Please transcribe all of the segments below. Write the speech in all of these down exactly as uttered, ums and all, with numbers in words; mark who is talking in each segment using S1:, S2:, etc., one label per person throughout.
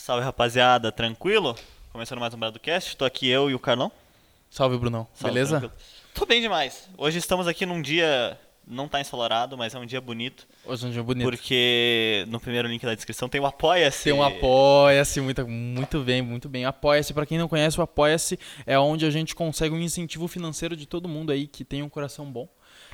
S1: Salve, rapaziada, tranquilo? Começando mais um BradoCast, tô aqui eu e o Carlão.
S2: Salve, Brunão.
S1: Salve,
S2: Beleza?
S1: tranquilo. Tô bem demais. Hoje estamos aqui num dia, não tá ensolarado, mas é um dia bonito.
S2: Hoje é um dia bonito.
S1: Porque no primeiro link da descrição tem o Apoia-se.
S2: Tem um Apoia-se, muito, muito bem, muito bem. Apoia-se, pra quem não conhece, o Apoia-se é onde a gente consegue um incentivo financeiro de todo mundo aí que tem um coração bom.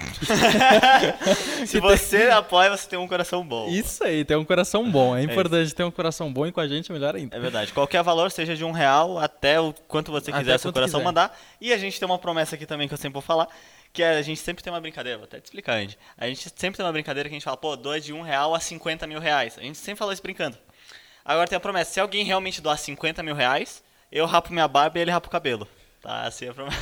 S1: Se você apoia, você tem um coração bom.
S2: Isso aí, tem um coração bom. É importante ter um coração bom e com a gente é melhor ainda.
S1: É verdade. Qualquer valor, seja de um real até o quanto você quiser,
S2: Até
S1: seu
S2: quanto
S1: coração
S2: quiser.
S1: mandar. E a gente tem uma promessa aqui também que eu sempre vou falar, que é, a gente sempre tem uma brincadeira, vou até te explicar, Andy. A gente sempre tem uma brincadeira que a gente fala, pô, doa de um real a cinquenta mil reais. A gente sempre falou isso brincando. Agora tem a promessa, se alguém realmente doar cinquenta mil reais, eu rapo minha barba e ele rapa o cabelo. Tá assim a promessa.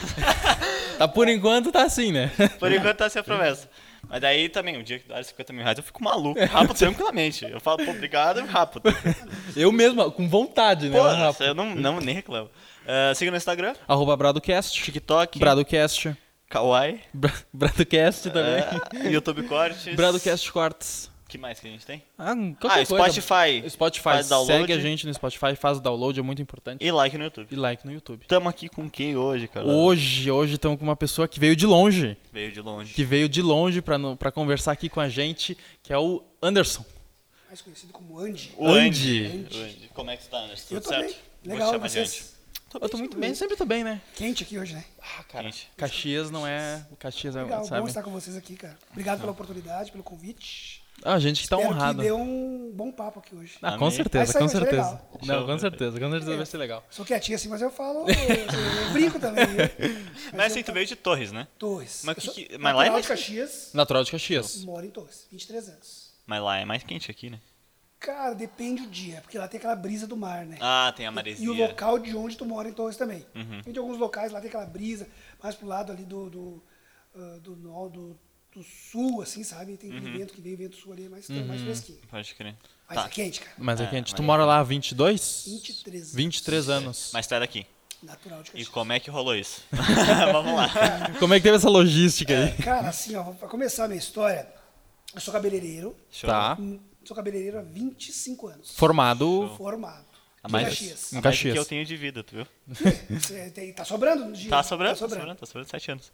S2: Tá, por enquanto tá assim, né?
S1: Por enquanto tá assim a promessa. Mas daí também, o dia que doar cinquenta mil reais, eu fico maluco, rapo tranquilamente. Eu falo, pô, obrigado, eu rapo.
S2: Eu mesmo, com vontade, né?
S1: Pô,
S2: Eu rapo.
S1: eu não, não nem reclamo. Uh, siga no Instagram,
S2: Arroba BradoCast,
S1: TikTok,
S2: BradoCast,
S1: Kawaii,
S2: Bra- BradoCast também.
S1: uh, YouTube Cortes.
S2: BradoCast Cortes.
S1: Que mais que a gente tem?
S2: Ah,
S1: Ah,
S2: qualquer coisa.
S1: Spotify.
S2: Spotify,
S1: Faz download.
S2: segue a gente no Spotify, faz o download, é muito importante.
S1: E like no YouTube.
S2: E like no YouTube.
S1: Tamo aqui com quem hoje, cara?
S2: Hoje, hoje estamos com uma pessoa que veio de longe,
S1: Veio de longe.
S2: que veio de longe pra no- pra conversar aqui com a gente, que é o Anderson.
S3: Mais conhecido como Andy.
S1: O
S2: Andy.
S1: Andy. O Andy. Como é que você tá, Anderson?
S3: Eu
S1: Tudo
S3: tô
S1: certo?
S3: bem.
S1: Vou
S3: Legal,
S1: te chamar de
S3: vocês?
S2: Eu tô muito bem, sempre tô bem, né?
S3: Quente aqui hoje, né?
S2: Ah, cara,
S1: Gente.
S2: Caxias não é... Caxias é,
S3: Legal, bom
S2: sabe?
S3: estar com vocês aqui, cara. Obrigado pela oportunidade, pelo convite.
S2: Ah, a gente tá
S3: Espero
S2: honrado.
S3: que dê um bom papo aqui hoje.
S2: Ah,
S1: Amém.
S2: com certeza,
S3: Vai sair,
S2: com
S3: vai ser
S2: certeza.
S3: legal.
S2: Não,
S1: Show.
S2: com certeza, com certeza vai ser legal.
S3: Sou quietinho assim, mas eu falo, eu, eu brinco também. Viu?
S1: Mas assim, tu veio de Torres, né?
S3: Torres.
S1: Mas
S3: Eu
S1: que
S3: sou
S1: que- mas lá é
S3: natural
S1: mais-
S3: de Caxias,
S2: Natural de Caxias.
S3: moro em Torres, vinte e três anos.
S1: Mas lá é mais quente aqui, né?
S3: Cara, depende do dia, porque lá tem aquela brisa do mar, né?
S1: Ah, tem a maresia.
S3: E o local de onde tu mora em Torres também.
S1: Uhum.
S3: Tem de alguns locais, lá tem aquela brisa, mais pro lado ali do do, ah, do, no- do, do sul, assim, sabe? Tem aquele vento que vem, vento sul ali, é mais, mais fresquinho.
S1: Pode crer.
S3: Mas
S1: Tá.
S3: é quente, cara.
S2: Mas é
S1: É,
S2: quente. Tu
S1: mas-
S2: mora lá há vinte e dois?
S3: vinte e três.
S2: vinte e três anos.
S1: Mas tu é daqui.
S3: Natural de
S1: E
S3: Caxias.
S1: como é que rolou isso? Vamos lá.
S2: Como é que teve essa logística aí?
S3: Cara, assim, ó, pra começar a minha história, eu sou cabeleireiro.
S1: Show.
S2: Tá.
S3: hum, Sou cabeleireiro há vinte e cinco anos.
S2: Formado...
S3: Formado.
S1: A
S3: Em
S1: mais,
S3: Caxias.
S1: a
S2: Em
S1: mais do
S2: Caxias.
S1: que eu tenho de vida, tu viu?
S3: Você tem- tá sobrando no dia?
S1: Tá sobrando, tá
S3: Tá
S1: sobrando,
S3: sobrando.
S1: tá sobrando sete anos.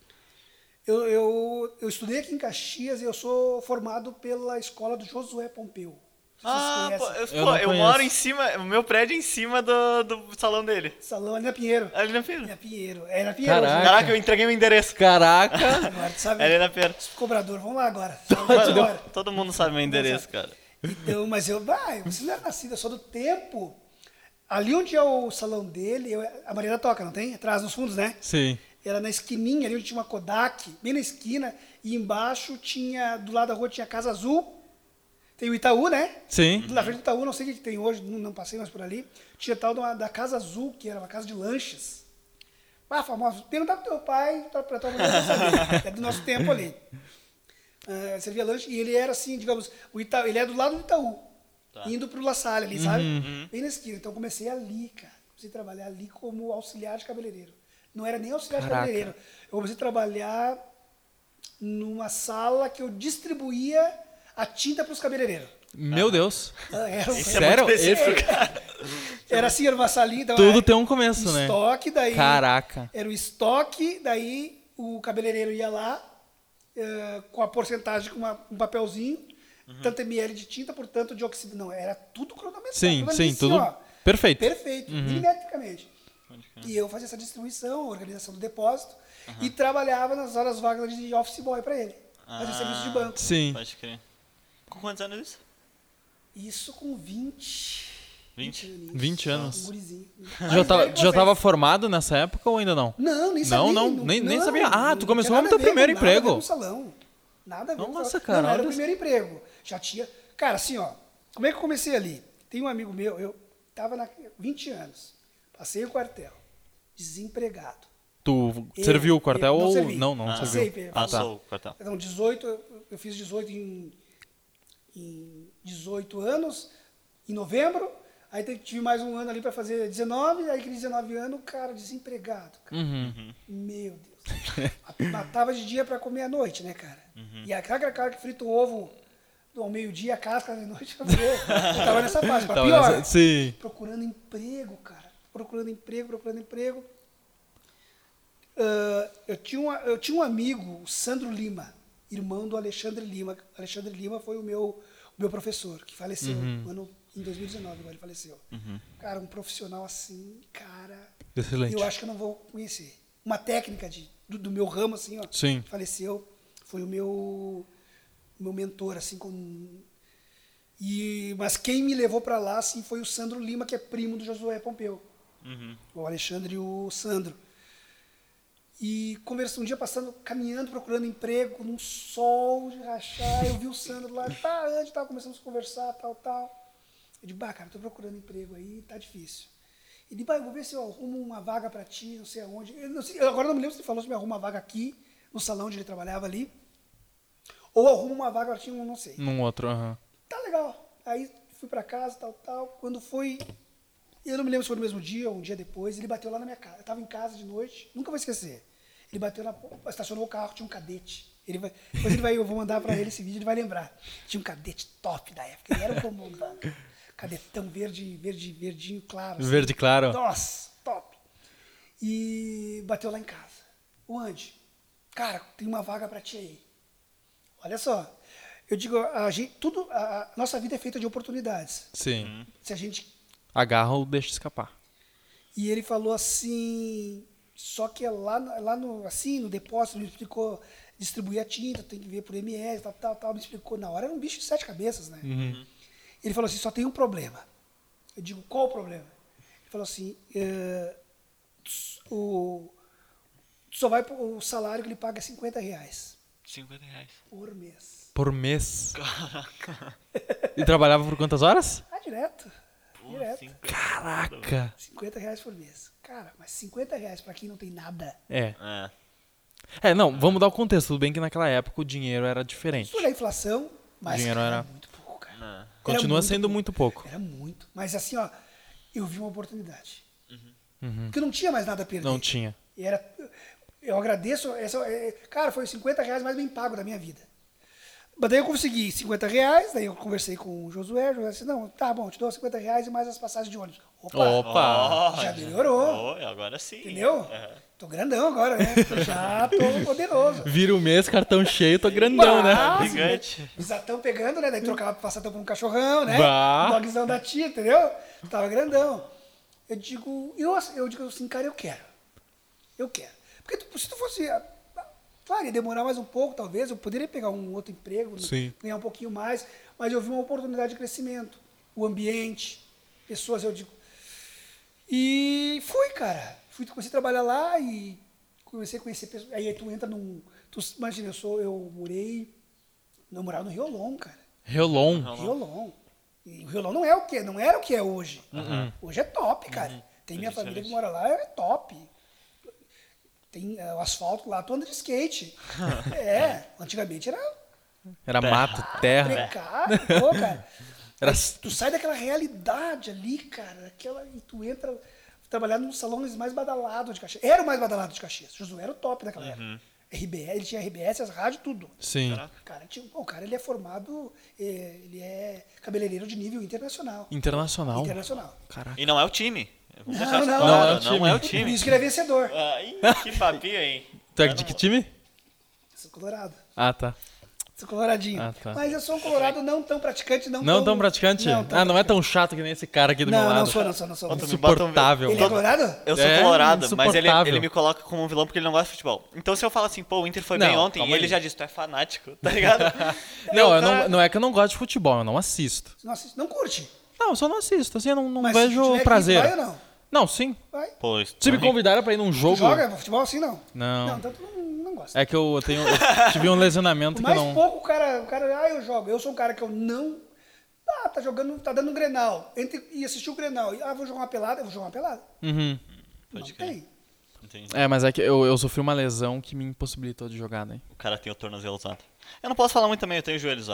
S3: Eu, eu, eu estudei aqui em Caxias e eu sou formado pela escola do Josué Pompeu. Vocês
S1: Ah, pô,
S3: conhecem?
S1: eu,
S2: Eu
S1: pô,
S2: não
S1: eu
S2: conheço.
S1: moro em cima, o meu prédio é em cima do, do salão dele.
S3: Salão ali na Pinheiro.
S1: Ali na feira.
S3: Na Pinheiro. É na Pinheiro.
S2: Caraca.
S3: hoje, né?
S1: Caraca, eu entreguei o endereço.
S2: Caraca!
S3: Agora tu sabe.
S1: Ali na feira.
S3: Cobrador, vamos lá agora. Vamos embora.
S1: Todo mundo sabe meu endereço, cara.
S3: Então, mas eu, vai, você não era nascida, só do tempo. Ali onde é o salão dele, eu- a Mariana toca, não tem? Atrás, nos fundos, né?
S2: Sim.
S3: Era na esquininha, ali onde tinha uma Kodak, bem na esquina, e embaixo tinha, do lado da rua tinha a Casa Azul, tem o Itaú, né?
S2: Sim.
S3: Na frente do Itaú, não sei o que que tem hoje, não, não passei mais por ali, tinha tal de uma- da Casa Azul, que era uma casa de lanches. Ah, famosa. Perguntar pro teu pai, pra, pra tua mulher pra saber. É do nosso tempo ali. Ah, servia lanche, e ele era assim, digamos, o Itaú, ele é do lado do Itaú,
S1: Tá.
S3: indo pro La Salle ali, sabe? Bem na esquina. Então eu comecei ali, cara. Comecei a trabalhar ali como auxiliar de cabeleireiro. Não era nem auxiliar
S2: Caraca.
S3: de cabeleireiro. Eu comecei a trabalhar numa sala que eu distribuía a tinta para os cabeleireiros.
S2: Meu Deus.
S3: Ah, Era, um-
S1: Isso
S2: Sério?
S1: é muito específico,
S3: É.
S1: cara.
S3: era assim, era uma salinha. Então,
S2: Tudo
S3: era
S2: tem um começo, né?
S3: estoque, daí.
S2: Caraca.
S3: Era o estoque, daí o cabeleireiro ia lá eh, com a porcentagem, com uma- um papelzinho, tanto ml de tinta, por tanto de oxidante. Não, era tudo cronometrado.
S2: Sim,
S3: tudo ali
S2: sim,
S3: assim,
S2: tudo
S3: ó,
S2: perfeito.
S3: perfeito, milimetricamente. E eu fazia essa distribuição, organização do depósito e trabalhava nas horas vagas de office boy para ele. Fazia
S1: Ah.
S3: serviço de banco.
S2: Sim.
S1: Pode crer. Com quantos anos isso?
S3: Isso com vinte.
S1: vinte?
S3: aninhos.
S2: vinte anos.
S3: Um gurizinho.
S2: Já,
S3: Mais
S2: tá,
S3: velho que
S2: já
S3: vocês.
S2: tava formado nessa época ou ainda não?
S3: Não, nem
S2: Não,
S3: sabia.
S2: não, nem- nem
S3: não,
S2: sabia. Ah, tu
S3: não
S2: começou
S3: tinha
S2: no
S3: nada
S2: teu
S3: a ver
S2: primeiro
S3: com nada a ver
S2: emprego.
S3: com salão. Nada a ver com
S2: Nossa,
S3: salão.
S2: cara,
S3: Não, era
S2: olha
S3: o primeiro emprego. Já tinha... Cara, assim, ó. Como é que eu comecei ali? Tem um amigo meu, eu tava na vinte anos. Passei o quartel. Desempregado.
S2: Tu
S3: Eu-
S2: serviu o quartel
S3: eu não
S2: ou...
S3: servi.
S2: Não, não
S1: Ah,
S2: serviu.
S3: sei,
S2: Ah, tá.
S1: Passou o quartel.
S3: Então, dezoito, eu, eu fiz dezoito em, em dezoito anos, em novembro. Aí te- tive mais um ano ali para fazer dezenove, aí aquele dezenove anos, cara, desempregado. Cara.
S2: Uhum.
S3: Meu Deus. Matava de dia para comer à noite, né, cara?
S1: Uhum.
S3: E aquela cara que frita o ovo ao meio-dia, a casca de noite. Eu tava nessa fase. Pra
S2: Tava
S3: pior,
S2: nessa- Sim.
S3: procurando emprego, cara. Procurando emprego, procurando emprego. Ah, eu, tinha uma, eu tinha um amigo, o Sandro Lima, irmão do Alexandre Lima. Alexandre Lima foi o meu, o meu professor, que faleceu
S2: Uhum.
S3: no ano, em dois mil e dezenove, agora ele faleceu. Cara, um profissional assim, cara,
S2: Excelente.
S3: eu acho que eu não vou conhecer. Uma técnica de, do, do meu ramo, assim, ó,
S2: Sim.
S3: faleceu, foi o meu, meu mentor, assim, com... E, mas quem me levou para lá, assim, foi o Sandro Lima, que é primo do Josué Pompeu.
S1: Uhum.
S3: O Alexandre e o Sandro. E conversando um dia, passando, caminhando, procurando emprego, num sol de rachar, eu vi o Sandro lá, tá, antes, tava começando a conversar, tal, tal. Eu digo, bah, cara, tô procurando emprego aí, tá difícil. Ele disse, bah, eu vou ver se eu arrumo uma vaga para ti, não sei aonde. Eu não sei, eu agora não me lembro se ele falou se me arruma uma vaga aqui, no salão onde ele trabalhava ali, ou arrumo uma vaga para ti, eu não sei.
S2: Num outro, aham.
S3: Tá legal. Aí fui para casa, tal, tal. Quando foi, eu não me lembro se foi no mesmo dia ou um dia depois, ele bateu lá na minha casa. Eu tava em casa de noite, nunca vou esquecer. Ele bateu na estacionou o carro, tinha um cadete. Ele vai, depois ele vai, eu vou mandar para ele esse vídeo, ele vai lembrar. Tinha um cadete top da época, ele era um bombom. Cadetão verde, verde, verdinho claro. assim.
S2: Verde claro.
S3: Nossa, top. E bateu lá em casa. Onde? Cara, tem uma vaga para ti aí. Olha só. Eu digo, a gente, tudo, a, a nossa vida é feita de oportunidades.
S2: Sim.
S3: Se a gente...
S2: Agarra ou deixa escapar.
S3: E ele falou assim, só que é lá, lá no, assim, no depósito, me explicou, distribuir a tinta, tem que ver por M S, tal, tal, tal, me explicou. Na hora era um bicho de sete cabeças, né?
S2: Uhum.
S3: Ele falou assim, só tem um problema. Eu digo, qual o problema? Ele falou assim, é, o, só vai pro, o salário que ele paga é cinquenta reais
S1: cinquenta reais.
S3: por mês.
S2: Por mês.
S1: Caraca.
S2: E trabalhava por quantas horas?
S3: Ah, direto.
S1: Pô,
S3: direto.
S1: cinquenta.
S2: Caraca.
S3: cinquenta reais por mês. Cara, mas cinquenta reais pra quem não tem nada.
S2: É.
S1: É.
S2: É, não, vamos dar o contexto. Tudo bem que naquela época o dinheiro era diferente.
S3: Isso olha a inflação, mas
S2: Dinheiro
S3: cara,
S2: era-
S3: muito pouco, cara.
S1: É.
S3: Era
S2: Continua
S3: muito
S2: sendo
S3: pouco.
S2: muito pouco.
S3: Era muito. Mas assim, ó, eu vi uma oportunidade.
S2: Uhum.
S3: Porque eu não tinha mais nada a perder.
S2: Não tinha.
S3: E era, eu agradeço. Essa, é, cara, foi cinquenta reais mais bem pago da minha vida. Mas daí eu consegui cinquenta reais, daí eu conversei com o Josué, o Josué disse, não, tá bom, eu te dou cinquenta reais e mais as passagens de ônibus. Opa,
S2: Opa!
S1: Ó,
S3: já melhorou,
S1: ó, agora sim.
S3: entendeu?
S1: É.
S3: Tô grandão agora, né? Já tô poderoso.
S2: Vira o mês, cartão cheio, tô grandão, né?
S3: Bah,
S1: Gigante.
S3: Bisatão pegando, né? Daí trocava passatão por um cachorrão, né?
S2: Bah.
S3: Dogzão da tia, entendeu? Tava grandão. Eu digo, eu, eu digo assim, cara, eu quero. Eu quero. Porque tu- se tu fosse... Claro, ia demorar mais um pouco, talvez. Eu poderia pegar um outro emprego,
S2: Sim.
S3: ganhar um pouquinho mais. Mas eu vi uma oportunidade de crescimento. O ambiente, pessoas, eu digo... E fui, cara. Fui, comecei a trabalhar lá e comecei a conhecer pessoas. Aí tu entra num... Tu, imagina, eu, sou, eu morei... Eu morava no Riolon, cara.
S2: Riolon.
S3: Riolon. E o Riolon não é o que, não era o que é hoje.
S2: Uhum.
S3: Hoje é top, cara. Tem minha
S1: É
S3: família que
S1: diferente.
S3: mora lá, é top. Tem eh, o asfalto lá, tu anda de skate. É, antigamente era
S2: Era mato, terra.
S3: precário, pô, cara.
S2: Era-
S3: Aí tu sai daquela realidade ali, cara, aquela, e tu entra trabalhar num salão mais badalado de Caxias. Era o mais badalado de Caxias. Josué era o top naquela época. R B S, ele tinha R B S, as rádios, tudo.
S2: Sim.
S3: O cara, tinha, pô, o cara ele é formado, eh, ele é cabeleireiro de nível internacional.
S2: Internacional.
S3: Internacional.
S2: Caraca.
S1: E não é o time. Vamos
S3: Não,
S1: deixar isso
S3: não,
S1: claro,
S2: não é o
S1: não
S2: time.
S1: é o
S3: Por
S1: time.
S3: isso que ele é vencedor.
S1: Ai, que papinho, hein?
S2: Tu é de que time?
S3: Sou colorado.
S2: Ah, tá.
S3: Sou coloradinho.
S2: Ah, tá.
S3: Mas eu sou um colorado não tão praticante, não,
S2: Não tão praticante?
S3: Não, tão
S2: Ah, não é tão chato que nem esse cara aqui do meu
S3: Não,
S2: lado.
S3: não sou, não sou, não sou.
S1: Ó, tu me
S2: Insuportável.
S3: Ele é colorado?
S1: Eu sou
S2: É,
S1: colorado, mas ele,
S2: insuportável.
S1: ele me coloca como um vilão porque ele não gosta de futebol. Então se eu falo assim, pô, o Inter foi
S2: Não,
S1: bem ontem, e
S2: calma
S1: ele
S2: aí.
S1: já disse, tu é fanático, tá ligado?
S2: Não, eu
S1: cara-
S2: não, não é que eu não gosto de futebol, eu não assisto.
S3: Não assiste, não curte.
S2: Não, eu só não assisto, assim, eu não, não
S3: Mas se
S2: vejo
S3: tiver aqui,
S2: prazer.
S3: Vai ou não?
S2: Não, sim.
S3: Vai.
S1: Pô, isso
S2: Se me
S1: também.
S2: convidaram pra ir num
S3: Tu
S2: jogo...
S3: joga futebol assim, não?
S2: Não.
S3: Não, então tu não, não gosta.
S2: É que eu tenho. Eu tive um lesionamento
S3: Por
S2: que eu
S3: mais
S2: não.
S3: pouco o cara, o cara, ah, eu jogo. Eu sou um cara que eu não... Ah, tá jogando, tá dando um Grenal. Entre, e assistir o Grenal. E, ah, vou jogar uma pelada. Eu vou jogar uma pelada.
S2: Uhum.
S3: Não
S1: Pode crer.
S3: tem.
S1: Entendi.
S2: É, mas é que eu, eu sofri uma lesão que me impossibilitou de jogar, né?
S1: O cara tem o tornozelo usado. Eu não posso falar muito também, eu tenho o joelho usado.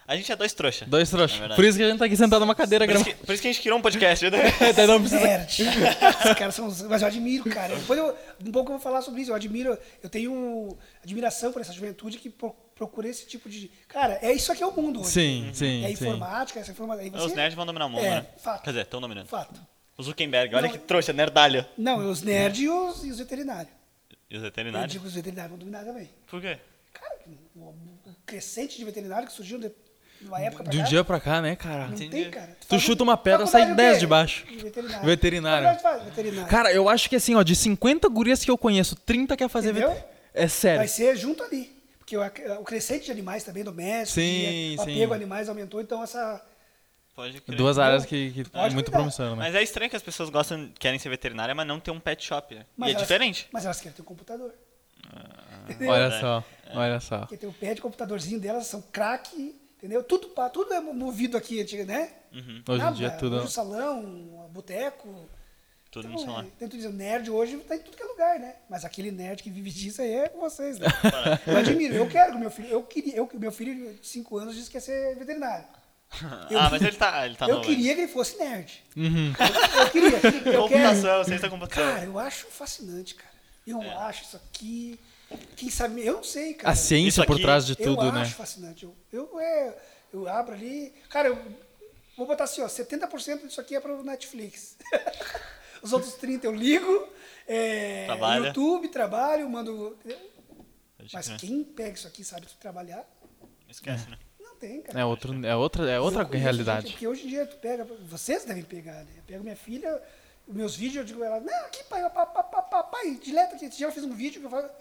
S1: A gente é dois trouxa.
S2: Dois
S1: na
S2: trouxas.
S1: verdade.
S2: Por isso que a gente tá aqui sentado numa cadeira
S1: Por isso,
S2: gravando.
S1: que, por isso que a gente criou um podcast, né?
S2: Até não precisa.
S3: Nerd. Os caras são. os- Mas eu admiro, cara. Depois eu, um pouco eu vou falar sobre isso. Eu admiro. Eu tenho admiração por essa juventude que pro- procura esse tipo de. Cara, é isso aqui é o mundo hoje.
S2: Sim, sim,
S3: É a
S2: sim.
S3: informática, essa informática. Aí você-
S1: Os nerds vão dominar o mundo,
S3: É,
S1: né?
S3: fato.
S1: Quer dizer, estão dominando.
S3: Fato.
S1: O Zuckerberg, olha
S3: Não.
S1: que trouxa, nerdalha.
S3: Não, os nerds e os, e os veterinários.
S1: E os
S3: Eu
S1: veterinários?
S3: digo que os veterinários vão dominar também.
S1: Por quê?
S3: Cara, o, o crescente de veterinário que surgiu de uma época pra
S2: De um
S3: cá.
S2: dia pra cá, né, cara?
S3: Não
S1: Entendi.
S3: tem, cara.
S2: Tu
S3: faz-
S2: chuta uma pedra,
S3: faculdade
S2: sai
S3: é o
S2: dez
S3: quê?
S2: de baixo.
S3: Veterinário.
S2: Veterinário.
S3: Faculdade faz veterinário.
S2: Cara, eu acho que assim, ó, de cinquenta gurias que eu conheço, trinta quer fazer
S3: Entendeu?
S2: veterinário. É sério.
S3: Vai ser junto ali. Porque o, o crescente de animais também, domésticos,
S2: Sim,
S3: e o
S2: sim.
S3: apego a animais aumentou, então essa...
S1: Pode crer.
S2: Duas áreas que, que é
S3: Pode
S2: muito
S3: cuidar.
S2: promissora, né?
S1: Mas é estranho que as pessoas gostam, querem ser veterinária, mas não ter um pet shop, né?
S3: Mas
S1: e é
S3: elas-
S1: diferente.
S3: Mas elas querem ter um computador.
S1: Ah,
S3: Entendeu?
S2: Olha
S1: É.
S2: só, olha só.
S3: Porque tem o pé de computadorzinho delas, são craque, entendeu? Tudo, pa- tudo é movido aqui, antiga, né?
S2: Hoje em
S3: Nada,
S2: dia é tudo.
S3: Hoje o salão, o boteco.
S1: Tudo no
S3: Então,
S1: celular.
S3: é, tento dizer, o nerd hoje tá em tudo que é lugar, né? Mas aquele nerd que vive disso aí é com vocês, né? Eu admiro, eu quero que o meu filho. Eu queria, eu, meu filho de cinco anos disse que ia ser veterinário. Eu-
S1: ah, mas ele tá, ele tá
S3: eu
S1: novo.
S3: queria que ele fosse nerd.
S2: Uhum.
S3: Eu, eu queria. Eu quero.
S1: Computação, ciência da computação.
S3: Cara, eu acho fascinante, cara. Eu acho isso aqui. Quem sabe. Eu não sei, cara.
S2: A ciência
S1: Isso
S2: por
S1: aqui-
S2: trás de
S3: eu
S2: tudo, né?
S3: acho fascinante. Eu, eu, é, eu abro ali. Cara, eu vou botar assim, ó, setenta por cento disso aqui é pro Netflix. Os outros trinta por cento eu ligo, é,
S1: Trabalha.
S3: YouTube, trabalho, mando.
S1: Pode
S3: Mas
S1: crer.
S3: quem pega isso aqui e sabe trabalhar,
S1: Esquece, né?
S3: não tem, cara.
S2: É, outro, é outra, é outra
S3: Eu conheço
S2: realidade.
S3: gente, porque hoje em dia tu pega, vocês devem pegar, né? Eu pego minha filha, os meus vídeos, eu digo ela, não, aqui, pai, pai, pai, pai, pai, pai dileta aqui. Esse dia ela fez um vídeo que eu falo,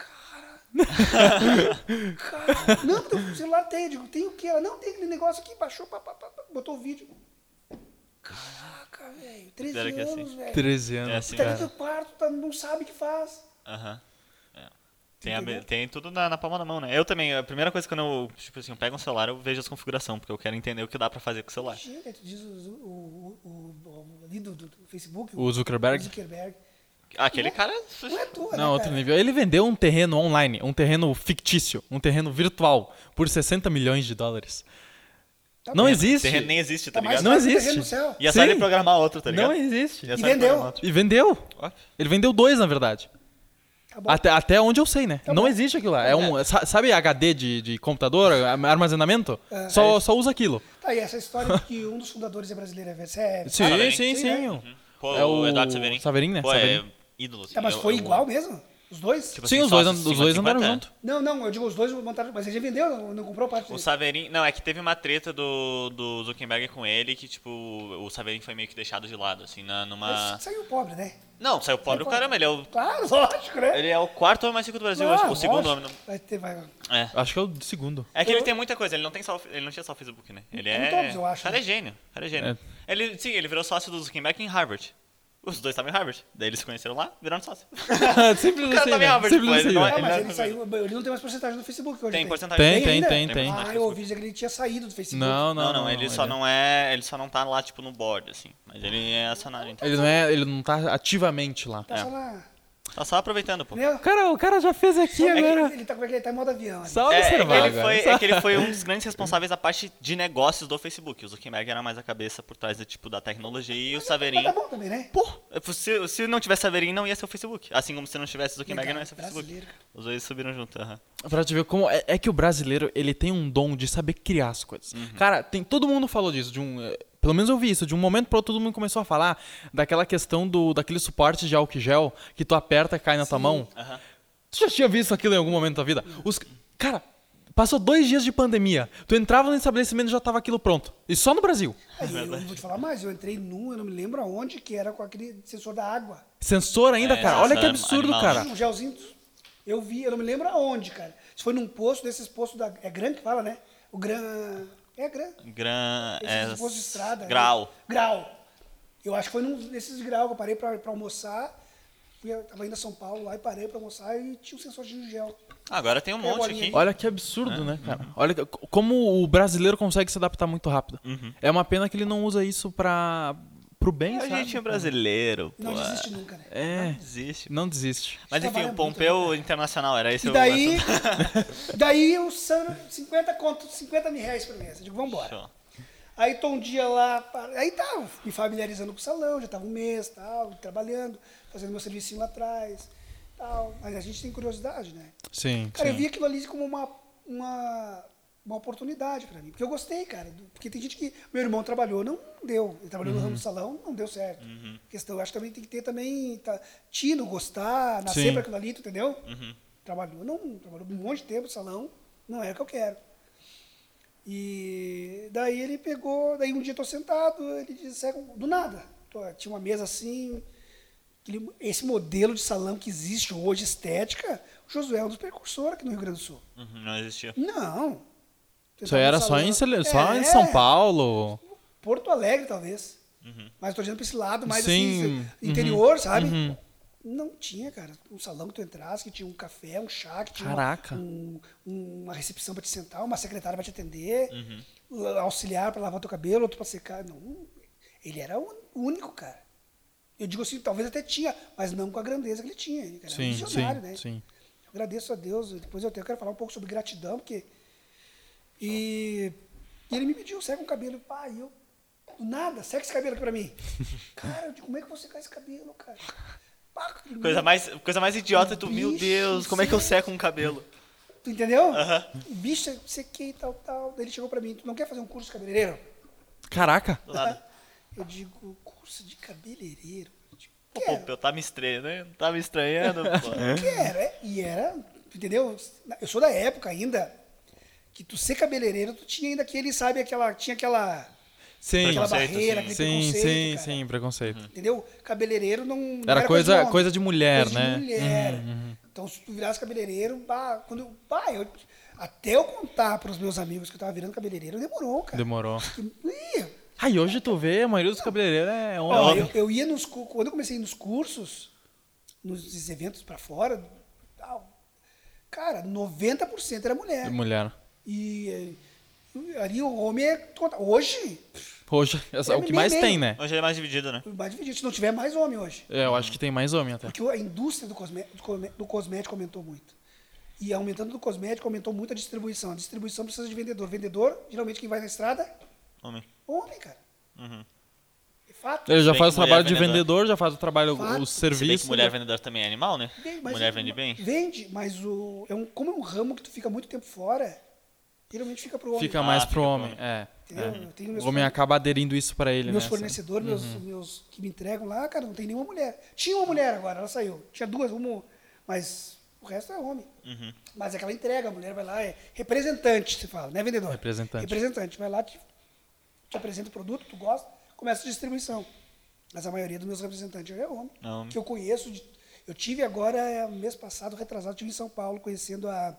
S3: cara, cara, não, o celular tem, eu digo, tem o quê? Ela, não, tem aquele negócio aqui, baixou, pá, pá, pá, pá, botou o vídeo. Caraca, velho, treze
S1: Era que é
S3: anos,
S1: assim.
S3: velho.
S2: treze
S1: É
S2: anos,
S1: assim,
S3: Tá dentro
S2: cara.
S3: do quarto, tá, não sabe o que faz.
S1: Aham. É. Tem, a-
S3: Entendeu?
S1: tem tudo na, na palma da mão, né? Eu também, a primeira coisa quando eu, tipo assim, eu pego um celular, eu vejo as configurações, porque eu quero entender o que dá pra fazer com o celular.
S3: Chega, tu diz o, o, o, o, ali do, do, do Facebook,
S2: O Zuckerberg?
S3: Zuckerberg.
S1: Aquele
S3: Não é-
S1: cara...
S3: Não é tua,
S2: Não,
S3: né,
S2: outro
S3: cara?
S2: nível. Ele vendeu um terreno online, um terreno fictício, um terreno virtual, por sessenta milhões de dólares.
S3: Tá
S2: Não
S3: bom.
S2: existe.
S1: Terreno nem existe, tá
S3: Tá mais
S1: ligado?
S2: Não
S3: caro que o
S2: existe.
S3: terreno no céu.
S1: Ia só ele
S2: Sim.
S1: programar outro, tá ligado?
S2: Não existe.
S1: Ia
S3: E
S1: só ele
S3: vendeu.
S1: programar outro.
S2: E vendeu.
S1: Ó,
S2: Ele vendeu dois, na verdade.
S3: Tá bom.
S2: Até, até onde eu sei, né?
S3: Tá
S2: não
S3: bom.
S2: existe aquilo lá. É um, sa- sabe H D de, de computador, armazenamento?
S3: É.
S2: só, só usa aquilo.
S3: Tá, e essa história de que um dos fundadores é brasileiro, é sério?
S2: Sim,
S1: Saverin?
S2: sim,
S3: Sim,
S2: sim.
S3: né?
S1: Pô,
S2: É
S1: o
S2: o
S1: Eduardo Saverin.
S2: Saverin, né?
S1: Pô,
S2: Saverin.
S1: é ídolo. assim.
S3: Tá, mas
S1: Eu-
S3: foi
S1: eu-
S3: igual mesmo? Os dois?
S1: Tipo
S2: Sim,
S1: assim,
S2: os dois,
S1: sócios
S2: and- os dois
S1: cinquenta
S2: andaram
S1: cinquenta.
S2: junto.
S3: Não, não, eu digo os dois montaram, mas ele já vendeu, não, não comprou parte
S1: O
S3: dele.
S1: Saverin... Não, é que teve uma treta do, do Zuckerberg com ele, que, tipo, o Saverin foi meio que deixado de lado, assim, na, numa...
S3: Mas saiu pobre, né?
S1: Não, saiu pobre o caramba, ele é o...
S3: Claro, lógico, né?
S1: Ele é o quarto homem mais rico do Brasil
S3: Ah,
S1: hoje, o segundo
S3: lógico.
S1: homem.
S3: Vai ter, vai.
S1: É.
S2: Acho que é o segundo.
S1: É que ele tem muita coisa, ele não tem só, ele não tinha só o Facebook, né? Ele
S3: Como
S1: é...
S3: todos, eu acho,
S1: O cara
S3: né?
S1: é gênio, o cara é gênio.
S2: É.
S1: Ele, sim, ele virou sócio do Zuckerberg em Harvard. Os dois estavam em Harvard. Daí eles se conheceram lá, viraram sócio.
S2: Simples
S1: O cara
S2: assim,
S1: tá bem
S2: né?
S1: Harvard,
S2: Simples
S1: pô,
S2: assim,
S1: ele não
S2: né?
S1: é-
S3: Ah, mas
S1: não-
S3: ele saiu, ele não tem mais porcentagem no Facebook hoje.
S1: Tem porcentagem.
S2: Tem, tem,
S3: ainda?
S2: tem, tem.
S3: Ah, eu ouvi dizer que ele tinha saído do Facebook.
S2: Não,
S1: Não, não, ele só
S2: ele-
S1: não é. Ele só não tá lá, tipo, no board, assim. Mas ele é acionário, então.
S2: Ele não, é, ele não tá ativamente lá.
S3: Tá só lá.
S1: Tá só aproveitando, pô.
S3: Entendeu?
S2: Cara, o cara já fez aqui
S3: É que
S2: agora.
S3: ele tá, como é que ele tá em modo avião. né?
S2: Só
S1: É, é, que
S2: observar
S1: ele
S2: agora.
S1: foi,
S2: Só-
S1: é que ele foi um dos grandes responsáveis da parte de negócios do Facebook. O Zuckerberg era mais a cabeça por trás do, tipo, da tecnologia e o Saverin.
S3: Mas tá bom também, né?
S1: Pô, se, se não tivesse Saverin, não ia ser o Facebook. Assim como se não tivesse Zuckerberg, não ia ser o Facebook.
S3: Brasileiro, cara.
S1: Os dois subiram junto, aham.
S2: Pra te ver como é, é que o brasileiro ele tem um dom de saber criar as coisas.
S1: Uhum.
S2: Cara, tem, todo mundo falou disso, de um, eh, pelo menos eu vi isso, de um momento pro outro todo mundo começou a falar daquela questão do daquele suporte de álcool gel que tu aperta e cai na tua mão.
S1: Aham.
S2: Tu já tinha visto aquilo em algum momento da tua vida? Os, cara, passou dois dias de pandemia. Tu entrava no estabelecimento e já tava aquilo pronto. E só no Brasil.
S3: Aí, eu vou te falar mais, eu entrei num, eu não me lembro aonde, que era com aquele sensor da água.
S2: Sensor ainda,
S1: É,
S2: cara. Olha que
S1: sensor
S2: absurdo,
S1: animal,
S2: cara.
S3: Um gelzinho. Eu vi, eu não me lembro aonde, cara. Isso foi num posto, desses postos da. É Gran que fala, né? O Gran. É Gran.
S1: Gran. É,
S3: Esses postos de estrada.
S1: grau.
S3: Né? Grau. Eu acho que foi num desses grau que eu parei pra, pra almoçar. Fui, eu tava indo a São Paulo lá e parei pra almoçar e tinha um sensor de gel.
S1: Agora tem um
S3: É a
S1: monte
S3: bolinha
S1: aqui.
S2: Olha que absurdo, né, cara? Olha que- como o brasileiro consegue se adaptar muito rápido.
S1: Uhum.
S2: É uma pena que ele não usa isso pra, pro bem,
S1: É o
S2: sabe?
S1: jeitinho brasileiro, pô.
S3: Não desiste nunca, né?
S2: É,
S1: Não desiste.
S2: não desiste.
S1: Mas enfim,
S3: Trabalha
S1: o
S3: muito,
S1: Pompeu
S3: né?
S1: Internacional, era esse
S3: E
S1: o
S3: daí,
S1: assunto.
S3: daí o Sano, cinquenta conto, cinquenta mil reais por mês. Eu digo, vambora.
S1: Show.
S3: Aí tô um dia lá, aí tava me familiarizando com o salão, já tava um mês, tal, trabalhando, fazendo meu servicinho lá atrás, tal. Mas a gente tem curiosidade, né?
S2: Sim,
S3: Cara, eu
S2: sim.
S3: vi aquilo ali como uma, uma, uma oportunidade pra mim, porque eu gostei, cara. do- Porque tem gente que, meu irmão trabalhou, não deu. Ele trabalhou no ramo do salão, não deu certo. Questão, eu acho que também tem que ter também, tá, tino, gostar, nascer
S2: Sim.
S3: pra aquilo ali, tu entendeu? Trabalhou, não, trabalhou um monte de tempo no salão, não é o que eu quero. E daí ele pegou, daí um dia eu tô sentado, ele disse, "É, do nada, tô- tinha uma mesa assim, aquele- esse modelo de salão que existe hoje, estética, o Josué é um dos precursores aqui no Rio Grande do Sul.
S1: Uhum, não existia.
S3: Não.
S2: Isso aí era só em, Cele- só em
S3: É,
S2: São Paulo.
S3: Porto Alegre, talvez. Mas eu tô dizendo pra esse lado mais
S2: Sim,
S3: assim, interior, sabe?
S2: uhum.
S3: Não tinha, cara. Um salão que tu entrasse, que tinha um café, um chá, que tinha uma-
S2: Caraca.
S3: um- uma recepção pra te sentar, uma secretária pra te atender, um auxiliar pra lavar teu cabelo, outro pra secar. Não, ele era o único, cara. Eu digo assim, talvez até tinha, mas não com a grandeza que ele tinha. Ele era um
S2: Sim,
S3: visionário,
S2: sim,
S3: né?
S2: sim.
S3: Eu agradeço a Deus. Depois eu, tenho, eu quero falar um pouco sobre gratidão, porque. E, e ele me pediu, seca um cabelo. Pá, e eu, do nada, seca esse cabelo aqui pra mim. Cara, eu digo, como é que eu vou secar esse cabelo, cara? Pá,
S1: Coisa mais, coisa mais idiota, tu, meu
S3: Bicho,
S1: Deus, como é que eu
S3: sério?
S1: seco um cabelo?
S3: Tu entendeu?
S1: Aham.
S3: O bicho, sequei e tal, tal. Daí ele chegou pra mim, tu não quer fazer um curso de cabeleireiro?
S2: Caraca.
S1: Do nada.
S3: Eu digo, curso de cabeleireiro? Eu digo,
S1: Pô,
S3: quero,
S1: Pompeu, tá me estranhando, né? Tá me estranhando, pô.
S3: quero. É, e era, tu entendeu? Eu sou da época ainda que tu ser cabeleireiro, tu tinha ainda aquele, sabe, aquela, tinha aquela,
S2: Sim,
S3: aquela
S1: Preconceito,
S3: barreira,
S1: sim.
S3: aquele
S2: sim,
S3: preconceito,
S2: sim,
S3: cara.
S2: sim, preconceito.
S3: Entendeu? Cabeleireiro não, não
S2: Era coisa-
S3: homem,
S2: coisa de mulher,
S3: coisa
S2: né?
S3: De mulher.
S2: Uhum,
S3: Então, se tu virasse cabeleireiro, pá, quando eu, pá, eu, até eu contar pros meus amigos que eu tava virando cabeleireiro, demorou, cara.
S2: Demorou.
S3: Ih,
S2: Ah, e hoje tu vê, a maioria dos cabeleireiros é
S3: ó,
S2: homem.
S3: eu, eu ia nos cu- quando eu comecei nos cursos, nos eventos pra fora, tal, cara, noventa por cento era mulher.
S2: Mulher.
S3: E eh, ali o homem é hoje
S2: Hoje, essa-
S3: É
S2: o que
S3: bem
S2: mais
S3: meio.
S2: tem, né?
S1: Hoje é mais dividido, né?
S3: mais dividido, se não tiver mais homem hoje.
S2: É, eu acho que tem mais homem até.
S3: Porque a indústria do, cosmé- do come- do cosmético aumentou muito. E aumentando do cosmético, aumentou muito a distribuição. A distribuição precisa de vendedor. Vendedor, geralmente quem vai na estrada,
S1: Homem.
S3: homem, cara.
S1: Uhum.
S3: É fato.
S2: Ele já
S1: bem
S2: faz
S1: que
S2: o trabalho
S1: mulher
S2: de
S1: vendedor.
S2: vendedor, já faz o trabalho,
S3: Fato.
S2: o
S3: Se
S1: Se bem
S2: serviço.
S1: que mulher vendedora também é animal, né?
S3: Bem, mas
S1: Mulher
S3: é-
S1: vende bem.
S3: Vende, mas o, é um, como é um ramo que tu fica muito tempo fora, geralmente fica pro homem.
S2: Fica
S1: Ah,
S2: mais
S1: fica
S2: pro
S1: pro
S2: homem.
S1: homem.
S2: É.
S3: Entendeu?
S2: é.
S3: Eu tenho meus
S2: O homem
S3: forne-
S2: acaba aderindo isso pra ele,
S3: Meus
S2: né?
S3: fornecedores, meus, meus que me entregam lá, cara, não tem nenhuma mulher. Tinha uma mulher agora, ela saiu. Tinha duas, uma, mas o resto é homem.
S1: Uhum.
S3: Mas é aquela entrega, a mulher vai lá, é representante, se fala, não é vendedor.
S2: Representante.
S3: Representante, vai lá, te, te apresenta o produto, tu gosta, começa a distribuição. Mas a maioria dos meus representantes é homem.
S1: É homem.
S3: Que eu conheço, de- eu tive agora, é, mês passado, retrasado, estive em São Paulo, conhecendo a...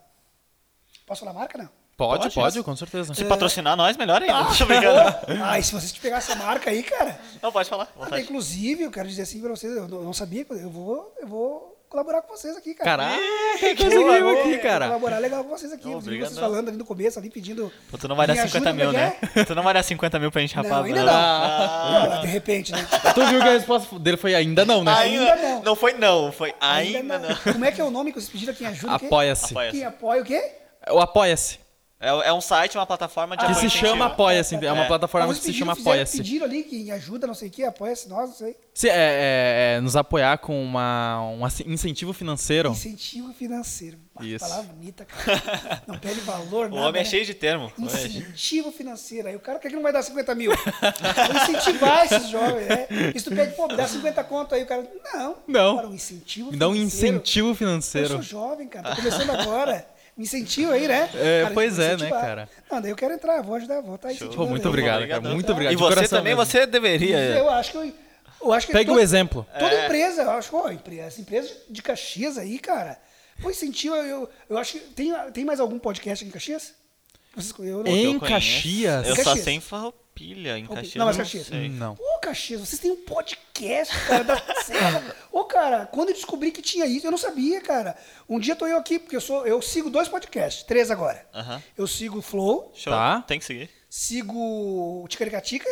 S3: Posso falar a marca, não?
S2: Pode,
S1: Pode,
S2: pode,
S1: mas-
S2: com certeza.
S1: Se patrocinar nós, melhor ainda. Tô brincando.
S3: Ah, e se vocês pegar essa marca aí, cara...
S1: Não, pode falar.
S3: Até,
S1: Vontade.
S3: inclusive, eu quero dizer assim pra vocês, eu não, eu não sabia, eu vou, eu vou colaborar com vocês aqui, cara.
S2: Caraca,
S1: que
S2: conseguimos
S1: boa,
S2: aqui,
S3: Vou
S2: cara.
S3: colaborar legal com vocês aqui.
S1: Não,
S3: Eu vi
S1: obrigado,
S3: vocês
S1: não.
S3: falando ali no começo, ali pedindo...
S1: Pô, tu não vai dar
S3: Me ajuda,
S1: cinquenta mil,
S3: como é
S1: né?
S3: que
S1: Tu não vai dar cinquenta mil pra gente rapar.
S3: Não, ainda
S1: né?
S3: não.
S1: Ah,
S3: Ah, de repente, né?
S2: Tu viu que a resposta dele foi ainda não, né?
S3: Ainda não.
S1: Não foi não, foi ainda, não.
S3: Como é que é o nome que vocês pediram? Quem ajuda? o quê?
S2: Apoia-se.
S1: Apoia-se.
S3: Quem apoia o quê?
S2: O Apoia-se.
S1: É, é um site, uma plataforma de
S2: Que
S1: apoio
S2: se
S1: incentivo.
S2: chama Apoia-se. É uma
S1: É.
S2: plataforma
S3: Mas
S2: que
S3: vocês
S2: se chama
S3: pediram, fizeram-
S2: Apoia-se.
S3: Pediram ali quem ajuda, não sei o quê, apoia-se nós, não sei.
S2: Se, é, é, é, nos apoiar com uma, um assim- incentivo financeiro.
S3: Incentivo financeiro. Ah,
S2: Isso.
S3: palavra bonita, cara. Não pede valor,
S1: O
S3: nada,
S1: homem é
S3: né?
S1: cheio de termo. O homem é cheio-
S3: Incentivo financeiro. Aí o cara quer que não vai dar cinquenta mil. Vou incentivar esses jovens, né? E se tu pede, pô, me dá cinquenta conto aí, o cara. Não.
S2: Não.
S3: Para um incentivo
S2: Me dá um
S3: financeiro.
S2: incentivo
S3: Eu
S2: financeiro.
S3: sou jovem, cara. Tô começando agora. Me incentiva aí, né?
S2: É,
S3: Cara,
S2: pois
S3: vou
S2: é, né,
S3: incentivar.
S2: cara?
S3: Não, daí eu quero entrar, vou ajudar, vou estar incentivando.
S2: Pô, muito
S3: aí.
S2: obrigado, cara.
S1: Obrigadão.
S2: Muito obrigado.
S1: E
S2: de
S1: você
S2: coração
S1: também,
S2: mesmo.
S1: você deveria.
S3: Eu acho que eu, eu acho que
S2: Pegue
S3: toda-
S2: o exemplo.
S3: Toda
S1: É.
S3: empresa, eu acho, ó, empresa, essa empresa de Caxias aí, cara. Pô, incentiva, eu, eu acho que tem, tem mais algum podcast aqui em Caxias? Vocês, eu não,
S2: Em
S1: Eu conheço.
S2: Caxias?
S1: Eu só
S3: Caxias.
S1: sei em Farroupilha, em Caxias.
S3: Não, mas
S1: eu
S3: Caxias.
S1: sei.
S2: Não.
S3: Pô, Caxias, vocês têm um podcast, cara, da Serra. Ô, cara, quando eu descobri que tinha isso, eu não sabia, cara. Um dia tô eu aqui, porque eu sou, eu sigo dois podcasts, três agora.
S1: Aham.
S3: Eu sigo o Flow,
S1: Show.
S2: Tá.
S1: Tem que seguir.
S3: sigo o Ticaricatica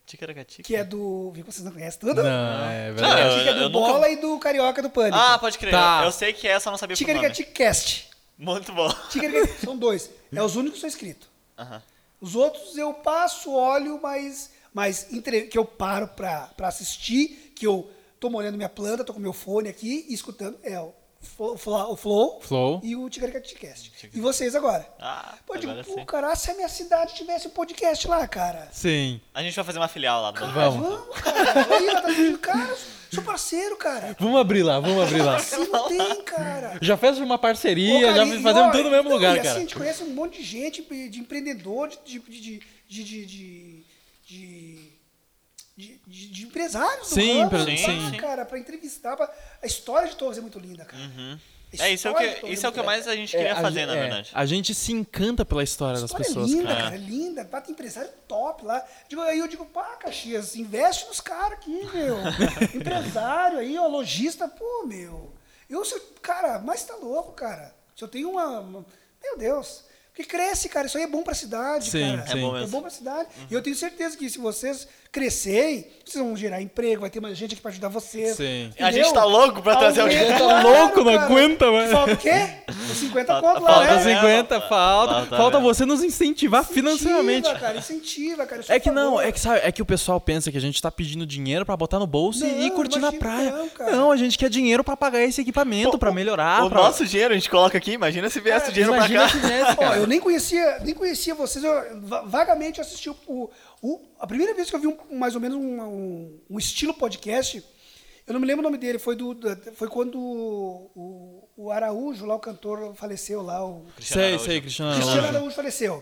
S1: Ticaracatica.
S3: que é do... Viu que vocês não conhecem tudo?
S2: Não, é
S1: Não,
S2: verdade.
S3: Que é do
S1: eu nunca-
S3: Bola e do Carioca do Pânico.
S1: Ah, pode crer.
S2: Tá.
S1: Eu sei que essa eu não sabia por nome.
S3: Ticaracaticast.
S1: Muito bom.
S3: Ticaracatic- São dois. É os únicos que são inscritos.
S1: Aham.
S3: Os outros eu passo, olho, mas, mas entre- que eu paro pra, pra assistir, que eu tô molhando minha planta, tô com meu fone aqui e escutando, é o, Flo- Flo- o Flow,
S2: Flow.
S3: e o Ticaracaticast. E vocês agora?
S1: Ah,
S3: Pô, digo,
S1: agora
S3: pô,
S1: sim.
S3: cara, se a minha cidade tivesse um podcast lá, cara.
S2: Sim.
S1: A gente vai fazer uma filial lá. Do
S3: Cara,
S2: Vamos.
S3: vamos, cara. Aí, lá tá dizendo, cara, sou parceiro, cara.
S2: Vamos abrir lá, vamos abrir lá.
S3: Assim não tem, cara.
S2: Já fez uma
S3: Ô,
S2: parceria,
S3: cara,
S2: já
S3: e-
S2: fazemos
S3: ó,
S2: tudo no mesmo
S3: não,
S2: lugar,
S3: e assim,
S2: cara.
S3: a gente conhece um monte de gente, de empreendedor, de, de, de, de, de, de, de, de, de- de empresários do
S2: Sim,
S3: ramo,
S2: empre-
S3: sabe,
S1: sim.
S3: cara, pra entrevistar. Pra... A história de Torres é muito linda, cara.
S1: Uhum.
S3: A
S1: É, isso é o
S3: história de
S1: que,
S3: Torres
S1: isso é o que
S3: muito
S1: mais a gente
S2: É,
S1: queria
S2: a
S1: fazer,
S2: gen-
S1: na
S2: é,
S1: verdade.
S2: A gente se encanta pela história
S3: A
S2: das
S3: história
S2: pessoas,
S3: é linda,
S2: cara.
S3: cara, é linda. Bate empresário top lá. Digo, aí eu digo, pá, Caxias, investe nos caras aqui, meu. Empresário aí, ó, lojista, pô, meu. Eu, se eu- cara, mas tá louco, cara. Se eu tenho uma. uma- Meu Deus. Porque cresce, cara. Isso aí é bom pra cidade,
S2: Sim,
S3: cara.
S2: sim.
S1: É bom
S3: É
S1: mesmo.
S3: bom pra cidade. E eu tenho certeza que se vocês crescerem, vocês vão gerar emprego, vai ter mais gente aqui pra ajudar vocês.
S2: Sim.
S1: A gente tá louco pra trazer alguém.
S3: Aumenta,
S2: Tá louco, não
S3: cara.
S2: aguenta, mano.
S3: Falta o quê? Os cinquenta
S1: Falta-
S3: conto lá,
S1: falta
S3: né?
S2: Falta cinquenta,
S1: É,
S2: falta.
S1: falta
S2: Falta
S1: mesmo.
S2: você nos incentivar financeiramente.
S3: Incentiva, cara, incentiva, cara. eu sou
S2: É
S3: a
S2: que não,
S3: favor.
S2: é que sabe, é que o pessoal pensa que a gente tá pedindo dinheiro pra botar no bolso e- e
S3: Não,
S2: curtir na
S3: imagina,
S2: praia.
S3: não,
S2: Não,
S3: cara.
S2: a gente quer dinheiro pra pagar esse equipamento, pra melhorar.
S1: O
S2: pra...
S1: nosso dinheiro a gente coloca aqui, imagina se viesse o dinheiro pra
S2: Imagina
S1: cá.
S2: se viesse,
S3: Ó,
S2: cara.
S3: eu nem conhecia, nem conhecia vocês, eu va- vagamente assisti o, o- o- a primeira vez que eu vi um, mais ou menos um, um- um estilo podcast, eu não me lembro o nome dele, foi, do, da- foi quando o, o- o Araújo, lá o cantor, faleceu lá, o
S1: Cristiano
S2: Sei,
S1: Araújo.
S2: sei, Cristiano
S3: Cristiano
S2: Araújo.
S3: Araújo faleceu.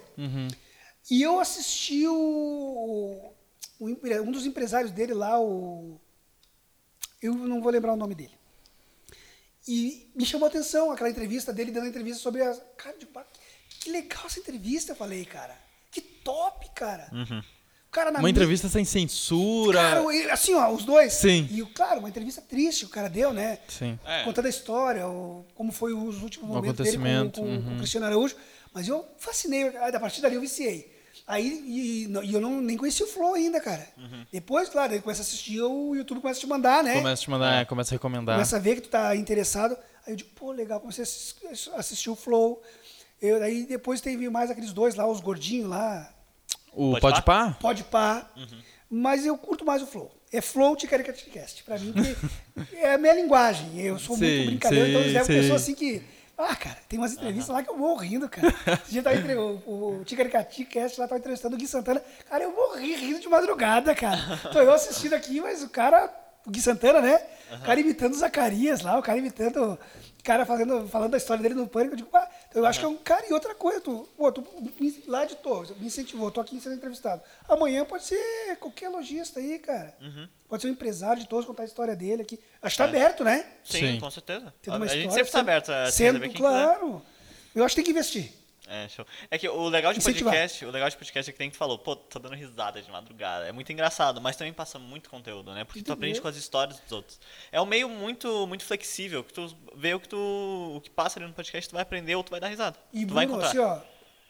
S3: E eu assisti o, o empre- um dos empresários dele lá, o eu não vou lembrar o nome dele. E me chamou a atenção aquela entrevista dele, dando entrevista sobre as. Cara, de, que legal essa entrevista, eu falei, cara. Que top, cara. O cara na
S2: Uma
S3: mi-
S2: entrevista sem censura.
S3: Cara, e- assim, ó, os dois.
S2: Sim.
S3: E, claro, uma entrevista triste, o cara deu, né?
S2: Sim.
S1: É.
S3: Contando a história, o, como foi os últimos momentos dele com,
S2: acontecimento,
S3: com, com
S2: uhum.
S3: o Cristiano Araújo. Mas eu fascinei, a partir dali eu viciei. Aí, e, e eu não, nem conhecia o Flow ainda, cara.
S2: Uhum.
S3: Depois, claro, ele começa a assistir, o YouTube começa a te mandar, né?
S2: Começa a te mandar, é, começa a recomendar.
S3: Começa a ver que tu tá interessado. Aí eu digo, pô, legal, comecei a assis- assistir o Flow. Eu, aí depois teve mais aqueles dois lá, os gordinhos lá,
S2: O
S1: Pode
S2: Pode Pá?
S3: pode pá. Mas eu curto mais o Flow. É Flow Ticaracaticast. Pra mim, que é a minha linguagem. Eu sou
S2: Sim,
S3: muito brincadeira, então
S2: sim,
S3: eles levam
S2: sim.
S3: pessoas assim que. Ah, cara, tem umas entrevistas lá que eu morro rindo, cara. Esse dia tava entre, o, o Ticaracaticast lá tava entrevistando o Gui Santana. Cara, eu morri rindo de madrugada, cara. Tô eu assistindo aqui, mas o cara, o Gui Santana, né? O cara imitando o Zacarias lá, o cara imitando. O cara fazendo, falando da história dele no Pânico. Eu digo, pá, então eu acho que é um cara. E outra coisa, tu, pô, tu me- lá de Torres, me incentivou, tô aqui sendo entrevistado. Amanhã pode ser qualquer lojista aí, cara. Pode ser um empresário de Torres contar a história dele aqui. Acho que tá aberto, né?
S1: Sim,
S2: Sim.
S1: com certeza.
S3: Tendo uma
S1: A gente
S3: história,
S1: sempre tá
S3: sendo-
S1: aberto a
S3: sendo,
S1: receber quem
S3: claro. Eu acho que tem que investir.
S1: quiser. É, show. É que o legal de
S3: Incentivar.
S1: podcast, o legal de podcast é que tem que falou, pô, tô dando risada de madrugada. É muito engraçado, mas também passa muito conteúdo, né? Porque tu
S3: Entendeu?
S1: aprende com as histórias dos outros. É um meio muito, muito flexível, que tu vê o que tu, o que passa ali no podcast, tu vai aprender ou tu vai dar risada.
S3: E
S1: tu vai
S3: Bruno,
S1: encontrar.
S3: assim, ó.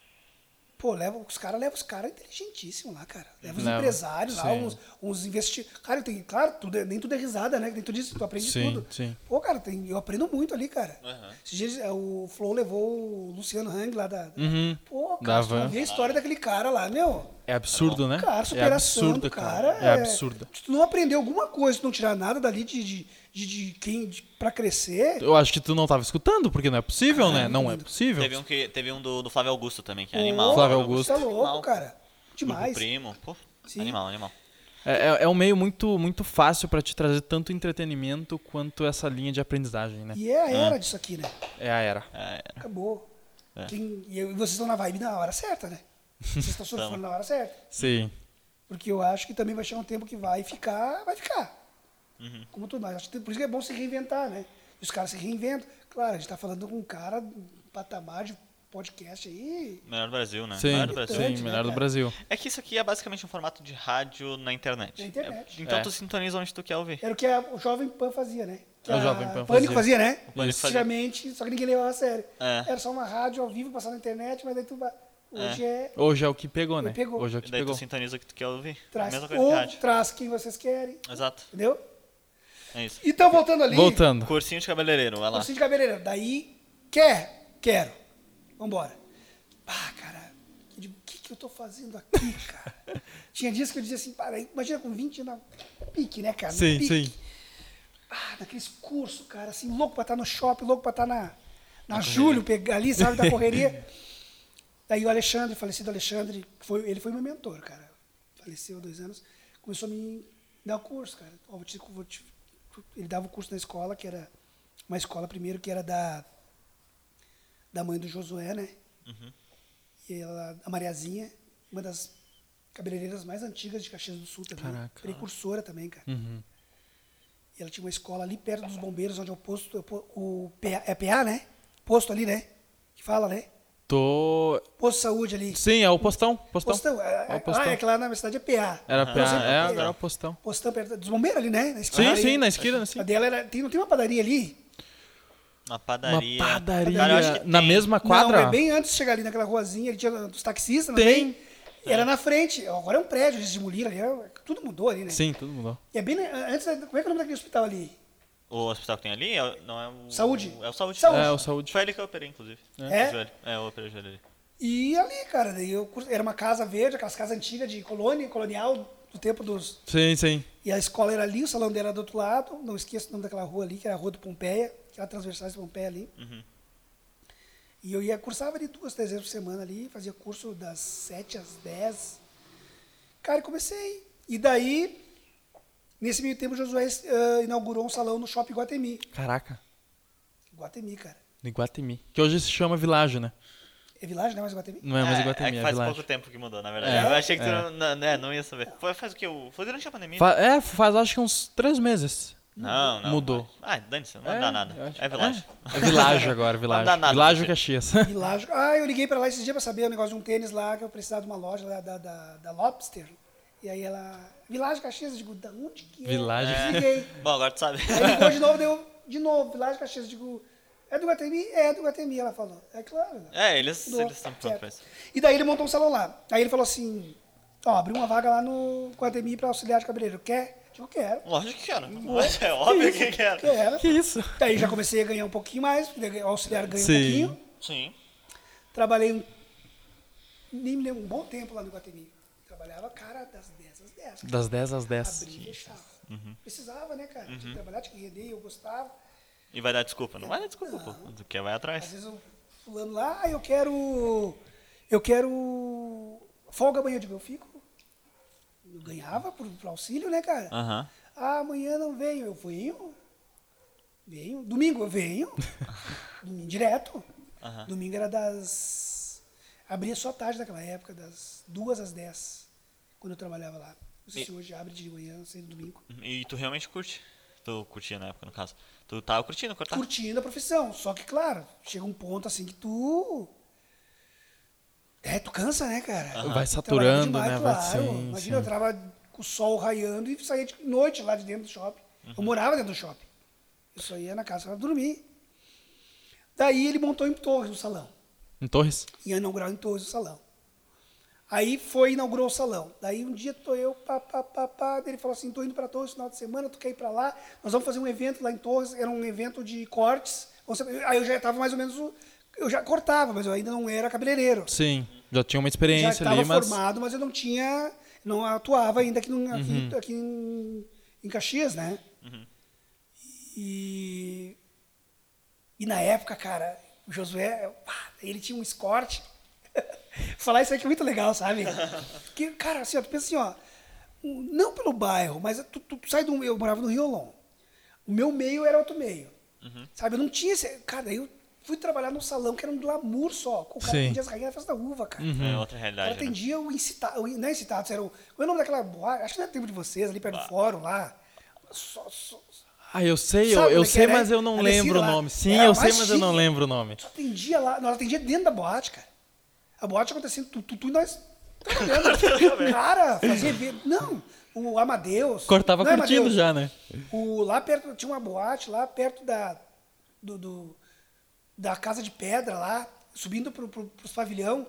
S3: Pô, leva, os caras levam os caras inteligentíssimos lá, cara. Leva os
S2: Leva,
S3: empresários lá,
S2: sim.
S3: uns, uns investidores. Cara, tem, claro, tudo é- nem tudo é risada, né? Nem tudo isso, tu aprende
S2: Sim,
S3: tudo.
S2: sim.
S3: Pô, cara, tem, eu aprendo muito ali, cara.
S1: Aham.
S3: Esses dias é, o Flow levou o Luciano Hang lá da.
S2: Uhum.
S3: Pô,
S2: Da
S3: cara, se tu
S2: van.
S3: ver a história daquele cara lá, meu.
S2: É absurdo, né?
S3: Cara, a
S2: é
S3: superação
S2: absurdo,
S3: do cara.
S2: É absurdo.
S3: Se tu não aprender alguma coisa, se tu não tirar nada dali de, de, de, de quem de, pra crescer.
S2: Eu acho que tu não tava escutando, porque não é possível, né? Não é possível.
S1: Teve um, que, teve um do, do Flávio Augusto também, que é
S3: Pô,
S1: animal.
S2: Flávio Augusto.
S3: Tá louco,
S1: Animal.
S3: cara.
S1: Grupo
S3: Demais.
S1: Primo. Pô,
S3: Sim.
S1: animal, animal.
S2: É, é- é um meio muito, muito fácil pra te trazer tanto entretenimento quanto essa linha de aprendizagem, né?
S3: E é a era disso aqui, né?
S2: É a era.
S1: É,
S3: Acabou.
S1: É.
S3: Quem- e eu- e vocês estão na vibe na hora certa, né? Vocês estão surfando
S1: Tamo.
S3: na hora certa.
S2: Sim.
S3: Porque eu acho que também vai chegar um tempo que vai ficar, vai ficar.
S1: Uhum.
S3: Como tudo mais. Acho que por isso que é bom se reinventar, né? E os caras se reinventam. Claro, a gente tá falando com um cara, um patamar de podcast aí.
S1: melhor do Brasil, né?
S2: Sim,
S1: Melhor do Brasil.
S2: sim,
S3: né,
S2: melhor do
S3: cara?
S2: Brasil.
S1: É que isso aqui é basicamente um formato de rádio na internet.
S3: Na internet.
S1: É- então
S2: É.
S1: tu sintoniza onde tu quer ouvir.
S3: Era o que a- o Jovem Pan fazia, né? Que
S2: O
S3: a
S2: Jovem Pan
S3: Pânico
S2: fazia.
S3: fazia, né?
S1: Pânico fazia.
S3: Antigamente, só que ninguém levava a sério.
S1: É.
S3: Era só uma rádio ao vivo, passando na internet, mas daí tu vai. Hoje é...
S2: Hoje é o que pegou, né?
S3: Pegou.
S2: Hoje é o
S1: E
S2: que
S1: daí
S2: pegou.
S1: tu sintoniza o que tu quer ouvir.
S3: Traz,
S1: Mesma coisa que
S3: ou
S1: rádio.
S3: traz quem vocês querem,
S1: Exato.
S3: entendeu?
S1: É isso.
S3: Então, voltando ali...
S2: Voltando.
S1: Cursinho de cabeleireiro, vai lá.
S3: Cursinho de cabeleireiro. Daí, quer? Quero. Vambora. Ah, cara, eu digo, o que, que eu tô fazendo aqui, cara? Tinha dias que eu dizia assim, para, imagina com vinte anos, pique, né, cara? No
S2: Sim,
S3: pique.
S2: sim.
S3: Ah, naqueles cursos, cara, assim, louco pra estar no shopping, louco pra estar na, na Júlio, pegar ali, sabe, da correria. Daí o Alexandre, falecido Alexandre, foi, ele foi meu mentor, cara. Faleceu há dois anos. Começou a me dar o curso, cara. Ó, vou te, vou te, ele dava o curso na escola, que era uma escola primeiro, que era da, da mãe do Josué, né?
S1: Uhum.
S3: E ela, a Mariazinha, uma das cabeleireiras mais antigas de Caxias do Sul também.
S2: Caraca.
S3: Precursora também, cara.
S2: Uhum.
S3: E ela tinha uma escola ali perto dos bombeiros, onde é o posto, o P A, é P A, né? Posto ali, né? Que fala, né?
S2: Tô...
S3: Posto de saúde ali.
S2: Sim, é o postão. Postão.
S3: Postão.
S2: É
S3: É,
S2: o postão.
S3: Ah, é que lá na minha cidade é P A.
S2: Era
S1: Aham.
S2: P A,
S3: sempre
S2: é,
S3: P A.
S2: agora é o postão.
S3: Postão perto dos bombeiros ali, né? Na
S2: Sim,
S3: esquina ali.
S2: sim, na esquina,
S3: A
S2: sim.
S3: dela era, tem, não tem uma padaria ali?
S1: Uma
S2: Uma
S1: padaria.
S2: padaria
S1: Cara, eu acho que
S2: na
S1: tem.
S2: mesma quadra?
S3: Não, é bem antes de chegar ali naquela ruazinha, ele tinha os taxistas, não
S2: Tem.
S3: tem? Era na frente. Agora é um prédio, eles demoliram ali. é- Tudo mudou ali, né?
S2: Sim, tudo mudou.
S3: E é bem na- antes, da- como é que é o nome daquele hospital ali?
S1: O hospital que tem ali é, o- não é o...
S3: Saúde.
S1: É o Saúde.
S3: Saúde.
S2: É, o saúde.
S1: Foi ali que eu operei, inclusive.
S3: É?
S1: O joelho. É, eu operei o joelho ali.
S3: E ali, cara, daí eu, cur- era uma casa verde, aquelas casas antigas de colônia, colonial, do tempo dos...
S2: Sim, sim.
S3: E a escola era ali, o salão dela era do outro lado, não esqueço o nome daquela rua ali, que era a Rua do Pompeia, aquela transversal de Pompeia ali.
S1: Uhum.
S3: E eu ia, cursava ali duas, três vezes por semana ali, fazia curso das sete às dez. Cara, e comecei. E daí, nesse meio tempo, o Josué eh, inaugurou um salão no Shopping Guatemi.
S2: Caraca.
S3: Guatemi, cara.
S2: No Iguatemi. Que hoje se chama Világio, né?
S3: É Vilagem, não é mais Guatemi?
S2: Não é mais
S1: é,
S2: Iguatemi,
S1: é que
S2: é,
S1: faz
S2: Világio.
S1: pouco tempo que mudou, na verdade.
S2: É,
S1: eu achei que tu
S2: é.
S1: não, não, né, não ia saber. Foi, faz o que? Foi durante a pandemia?
S2: Fa- é, faz acho que uns três meses.
S1: Não, não.
S2: Mudou.
S1: Ah, dane-se, não
S2: É,
S1: dá
S2: eu
S1: nada.
S2: acho-
S1: É Világio.
S2: É Világio agora, Világio.
S1: dá nada
S2: Világio
S1: pra você.
S2: Caxias.
S3: Vilagem. Ah, eu liguei pra lá esses dias pra saber o negócio de um tênis lá, que eu precisava de uma loja lá da, da, da Lobster. E aí ela... Vilagem Caxias, eu digo, da onde que é?
S2: Vilagem.
S3: Eu desliguei.
S1: Bom, agora tu sabe.
S3: Aí ligou de novo, deu de novo, Vilagem Caxias, eu digo, é do Guatemi? É do Guatemi, ela falou. É claro. né?
S1: É, eles
S3: Mudou,
S1: eles estão prontos
S3: certo.
S1: pra isso.
S3: E daí ele montou um salão lá. Aí ele falou assim, ó, abriu uma vaga lá no Guatemi pra auxiliar de cabeleireiro. Quer? Eu digo, quero.
S1: Lógico que quero. Mas é óbvio que quero.
S3: Quero.
S2: Que isso?
S3: Daí já comecei a ganhar um pouquinho mais, porque o auxiliar ganha um
S2: Sim.
S3: pouquinho.
S1: Sim.
S3: Trabalhei um, nem me lembro, um bom tempo lá no Guatemi. Trabalhava, cara, das dez às dez.
S2: Das dez às dez.
S3: Abria e fechava.
S1: Uhum.
S3: Precisava, né, cara? Tinha que trabalhar, tinha que render, eu gostava.
S1: E vai dar desculpa? Não vai dar desculpa, pô. Tu quer, vai
S3: Às
S1: atrás.
S3: vezes eu fulano lá, ah, eu quero. Eu quero. Folga amanhã, eu digo, eu fico. Eu ganhava por, por auxílio, né, cara?
S1: Aham.
S3: Ah, amanhã não venho. Eu venho. Venho. Domingo eu venho. Domingo direto.
S1: Aham.
S3: Domingo era das. Abria só tarde naquela época, das duas às dez, quando eu trabalhava lá. Não sei
S1: E-
S3: se hoje abre de manhã, não sei, no domingo.
S1: E tu realmente curte? Tu curtia na época, no caso. Tu tava curtindo cortar?
S3: Curtindo a profissão. Só que, claro, chega um ponto assim que tu. É, tu cansa, né, cara?
S2: Vai
S3: Trabalhava
S2: saturando,
S3: demais,
S2: né? Vai
S3: Claro.
S2: sim,
S3: Imagina, eu
S2: sim.
S3: tava com o sol raiando e saía de noite lá de dentro do shopping. Eu morava dentro do shopping. Eu só ia na casa para dormir. Daí ele montou em Torres o salão.
S2: Em Torres?
S3: Ia inaugurar em Torres o salão. Aí foi e inaugurou o salão. Daí um dia tô eu, pá, pá, pá, pá, daí ele falou assim, tô indo para Torres no final de semana, tu quer ir para lá? Nós vamos fazer um evento lá em Torres, era um evento de cortes. Você- Aí eu já estava mais ou menos, o- eu já cortava, mas eu ainda não era cabeleireiro.
S2: Sim. Já tinha uma
S3: Já
S2: experiência
S3: estava
S2: ali, mas.
S3: formado, mas eu não tinha, não atuava ainda aqui, no, aqui, aqui em, em Caxias, né?
S1: Uhum.
S3: E, e na época, cara, o Josué, pá, ele tinha um escorte. Falar isso aqui é muito legal, sabe? Porque, cara, assim, ó, tu pensa assim, ó, um- não pelo bairro, mas tu, tu, tu sai do. Eu morava no Riolon. O meu meio era outro meio.
S1: Uhum.
S3: Sabe? Eu não tinha esse. Cara, eu fui trabalhar num salão que era um glamour só. O cara
S2: Sim.
S3: atendia as rainhas da festa da uva, cara.
S1: É outra
S3: O cara
S1: realidade, né?
S3: atendia o incitado. Não é incitado, era o. Qual é o nome daquela boate? Acho que não é tempo de vocês, ali perto do fórum lá. Só, só,
S2: Ah, eu sei, eu,
S3: Sabe
S2: eu
S3: como é que
S2: sei,
S3: era,
S2: mas
S3: né?
S2: eu não
S3: A
S2: lembro
S3: descida
S2: o
S3: lá.
S2: nome. Sim,
S3: Era
S2: eu
S3: a
S2: sei,
S3: mais
S2: mas eu não
S3: chique.
S2: lembro o nome.
S3: só atendia lá. Nós atendia dentro da boate, cara. A boate acontecendo, tu, tu, tu e nós trabalhando. Cara, fazia evento. Não, o Amadeus.
S2: Cortava
S3: não é
S2: curtindo
S3: Amadeus.
S2: já, né?
S3: O, lá perto, tinha uma boate lá perto da, do, do- da Casa de Pedra lá, subindo pro, pro, pros pavilhão.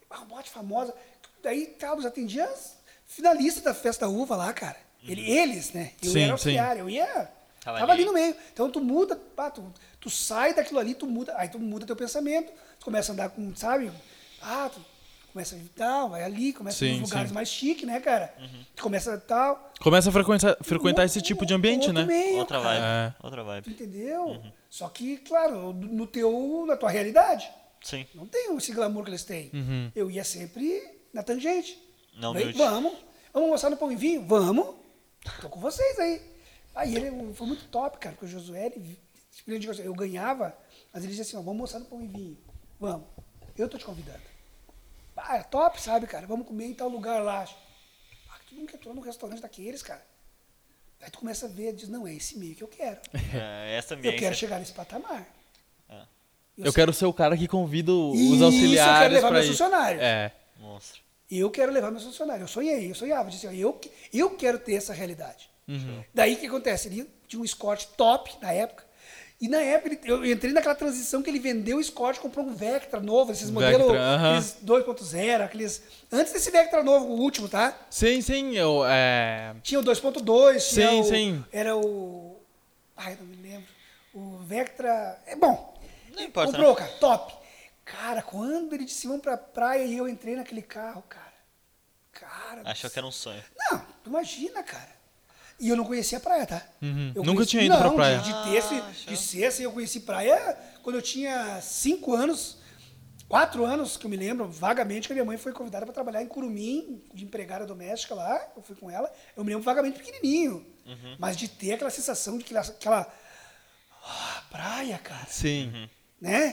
S3: uma boate famosa. Daí, Carlos atendia as finalistas da Festa da Uva lá, cara. Ele, eles, né? Eu
S2: Sim,
S3: era
S2: sim.
S3: auxiliar, eu ia...
S1: Tava
S3: Tava ali
S1: ali.
S3: no meio. Então tu muda, pá, tu, tu sai daquilo ali, tu muda, aí tu muda teu pensamento, tu começa a andar com, sabe? Ah, tu começa a tal, vai ali, começa
S2: Sim,
S3: nos lugares
S2: sim.
S3: mais chiques, né, cara? Tu começa a tal.
S2: Começa a frequentar, frequentar esse tipo de ambiente,
S3: outro
S2: né?
S3: meio,
S1: Outra
S3: cara.
S1: vibe.
S2: É.
S1: Outra vibe.
S3: Entendeu? Só que, claro, no teu, na tua realidade.
S1: Sim.
S3: Não tem esse glamour que eles têm.
S2: Uhum.
S3: Eu ia sempre na tangente.
S1: Não
S3: Daí,
S1: humilde.
S3: vamos. Vamos almoçar no Pão e Vinho? Vamos. Tô com vocês aí. Aí ele foi muito top, cara, porque o Josué, ele, eu ganhava, mas ele dizia assim, ó, vamos almoçar no Pão e Vinho. Vamos. Eu tô te convidando. Ah, é top, sabe, cara? Vamos comer em tal lugar lá. Ah, tu nunca entrou num restaurante daqueles, cara. Aí tu começa a ver, diz, não, é esse meio que eu quero.
S1: É, essa
S3: Eu
S1: ambiência.
S3: quero chegar nesse patamar.
S1: É.
S2: Eu quero ser o cara que convida o- os
S3: Isso,
S2: auxiliares
S3: eu quero levar
S2: pra
S3: meus
S2: ir.
S3: funcionários.
S2: É.
S1: Monstro.
S3: Eu quero levar meus funcionários. Eu sonhei, eu sonhava. Eu disse, ó, eu, eu quero ter essa realidade.
S2: Uhum.
S3: Daí o que acontece? Ele tinha um Escort top na época. E na época ele- eu entrei naquela transição que ele vendeu o Escort, comprou um Vectra novo, esses modelos
S2: Vectra, aham.
S3: aqueles dois ponto zero, aqueles. Antes desse Vectra novo, o último, tá?
S2: Sim, sim, eu. É...
S3: Tinha o dois ponto dois, tinha
S2: Sim,
S3: o,
S2: sim.
S3: era o. Ai, não me lembro. O Vectra. É bom.
S1: Não importa,
S3: Comprou,
S1: né?
S3: cara, top. Cara, quando ele disse vamos pra praia e eu entrei naquele carro, cara. Cara.
S1: Achou que era um sonho.
S3: Não, tu imagina, cara. E eu não conhecia a praia, tá?
S2: Uhum.
S3: Eu
S2: Nunca
S3: conheci-
S2: tinha ido pra
S3: não,
S2: praia.
S3: De, de ter esse,
S1: Ah,
S3: de ser assim, eu conheci praia quando eu tinha cinco anos, quatro anos, que eu me lembro vagamente que a minha mãe foi convidada para trabalhar em Curumim, de empregada doméstica lá. Eu fui com ela. Eu me lembro vagamente pequenininho.
S1: Uhum.
S3: Mas de ter aquela sensação de que aquela, aquela ah, praia, cara,
S2: Sim.
S1: Uhum.
S3: né?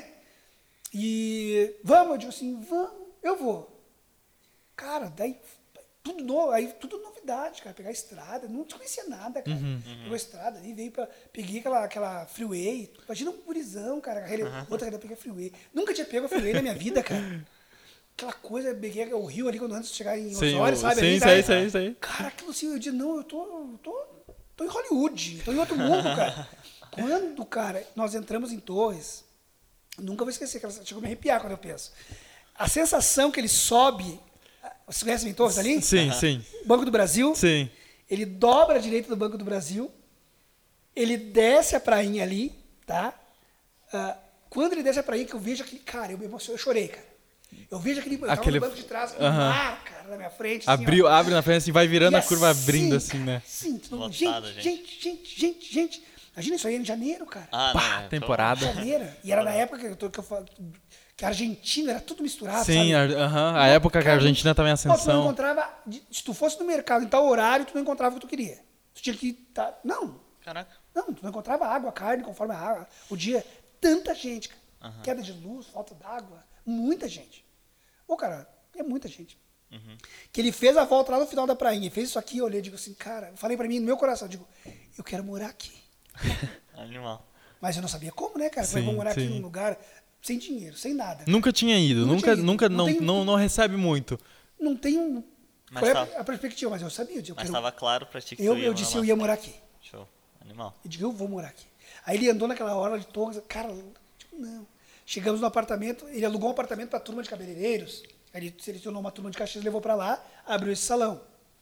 S3: E vamos, eu digo assim, vamos, eu vou. Cara, daí tudo novo, aí tudo novidade, cara, pegar a estrada, não conhecia nada, cara. Pegou a estrada, aí veio pra, peguei aquela, aquela freeway, imagina um gurizão, cara, carreira, outra que eu peguei a freeway. Nunca tinha pego a freeway na minha vida, cara. Aquela coisa, eu peguei o rio ali quando antes de chegar em
S2: Sim,
S3: Osório,
S2: o-
S3: sabe?
S2: sim,
S3: ali,
S2: isso
S3: cara.
S2: aí, isso aí, isso aí.
S3: Cara, aquilo assim, eu disse, não, eu tô, eu tô, tô em Hollywood, tô em outro mundo, cara. Quando, cara, nós entramos em Torres, nunca vou esquecer, que chegou a me arrepiar quando eu penso. A sensação que ele sobe, você conhece em Torres ali?
S2: Sim, sim.
S3: Banco do Brasil,
S2: Sim.
S3: ele dobra a direita do Banco do Brasil, ele desce a prainha ali, tá? Ah, quando ele desce a prainha, que eu vejo aquele, cara, eu me emocionei, eu chorei, cara. Eu vejo aquele, eu tava
S2: Aquele-
S3: no banco de trás, com o
S2: Aham.
S3: mar, cara, na minha frente. assim, ó.
S2: Abriu, abre na frente, assim, vai virando
S3: E
S2: a curva
S3: assim,
S2: abrindo, assim,
S3: cara,
S2: né?
S3: Sim, todo mundo,
S1: Lotada,
S3: gente,
S1: gente.
S3: gente, gente, gente, gente. Imagina isso aí em janeiro, cara.
S1: Ah,
S2: Pá,
S1: não. é,
S2: temporada.
S3: Janeiro. E era na época que eu, tô, que eu falo que a Argentina era tudo misturado,
S2: Sim,
S3: sabe?
S2: a, aham, a época que a Argentina estava em
S3: Não, tu não
S2: ascensão.
S3: encontrava, de- se tu fosse no mercado em tal horário, tu não encontrava o que tu queria. Tu tinha que tá, não,
S1: Caraca.
S3: não, tu não encontrava água, carne, conforme a água. O dia, tanta gente, cara. Queda de luz, falta d'água, muita gente. Ô, cara, é muita gente. Que ele fez a volta lá no final da prainha, fez isso aqui, eu olhei e digo assim, cara, eu falei pra mim no meu coração, eu digo, eu quero morar aqui.
S1: Animal.
S3: Mas eu não sabia como, né, cara? Como é que eu vou
S2: Sim,
S3: morar aqui
S2: sim.
S3: num lugar sem dinheiro, sem nada.
S2: Nunca tinha ido,
S3: Nunca
S2: nunca,
S3: tinha ido.
S2: nunca
S3: Não
S2: não,
S3: tem-
S2: não, não recebe muito.
S3: Não tem um...
S1: Mas
S3: Qual é
S1: tava-
S3: a perspectiva? Mas eu sabia. Eu, digo, eu,
S1: Mas
S3: quero-
S1: tava claro pra ti que
S3: eu,
S1: tu ia
S3: eu
S1: morar
S3: disse,
S1: lá.
S3: eu ia morar aqui.
S1: Show. Animal.
S3: Eu digo, eu vou morar aqui. Aí ele andou naquela hora de Torres, cara, eu digo, não. Chegamos no apartamento, ele alugou um apartamento para a turma de cabeleireiros. Aí ele selecionou uma turma de Caxias, levou para lá, abriu esse salão.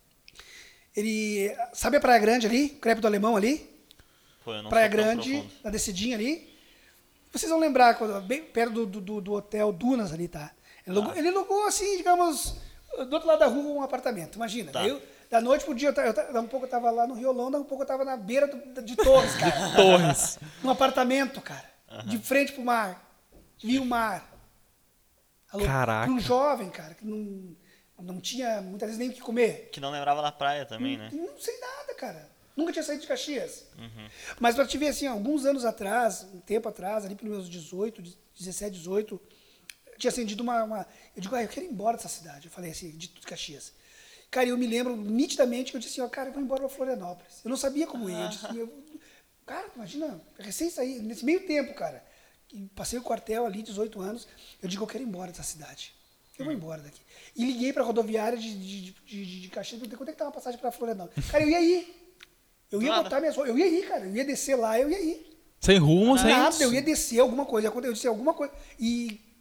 S3: Ele, sabe a Praia Grande ali, Crepe do Alemão ali?
S1: Pô, eu não
S3: Praia
S1: sou tão
S3: Grande,
S1: profundo.
S3: na descidinha ali. Vocês vão lembrar, quando- bem perto do, do, do hotel Dunas ali, tá? Ele alugou,
S1: Ah.
S3: ele alugou, assim, digamos, do outro lado da rua um apartamento, imagina.
S1: Tá.
S3: Daí eu, da noite pro dia, eu, ta- eu, ta- um pouco eu tava lá no Riolão, um pouco eu tava na beira do- de Torres, cara.
S2: Torres.
S3: Num apartamento, cara. De frente pro mar. Vi o mar. Alô,
S2: Caraca.
S3: Pra um jovem, cara, que não, não tinha muitas vezes nem o que comer.
S1: Que não lembrava da praia também, né?
S3: Não sei nada, cara. Nunca tinha saído de Caxias.
S1: Uhum.
S3: Mas pra te ver, assim, ó, alguns anos atrás, um tempo atrás, ali pelos meus dezoito, dezessete, dezoito, eu tinha acendido uma, uma... Eu digo, ah, eu quero ir embora dessa cidade. Eu falei assim, de Caxias. Cara, eu me lembro nitidamente que eu disse assim, ó, cara, eu vou embora pra Florianópolis. Eu não sabia como ir. Eu disse, eu, cara, imagina, recém saí, nesse meio tempo, cara. E passei o quartel ali, dezoito anos. Eu digo, eu quero ir embora dessa cidade. Eu vou embora daqui. E liguei pra rodoviária de, de, de, de, de Caxias, perguntei quanto é que tá uma passagem pra Florianópolis. Cara, eu ia ir. Eu ia
S1: Nada.
S3: botar minhas roupas. Eu ia ir, cara. Eu ia descer lá, eu ia ir.
S2: Sem rumo, sem.
S3: Nada, eu ia descer alguma coisa. Quando eu disse alguma coisa. E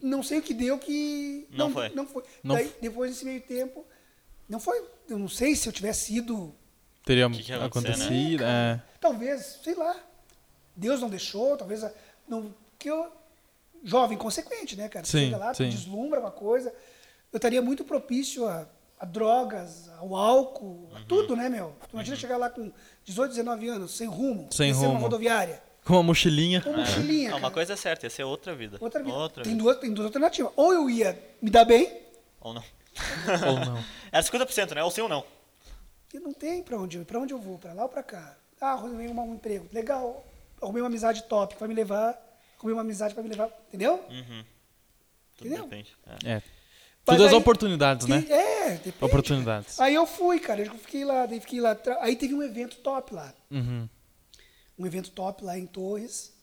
S3: não sei o que deu que...
S1: Não foi.
S3: Não foi.
S2: Não
S3: Daí, depois desse meio tempo, não foi... Eu não sei se eu tivesse ido...
S2: Teria
S1: Que que ia acontecer,
S2: acontecido. É.
S3: Talvez, sei lá, Deus não deixou, talvez... a- Não, que eu... Jovem, consequente, né, cara? Você
S2: Sim,
S3: chega lá,
S2: sim.
S3: deslumbra uma coisa. Eu estaria muito propício a, a drogas, ao álcool,
S2: Uhum.
S3: a tudo, né, meu? Tu imagina chegar lá com dezoito, dezenove anos, sem rumo,
S2: Sem
S3: descer
S2: rumo.
S3: uma rodoviária,
S2: Com uma mochilinha.
S3: com mochilinha,
S1: Ah, uma
S3: cara.
S1: coisa é certa, ia ser outra vida.
S3: Outra vida.
S1: Outra
S3: tem,
S1: vida.
S3: duas, tem duas alternativas. Ou eu ia me dar bem,
S1: Ou não.
S2: Ou não.
S1: Era cinquenta por cento, né? Ou sim ou não.
S3: e não tem pra onde eu ir. Pra onde eu vou? Pra lá ou pra cá? Ah, arrumei um, um emprego. Legal. Arrumei uma amizade top que vai me levar. Arrumei uma amizade pra me levar. Entendeu?
S1: Uhum. Tudo
S3: Entendeu?
S1: depende. É.
S2: É.
S3: Mas
S2: Tudo as
S3: aí-
S2: oportunidades, né?
S3: E- É, depende.
S2: Oportunidades.
S3: Aí eu fui, cara. Eu fiquei lá, daí fiquei lá. tra- Aí teve um evento top lá.
S2: Uhum.
S3: Um evento top lá em Torres.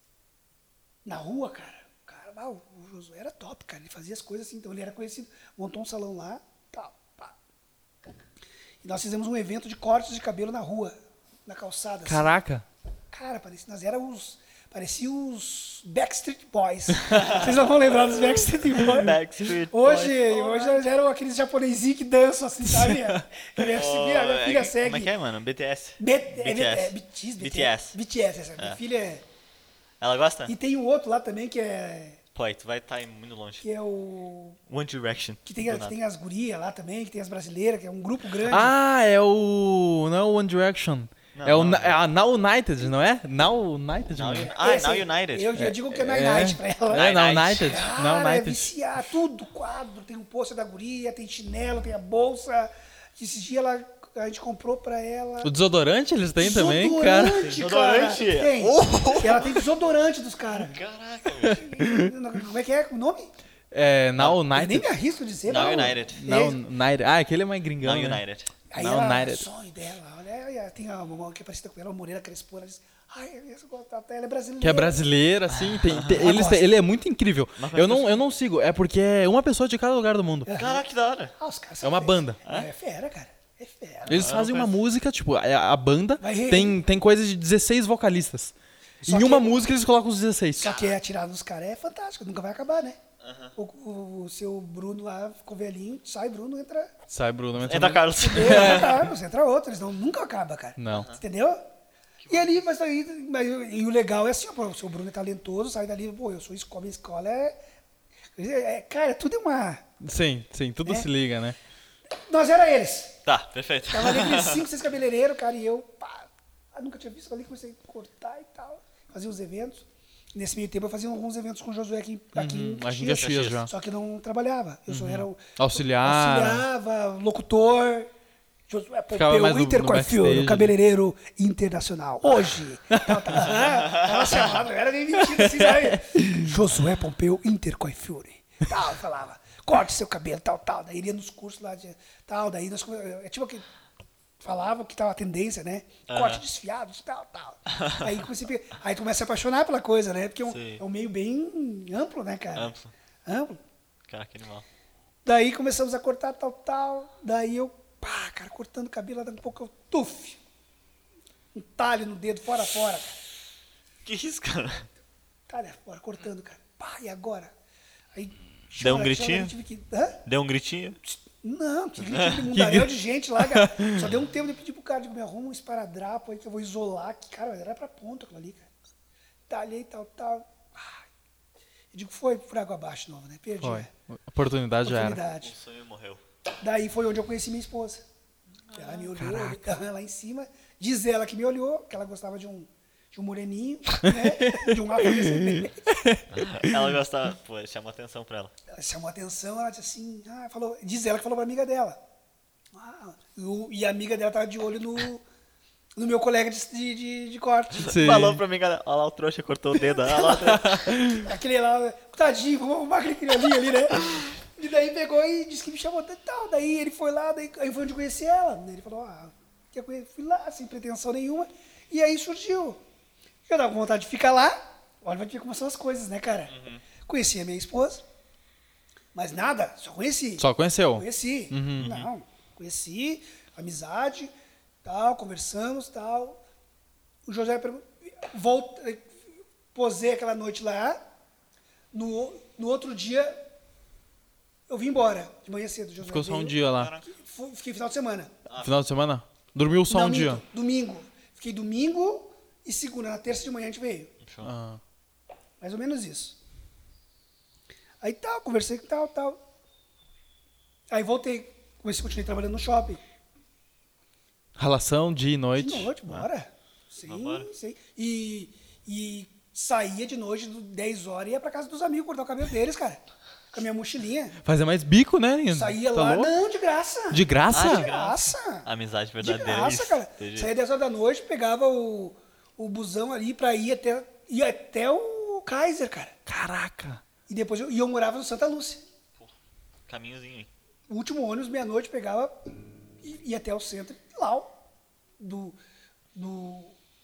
S3: Na rua, cara. Cara, ah, o Josué era top, cara. Ele fazia as coisas assim. Então ele era conhecido. Montou um salão lá. Tal, pá. E nós fizemos um evento de cortes de cabelo na rua. Na calçada. assim.
S2: Caraca.
S3: Cara, parecia, nós éramos. Parecia os Backstreet Boys. Vocês não vão lembrar dos Backstreet Boys.
S1: Backstreet
S3: Hoje,
S1: Boys.
S3: hoje nós eram aqueles japonesinhos que dançam assim, sabe? A minha,
S1: Oh,
S3: filha, a minha
S1: é
S3: filha
S1: que-
S3: segue.
S1: Como é que é, mano? B T S.
S3: B- é,
S1: B T S.
S3: é, B T S.
S1: B T S.
S3: B T S, essa. Minha
S1: É.
S3: filha é.
S1: Ela gosta?
S3: E tem um outro lá também que é.
S1: Pô, aí tu vai estar muito longe.
S3: Que é o.
S1: One Direction.
S3: Que tem,
S1: Do
S3: a- que
S1: nada.
S3: tem as gurias lá também, que tem as brasileiras, que é um grupo grande.
S2: Ah, é o. Não é o One Direction.
S1: Não,
S2: é o
S1: não,
S2: Na-
S1: não.
S2: é a Now United, não é? Now United,
S1: Now
S2: não é?
S1: Uni- Ah,
S3: Esse
S1: Now
S3: aí,
S1: United.
S3: Eu já digo que é Night
S2: É.
S3: Night pra ela.
S2: É, Now
S1: Night.
S2: United.
S3: Cara,
S2: Now
S3: é
S2: United.
S3: viciar, tudo, quadro, tem um pôster da guria, tem chinelo, tem a bolsa. Esses dias ela, a gente comprou pra ela.
S2: O desodorante eles têm também, cara.
S3: Desodorante,
S1: Desodorante?
S3: cara. Tem.
S1: Oh!
S3: Ela tem desodorante dos caras.
S1: Caraca, bicho.
S3: Como é que é o nome?
S2: É, Now
S3: Eu nem
S2: United.
S3: me arrisco de dizer,
S1: Now
S3: não.
S1: United.
S2: Now
S3: É,
S2: United. Ah, aquele é mais gringão,
S1: Now
S2: né?
S1: United.
S3: Aí
S2: Now
S3: ela,
S2: United.
S3: o sonho dela, olha, ela tem a mamãe que é parecida com ela, a Moreira Crespo, ela diz, ai, eu gosto dela, ela é brasileira.
S2: Que é brasileira, assim. Tem, tem- eles
S3: gosto.
S2: têm- ele é muito incrível.
S1: Mas
S2: Eu não, eu não sigo, é porque é uma pessoa de cada lugar do mundo.
S1: Caraca, que da hora.
S3: Ah, os caras
S2: É
S3: são
S2: uma
S3: feras.
S2: banda.
S3: É fera, cara. É fera.
S2: Eles
S1: eu
S2: fazem
S1: não
S2: uma
S1: conheço.
S2: música, tipo, a, a banda
S3: Vai re-
S2: tem, tem coisa de dezesseis vocalistas.
S3: Só
S2: em uma
S3: que-
S2: música eles colocam os dezesseis.
S3: Só que a tirada dos caras é fantástica, nunca vai acabar, né? O, o- o seu Bruno lá ficou velhinho, sai Bruno, entra.
S2: Sai, Bruno. mas
S1: É da
S2: também-
S1: Carlos.
S3: Entra Carlos, entra outro, eles não, nunca acaba, cara.
S2: Não.
S3: Entendeu? E ali, mas aí, mas, e o legal é assim, pô, o seu Bruno é talentoso, sai dali, pô, eu sou escola, minha escola é, é. Cara, tudo é uma.
S2: Sim, sim, tudo
S3: É.
S2: se liga, né?
S3: Nós era eles.
S1: Tá, perfeito.
S3: Tava ali com cinco, seis cabeleireiros, cara, e eu, pá, eu nunca tinha visto ali, comecei a cortar e tal, fazia os eventos. Nesse meio tempo eu fazia alguns eventos com o Josué aqui, aqui em
S2: Uhum, a gente
S3: Caxias,
S2: Caxias já.
S3: só que não trabalhava. Eu só era o
S2: Auxiliar.
S3: auxiliava, locutor. Josué
S2: Ficava
S3: Pompeu,
S2: mais no- no
S3: Intercoifil,
S2: backstage.
S3: cabeleireiro internacional. Hoje. Tal, tal. Ah, ela chamava, eu era meio mentido assim, sabe? Josué Pompeu, Intercoifure. Tal, eu falava. Corte seu cabelo, tal, tal. Daí iria nos cursos lá de tal. Daí nós come- é tipo que falava que tava a tendência, né? Corte desfiado, tal, tal. Aí comecei a pegar- aí tu começa a se apaixonar pela coisa, né? Porque é um,
S1: Sim.
S3: é um meio bem amplo, né, cara?
S1: Amplo.
S3: Amplo.
S1: Caraca, que animal.
S3: Daí começamos a cortar, tal, tal. Daí eu, pá, cara, cortando o cabelo, daqui a pouco eu, tuf. Um talho no dedo, fora, fora, cara.
S1: Que isso, cara?
S3: Talho fora, cortando, cara. Pá, e agora? Aí,
S1: Deu um
S3: chora,
S1: gritinho?
S3: chora, tive que, hã?
S1: Deu um gritinho?
S3: Não, que gritinho de mundaréu de gente lá, cara. Só deu um tempo de pedir pro cara, digo, me arruma um esparadrapo aí que eu vou isolar. Que, cara, era pra ponta aquilo ali, cara. Talhei, tal, tal. Ah, eu digo, foi por água abaixo de novo, né? Perdi
S2: Foi.
S3: a
S2: Oportunidade já era.
S1: O
S3: oportunidade.
S1: sonho morreu.
S3: Daí foi onde eu conheci minha esposa. Ela me olhou lá em cima. Diz ela que me olhou, que ela gostava de um, de um moreninho, né? De um afrodescendente.
S1: Ela gostava, pô, chamou atenção pra ela.
S3: Ela chamou a atenção, ela disse assim, ah, falou, diz ela que falou pra amiga dela. Ah, o- e a amiga dela tava de olho no, no meu colega de, de, de, de corte.
S2: Sim.
S1: Falou pra mim, cara, olha lá o trouxa, cortou o dedo. Olha lá o trouxa.
S3: Aquele lá, tadinho, vamos arrumar aquele crioulinho ali, né? E daí pegou e disse que me chamou e tal. Daí ele foi lá, daí aí foi onde eu conheci ela. Daí ele falou, ah, quer conhecer? Fui lá, sem pretensão nenhuma. E aí surgiu. Eu tava com vontade de ficar lá. Olha, vai ver como são as coisas, né, cara?
S1: Uhum.
S3: Conheci a minha esposa. Mas nada, só conheci.
S2: Só conheceu?
S3: Conheci.
S2: Uhum.
S3: Não, conheci, amizade, tal, conversamos, tal. O José perguntou, volta, posei aquela noite lá, No, no outro dia, eu vim embora, de manhã cedo. Josué
S2: Ficou só um
S3: veio,
S2: dia lá.
S3: fu- Fiquei final de semana.
S2: Final de semana? Dormiu só
S3: Não,
S2: um dia?
S3: minto, domingo. Fiquei domingo e segunda. Na terça de manhã a gente veio.
S1: Show.
S2: Ah.
S3: Mais ou menos isso. Aí tal, conversei com tal, tal. Aí voltei. Comecei, continuei trabalhando no shopping.
S2: Relação dia e noite.
S3: De noite, bora. Sim,
S1: Vambora.
S3: sim. E, e saía de noite, dez horas, e ia pra casa dos amigos cortar o cabelo deles, cara. Com a minha mochilinha.
S2: Fazer mais bico, né, Nino?
S3: Saía
S2: Tá
S3: lá,
S2: louco?
S3: não, de graça.
S2: De graça?
S1: Ah,
S3: De
S1: de
S3: graça.
S1: Amizade
S3: De
S1: verdadeira.
S3: graça,
S1: isso.
S3: cara.
S1: Entendi.
S3: Saía dez horas da noite, pegava o, o busão ali pra ir até, ia até o Kaiser, cara.
S2: Caraca.
S3: E depois eu, e eu morava no Santa Lúcia.
S1: Caminhozinho, hein?
S3: O último ônibus, meia-noite, pegava e ia até o centro de Lau. Do. Do.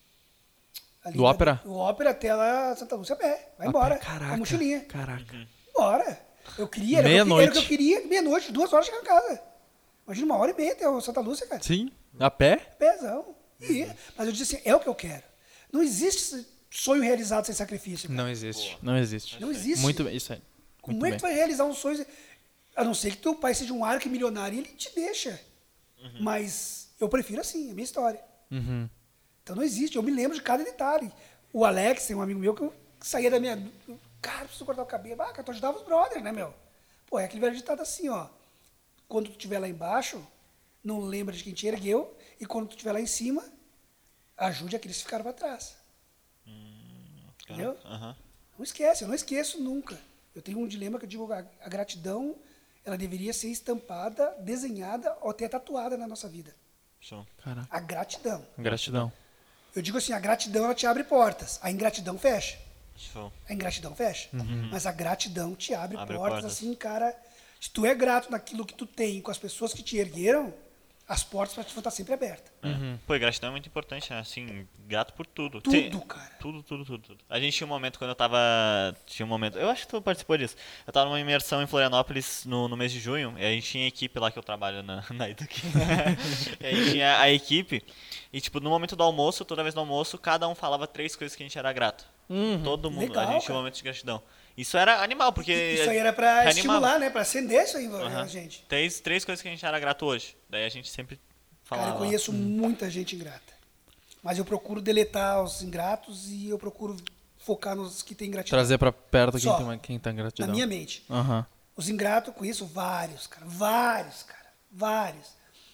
S3: ali
S2: Do
S3: da-
S2: Ópera?
S3: Do Ópera até lá, Santa Lúcia a pé. Vai embora.
S2: Caraca.
S3: Com a mochilinha.
S2: Caraca.
S3: Bora. Eu queria, era, o que eu-
S2: Meia-noite.
S3: era o que eu queria, meia-noite, duas horas chegar em casa. Imagina uma hora e meia até o Santa Lúcia, cara.
S2: Sim. A pé?
S3: Pezão. E ia. Mas eu disse assim, é o que eu quero. Não existe sonho realizado sem sacrifício. cara.
S2: Não existe. Não existe.
S3: Não existe.
S2: Muito bem. Isso aí.
S3: Como
S2: Muito
S3: é
S2: bem.
S3: que tu vai realizar um sonho? A não ser que teu pai seja um arco milionário e ele te deixa. Mas eu prefiro assim, é a minha história.
S2: Uhum.
S3: Então não existe, eu me lembro de cada detalhe. O Alex, tem um amigo meu que eu saía da minha. Cara, preciso cortar o cabelo. Ah, cara, tu ajudava os brothers, né, meu? Pô, é aquele velho ditado assim, ó. Quando tu estiver lá embaixo, não lembra de quem te ergueu. E quando tu estiver lá em cima, ajude aqueles que ficaram para trás. Entendeu?
S1: Aham.
S3: Não esquece, eu não esqueço nunca. Eu tenho um dilema que eu digo, a, a gratidão, ela deveria ser estampada, desenhada ou até tatuada na nossa vida.
S1: Show.
S2: Caraca.
S3: A gratidão.
S2: Gratidão.
S3: Eu digo assim, a gratidão ela te abre portas, a ingratidão fecha.
S1: Show.
S3: A ingratidão fecha. Mas a gratidão te abre,
S1: Abre
S3: portas,
S1: portas.
S3: assim, cara. Se tu é grato naquilo que tu tem, com as pessoas que te ergueram, as portas para ti vão estar sempre abertas.
S1: É. Pô, e gratidão é muito importante, né? Assim, grato por tudo.
S3: Tudo,
S1: Tem-
S3: cara.
S1: Tudo, tudo, tudo, tudo. A gente tinha um momento quando eu tava. Tinha um momento. Eu acho que tu participou disso. Eu tava numa imersão em Florianópolis no, no mês de junho. E a gente tinha a equipe lá que eu trabalho na, na Eduque. E aí tinha a equipe. E, tipo, no momento do almoço, toda vez no almoço, cada um falava três coisas que a gente era grato. Todo mundo.
S3: Legal,
S1: a gente tinha
S3: cara.
S1: um momento de gratidão. Isso era animal, porque.
S3: Isso aí era para
S1: animava.
S3: estimular, né? Para acender isso aí,
S1: Aham.
S3: a gente.
S1: Três, três coisas que a gente era grato hoje. Daí a gente sempre falava.
S3: Cara, eu conheço muita gente ingrata. Mas eu procuro deletar os ingratos e eu procuro focar nos que têm gratidão.
S2: Trazer pra perto quem,
S3: Só.
S2: tem, quem tá em gratidão.
S3: Na minha mente.
S2: Aham.
S3: Os ingratos, eu conheço vários, cara. Vários, cara. Vários.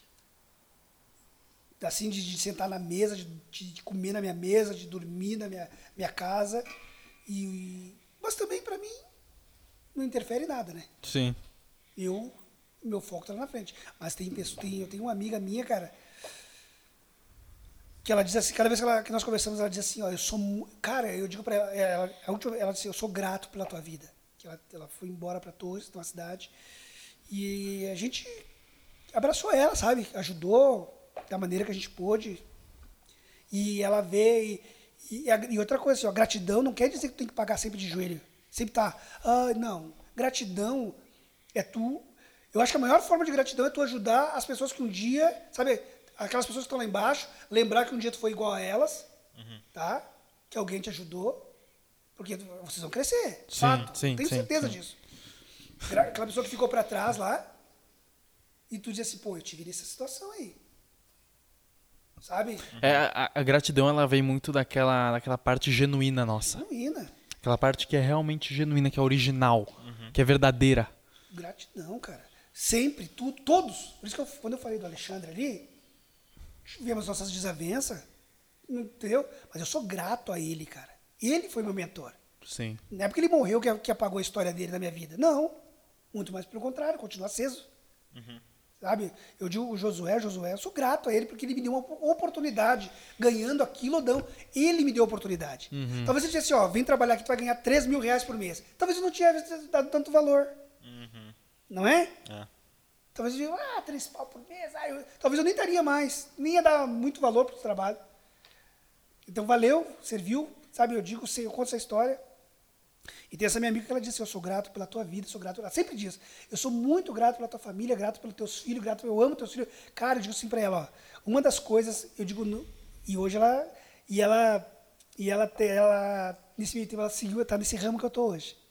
S3: Assim, de, de sentar na mesa, de, de comer na minha mesa, de dormir na minha, minha casa. E, mas também, pra mim, não interfere em nada, né?
S2: Sim.
S3: Eu, meu foco tá lá na frente. Mas tem pessoa, tem, eu tenho uma amiga minha, cara, que ela diz assim, cada vez que, ela- que nós conversamos, ela diz assim, ó, eu sou, mu- cara, eu digo pra ela, ela, a última, ela disse, eu sou grato pela tua vida. Que ela, ela foi embora pra Torres, numa cidade, e a gente abraçou ela, sabe? Ajudou da maneira que a gente pôde. E ela vê, e, e, a- e outra coisa, assim, ó, gratidão não quer dizer que tu tem que pagar sempre de joelho. Sempre tá, ah, não, gratidão é tu. Eu acho que a maior forma de gratidão é tu ajudar as pessoas que um dia, sabe, aquelas pessoas que estão lá embaixo, lembrar que um dia tu foi igual a elas, tá? Que alguém te ajudou, porque vocês vão crescer,
S2: Sim,
S3: fato.
S2: sim,
S3: Tenho
S2: sim,
S3: certeza
S2: sim.
S3: disso. Gra- Aquela pessoa que ficou para trás lá, e tu diz assim, pô, eu tive nessa situação aí. Sabe?
S2: É, a, a gratidão, ela vem muito daquela, daquela parte genuína nossa.
S3: Genuína.
S2: Aquela parte que é realmente genuína, que é original, que é verdadeira.
S3: Gratidão, cara. Sempre, tu, todos. Por isso que eu, quando eu falei do Alexandre ali, tivemos nossas desavenças, entendeu? Mas eu sou grato a ele, cara. Ele foi meu mentor.
S2: Sim.
S3: Não é porque ele morreu que, que apagou a história dele na minha vida. Não. Muito mais pelo contrário, continua aceso. Sabe? Eu digo o Josué, Josué, eu sou grato a ele porque ele me deu uma oportunidade, ganhando aquilo ou não. Ele me deu a oportunidade. Talvez ele dissesse, ó, vem trabalhar aqui, tu vai ganhar três mil reais por mês. Talvez eu não tivesse dado tanto valor. Não é?
S1: É.
S3: Talvez eu diga, ah, três pau por mês. Ah, eu- talvez eu nem daria mais, nem ia dar muito valor para o trabalho. Então valeu, serviu, sabe? Eu digo, sei, eu conto essa história. E tem essa minha amiga que ela disse, eu sou grato pela tua vida, sou grato. Ela sempre diz, eu sou muito grato pela tua família, grato pelos teus filhos, grato, eu amo teus filhos. Cara, eu digo assim para ela, ó, uma das coisas, eu digo, no- e hoje ela, e ela, e ela, te- ela nesse meio tempo, ela seguiu, tá nesse ramo que eu tô hoje.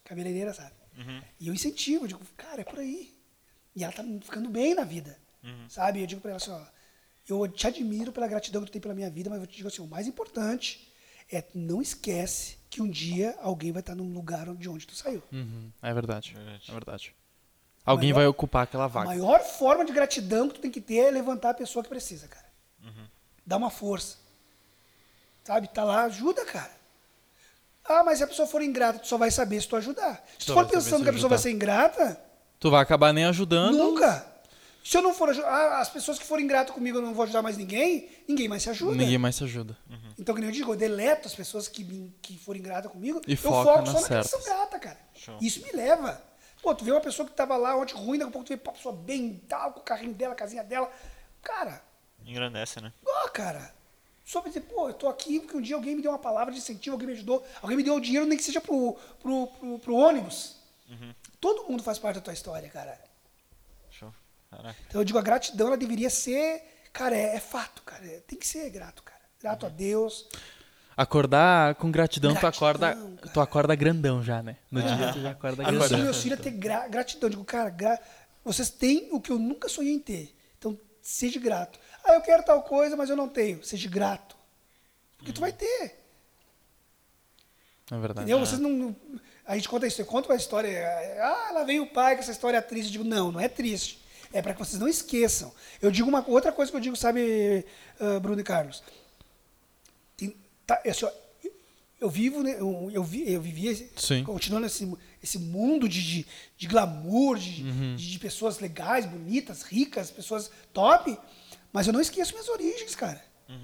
S3: cabeleireira, sabe?
S1: Uhum.
S3: E eu incentivo, eu digo, cara, é por aí. E ela tá ficando bem na vida,
S1: Uhum.
S3: sabe? Eu digo pra ela assim, ó, eu te admiro pela gratidão que tu tem pela minha vida, mas eu te digo assim, o mais importante é não esquece que um dia alguém vai estar num lugar de onde tu saiu.
S2: Uhum. É verdade.
S1: Verdade.
S2: É verdade. Alguém
S3: maior-
S2: vai ocupar aquela
S3: A
S2: vaga.
S3: maior forma de gratidão que tu tem que ter é levantar a pessoa que precisa, cara. Dá uma força. Sabe? Tá lá, ajuda, cara. Ah, mas se a pessoa for ingrata, tu só vai saber se tu ajudar. Se tu
S2: Só
S3: for
S2: vai saber
S3: pensando
S2: se
S3: que a pessoa vai
S2: ajudar.
S3: ser ingrata,
S2: Tu vai acabar nem ajudando.
S3: nunca. Se eu não for ajudar, ah, as pessoas que forem ingratas comigo eu não vou ajudar mais ninguém, ninguém mais se ajuda.
S2: Ninguém mais se ajuda.
S3: Então, que nem eu digo, eu deleto as pessoas que, me- que forem ingratas comigo,
S2: E
S3: eu
S2: foca
S3: foco
S2: nas
S3: só naquelas que são
S2: certas.
S3: gratas, cara.
S1: Show.
S3: Isso me leva. Pô, tu vê uma pessoa que tava lá ontem ruim, daqui a pouco tu vê uma pessoa bem tal, com o carrinho dela, a casinha dela. Cara,
S1: Engrandece, né?
S3: ó, cara. Só pra dizer, pô, eu tô aqui porque um dia alguém me deu uma palavra de incentivo, alguém me ajudou, alguém me deu o dinheiro, nem que seja pro, pro, pro, pro ônibus. Todo mundo faz parte da tua história, cara.
S1: Show. Caraca.
S3: Então eu digo, a gratidão, ela deveria ser, cara, é, é fato, cara. é- tem que ser grato, cara. Grato a Deus.
S2: Acordar com gratidão, tu
S3: Gratidão,
S2: acorda,
S3: cara.
S2: tu acorda grandão já, né? No dia tu já acorda
S3: Eu ensino
S2: grandão.
S3: meus filhos a ter gra- gratidão. Eu digo, cara, gra- vocês têm o que eu nunca sonhei em ter. Então, seja grato. Ah, eu quero tal coisa, mas eu não tenho. Seja grato. Porque tu vai ter.
S2: É verdade.
S3: Entendeu? Vocês não, não- a gente conta isso, eu conto uma história. Ah, lá vem o pai com essa história triste. Eu digo, não, não é triste. É para que vocês não esqueçam. Eu digo uma outra coisa que eu digo, sabe, ah, Bruno e Carlos? Tem- tá, é assim, ó, eu, eu vivo, né, eu, eu, vi, eu vivia
S2: Sim.
S3: continuando esse, esse mundo de, de, de glamour, de, de, de pessoas legais, bonitas, ricas, pessoas top, mas eu não esqueço minhas origens, cara.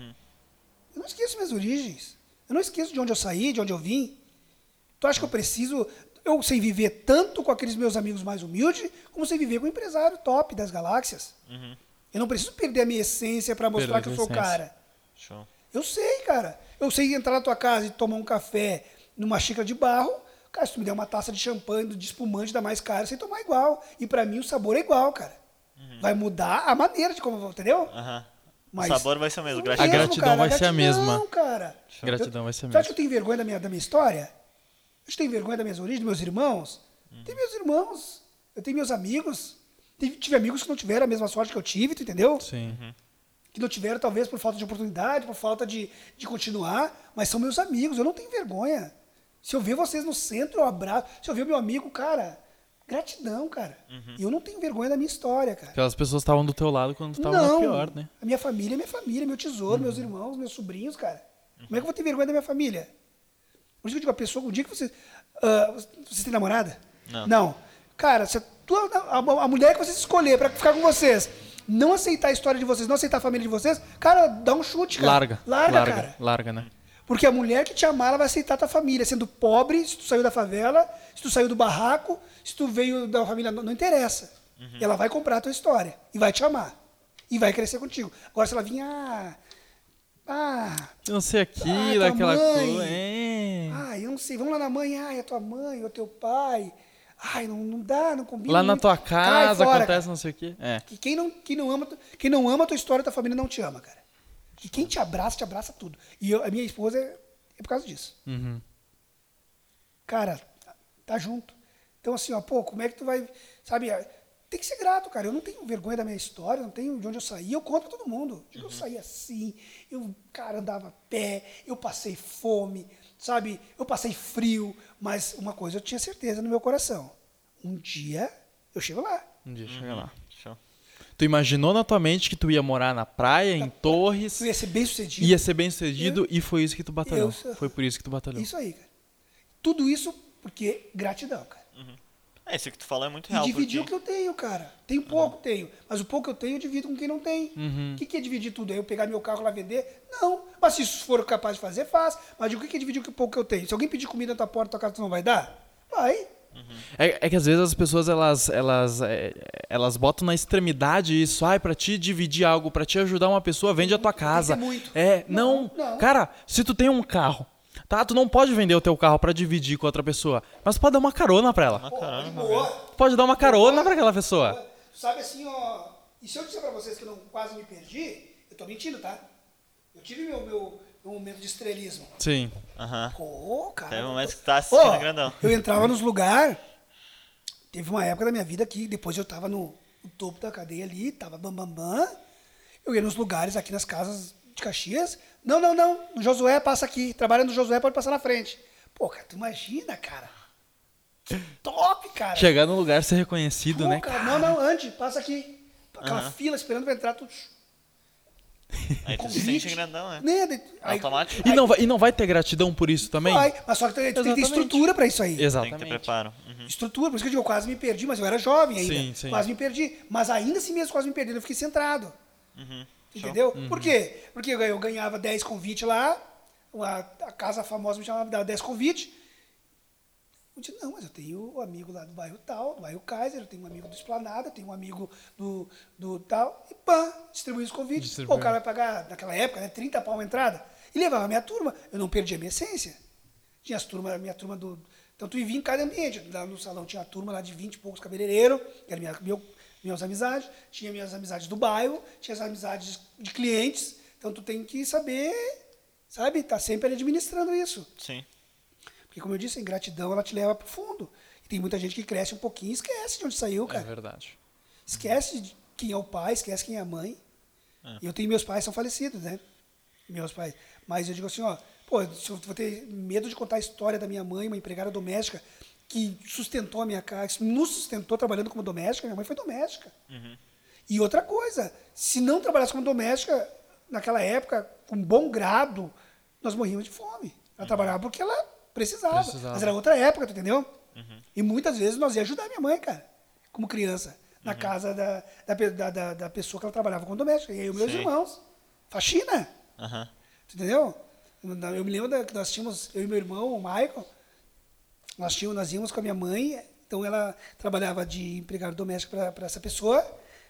S3: Eu não esqueço minhas origens. Eu não esqueço de onde eu saí, de onde eu vim. Tu acha que eu preciso... Eu sei viver tanto com aqueles meus amigos mais humildes, como sei viver com o empresário top das galáxias. Eu não preciso perder a minha essência para mostrar
S2: Perder
S3: que eu
S2: a
S3: sou o
S2: essência.
S3: cara.
S1: Show.
S3: Eu sei, cara. Eu sei entrar na tua casa e tomar um café numa xícara de barro. Cara, se tu me der uma taça de champanhe, de espumante da mais cara, eu sei tomar igual. E pra mim o sabor é igual, cara. Vai mudar a maneira de como eu vou, entendeu?
S1: Aham.
S3: Mas-
S1: O sabor vai ser o mesmo.
S3: O
S1: Gratidão.
S2: A gratidão
S3: cara,
S2: vai ser a
S3: gratidão,
S2: mesma.
S3: cara.
S2: Gratidão
S3: Eu-
S2: vai ser a
S3: Você acha
S2: mesma.
S3: que eu tenho vergonha da minha, da minha história? Eu tenho vergonha das minhas origens, dos meus irmãos? Tem meus irmãos. Eu tenho meus amigos. Tive, tive amigos que não tiveram a mesma sorte que eu tive, tu entendeu?
S2: Sim.
S3: Que não tiveram, talvez, por falta de oportunidade, por falta de, de continuar, mas são meus amigos, eu não tenho vergonha. Se eu ver vocês no centro, eu abraço. Se eu ver meu amigo, cara, gratidão, cara. E eu não tenho vergonha da minha história, cara.
S2: Aquelas pessoas estavam do teu lado quando tu tava
S3: não,
S2: na pior, né?
S3: a minha família é minha família, meu tesouro, meus irmãos, meus sobrinhos, cara. Como é que eu vou ter vergonha da minha família? Por isso que eu digo, a pessoa, o dia que vocês... ah, vocês têm namorada?
S1: Não.
S3: Não. Cara, se a, tua, a, a mulher que vocês escolher pra ficar com vocês não aceitar a história de vocês, não aceitar a família de vocês, cara, dá um chute, cara.
S2: Larga.
S3: Larga,
S2: larga,
S3: cara.
S2: Larga, né?
S3: Porque a mulher que te amar, ela vai aceitar a tua família. Sendo pobre, se tu saiu da favela, se tu saiu do barraco, se tu veio da família, não, não interessa. Ela vai comprar a tua história e vai te amar. E vai crescer contigo. Agora, se ela vir, ah... Ah...
S2: Eu não sei
S3: Ai,
S2: aquilo,
S3: tua
S2: aquela
S3: mãe.
S2: coisa. É.
S3: Ai, eu não sei, vamos lá na mãe, ai, a tua mãe, o teu pai. Ai, não, não dá, não combina.
S2: Lá na
S3: muito.
S2: tua
S3: Cai
S2: casa
S3: fora,
S2: acontece
S3: cara.
S2: não sei o quê. É.
S3: Que quem não, quem, não ama, quem não ama a tua história, a tua família não te ama, cara. E quem te abraça, te abraça tudo. E eu- a minha esposa é, é por causa disso.
S2: Uhum.
S3: Cara, tá junto. Então, assim, ó, pô, como é que tu vai. Sabe, tem que ser grato, cara. Eu não tenho vergonha da minha história, não tenho de onde eu saí. Eu conto pra todo mundo. Digo, eu saí assim, eu, cara, andava a pé, eu passei fome, sabe? Eu passei frio, mas uma coisa eu tinha certeza no meu coração. Um dia eu chego lá.
S2: Um dia chega lá.
S1: Show.
S2: Tu imaginou na tua mente que tu ia morar na praia, em Torres,
S3: Tu ia ser bem sucedido.
S2: ia ser bem sucedido e foi isso que tu batalhou.
S3: Eu-
S2: Foi por isso que tu batalhou.
S3: Isso aí, cara. Tudo isso porque gratidão, cara.
S1: É, isso que tu falou é muito
S3: E
S1: real.
S3: dividir o
S1: Porque...
S3: que eu tenho, cara. Tenho pouco, tenho. Mas o pouco que eu tenho, eu divido com quem não tem. O
S2: Uhum.
S3: que, que é dividir tudo? É eu pegar meu carro lá e vender? Não. Mas se isso for capaz de fazer, faz. Mas o que, que é dividir o que pouco que eu tenho? Se alguém pedir comida na tua porta, tua casa, tu não vai dar? Vai.
S2: É, é que às vezes as pessoas elas elas é, elas botam na extremidade isso, ai, pra te dividir algo, pra te ajudar uma pessoa, vende a tua casa.
S3: é muito.
S2: É, não,
S3: Não, não.
S2: cara, se tu tem um carro, tá? Tu não pode vender o teu carro pra dividir com outra pessoa, mas tu pode dar uma carona pra ela.
S1: Ah,
S3: Pô,
S1: caramba,
S3: de boa.
S2: Tu pode dar uma carona pra aquela pessoa.
S3: Tu sabe assim, ó... E se eu disser pra vocês que eu não, quase me perdi, eu tô mentindo, tá? Eu tive meu, meu, no momento de estrelismo.
S2: Sim.
S1: Aham.
S3: Pô, cara.
S1: Teve um momento que tu tá assistindo
S3: Ó,
S1: grandão.
S3: eu entrava nos lugares. Teve uma época da minha vida que depois eu tava no, no topo da cadeia ali, tava bam, bam, bam. Eu ia nos lugares aqui nas casas de Caxias. Não, não, não. O Josué passa aqui. Trabalhando no Josué, pode passar na frente. Pô, cara, tu imagina, cara. Que top, cara.
S2: Chegar num lugar, ser reconhecido,
S3: Pô,
S2: né?
S3: cara, não, não, antes, passa aqui. Aquela
S1: Aham.
S3: fila esperando pra entrar, tu.
S1: Aí tu se
S3: Convite.
S1: sente grandão, né?
S3: Né? de- aí-
S1: Automático.
S2: E não, vai, e não vai ter gratidão por isso também?
S3: Vai, mas só que tu, tu tem que ter
S2: Exatamente.
S3: estrutura pra isso aí.
S1: Tem que ter
S2: Exatamente.
S1: preparo. Uhum.
S3: Estrutura, por isso que eu digo, eu quase me perdi, mas eu era jovem ainda.
S2: Sim, sim.
S3: Quase me perdi. Mas ainda assim mesmo, quase me perdi, eu fiquei centrado.
S1: Uhum.
S3: Entendeu? Por quê? Porque eu eu ganhava dez convites lá, uma, a casa famosa me chamava, me dava dez convites. Eu disse, não, mas eu tenho um amigo lá do bairro tal, do bairro Kaiser, eu tenho um amigo do Esplanada, eu tenho um amigo do, do tal, e pã, distribuí os convites.
S2: Distribuiu.
S3: Pô, o cara vai pagar, naquela época, né, trinta pau a entrada, e levava a minha turma, eu não perdi a minha essência. Tinha as turmas, a minha turma do... Então, tu via em cada ambiente. Lá no salão tinha a turma lá de vinte e poucos cabeleireiros, que era minha, meu, minhas amizades, tinha minhas amizades do bairro, tinha as amizades de clientes, então tu tem que saber, sabe, tá sempre ali administrando isso.
S1: Sim.
S3: Porque, como eu disse, a ingratidão, ela te leva pro fundo. E tem muita gente que cresce um pouquinho e esquece de onde saiu,
S2: É
S3: cara.
S2: verdade.
S3: Esquece de quem é o pai, esquece quem é a mãe.
S1: É.
S3: E eu tenho meus pais, são falecidos, né? Meus pais. Mas eu digo assim, ó, pô, se eu vou ter medo de contar a história da minha mãe, uma empregada doméstica, que sustentou a minha casa, nos sustentou trabalhando como doméstica, minha mãe foi doméstica.
S1: Uhum.
S3: E outra coisa, se não trabalhasse como doméstica, naquela época, com bom grado, nós morríamos de fome. Ela trabalhava porque ela precisava.
S2: Precisava.
S3: Mas era outra época, tu entendeu?
S1: Uhum.
S3: E muitas vezes nós ia ajudar minha mãe, cara, como criança, na casa da, da, pe- da, da, da pessoa que ela trabalhava como doméstica. E eu e meus
S1: Sim.
S3: irmãos. Faxina.
S1: Aham.
S3: Tu entendeu? Eu, eu me lembro da- que nós tínhamos, eu e meu irmão, o Michael, nós, tínhamos, nós íamos com a minha mãe, então ela trabalhava de empregada doméstica para essa pessoa.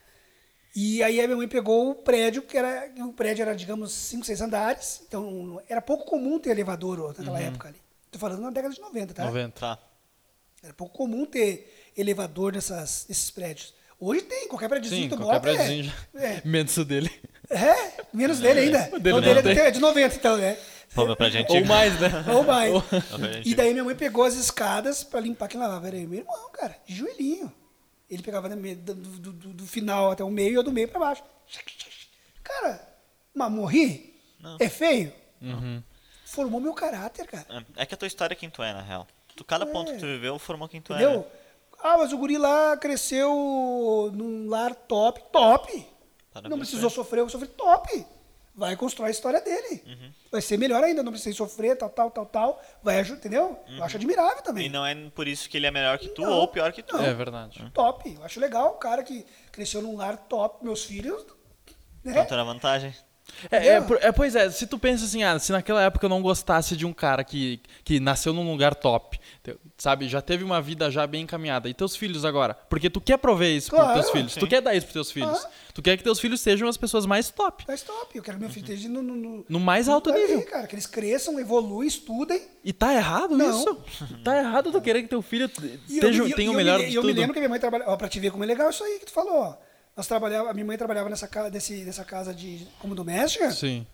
S3: E aí a minha mãe pegou o prédio, que era, o prédio era, digamos, cinco, seis andares. Então era pouco comum ter elevador ó, naquela época ali. Estou falando na década de noventa, tá?
S2: noventa.
S1: Tá.
S3: Era pouco comum ter elevador nessas, nesses prédios. Hoje tem, qualquer prédiozinho
S2: Sim,
S3: tu
S2: qualquer
S3: bota. é-
S2: prédiozinho já.
S3: É,
S2: Menos o dele.
S3: é, menos dele ainda.
S2: O dele
S3: O
S2: não
S3: dele
S2: tem.
S3: é de noventa, então, né?
S1: Pô, meu prédio é
S2: Ou
S1: antigo.
S2: mais, né?
S3: Ou mais.
S1: prédio é
S3: E
S1: antigo.
S3: daí minha mãe pegou as escadas pra limpar quem lavava. Era eu e meu irmão, cara, de joelhinho. Ele pegava do, meio- do, do- do- do final até o meio e eu do meio pra baixo. Cara, mas morri?
S1: Não.
S3: É feio?
S2: Uhum.
S3: Formou meu caráter, cara.
S1: É que a tua história é quem tu é, na real. Tu, cada ponto
S3: É.
S1: que tu viveu formou quem tu é.
S3: Entendeu?
S1: né?
S3: Ah, mas o guri lá cresceu num lar top. Top!
S1: Parabéns
S3: Não
S1: pra
S3: precisou
S1: ele.
S3: sofrer, eu sofri top. Vai constrói a história dele.
S1: Uhum.
S3: Vai ser melhor ainda, não precisa sofrer, tal, tal, tal, tal. Vai ajudar, entendeu? Eu acho admirável também.
S1: E não é por isso que ele é melhor que tu
S3: Não,
S1: ou pior que tu.
S3: não.
S2: É verdade.
S3: Top. Eu acho legal o cara que cresceu num lar top, meus filhos. Né?
S1: Então tu era vantagem.
S2: É, é,
S3: Entendeu?
S2: por- é, pois é, se tu pensa assim, ah, se naquela época eu não gostasse de um cara que, que nasceu num lugar top, te- sabe, já teve uma vida já bem encaminhada, e teus filhos agora? Porque tu quer prover isso pros
S3: Claro,
S2: teus filhos,
S1: sim.
S2: tu quer dar isso pros teus filhos,
S3: Ah.
S2: tu quer que teus filhos sejam as pessoas mais top,
S3: Mas top. Eu quero que meu filho esteja no, no, no,
S2: no mais alto
S3: ali,
S2: nível.
S3: cara. Que eles cresçam, evoluem, estudem.
S2: E tá errado
S3: Não.
S2: isso? Tá errado tu querer que teu filho
S3: E eu-
S2: tenha,
S3: e eu-
S2: tenha
S3: e
S2: o
S3: eu
S2: melhor
S3: me,
S2: de
S3: eu
S2: tudo.
S3: me lembro que minha mãe trabalhava. Ó, pra te ver como é legal isso aí que tu falou. Ó. Nós trabalhava, a minha mãe trabalhava nessa, ca- desse, nessa casa de, como doméstica.
S2: Sim.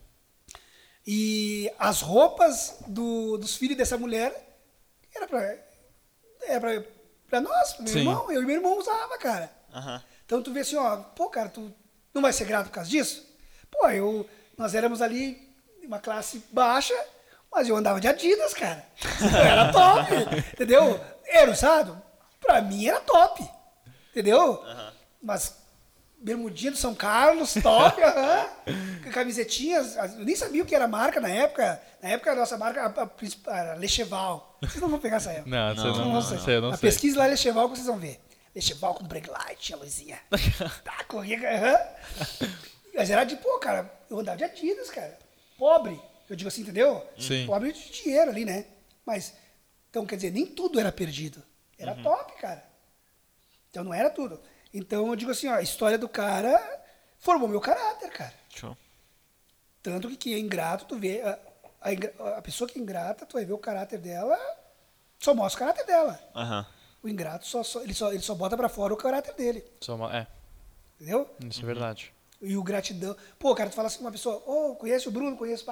S3: E as roupas do, dos filhos dessa mulher era pra, era pra, pra nós, pro meu
S2: Sim.
S3: irmão. Eu e meu irmão usava, cara.
S1: Aham.
S3: Então tu vê assim, ó, pô, cara, tu não vai ser grato por causa disso? Pô, eu, nós éramos ali uma classe baixa, mas eu andava de Adidas, cara. Era top, entendeu? Era usado? Pra mim era top, entendeu? Mas bermudinha do São Carlos, top, aham. Com camisetinhas, eu nem sabia o que era marca na época. Na época a nossa marca, a, a, principal era Lecheval. Vocês não vão pegar essa época.
S2: Não,
S1: Não,
S2: não, não,
S1: não,
S2: sei,
S1: não.
S2: eu não
S3: A
S2: sei.
S3: pesquisa lá é Lecheval que vocês vão ver. Lecheval com brake light, a luzinha. Tá, corria, aham. Mas era de, pô, cara, eu andava de Adidas, cara. Pobre. Eu digo assim, entendeu?
S2: Sim.
S3: Pobre de dinheiro ali, né? Mas, então, quer dizer, nem tudo era perdido. Era top, cara. Então não era tudo. Então eu digo assim, ó, a história do cara formou meu caráter, cara.
S1: Show.
S3: Tanto que quem é ingrato, tu vê. A, a, ingra- a pessoa que é ingrata, tu vai ver o caráter dela, só mostra o caráter dela.
S1: Aham.
S3: O ingrato só, só- ele, só, ele só bota pra fora o caráter dele.
S2: Só uma- é,
S3: Entendeu?
S2: isso é verdade.
S3: E o gratidão. Pô, cara, tu fala assim com uma pessoa, ô, conhece o Bruno, conheço, pá.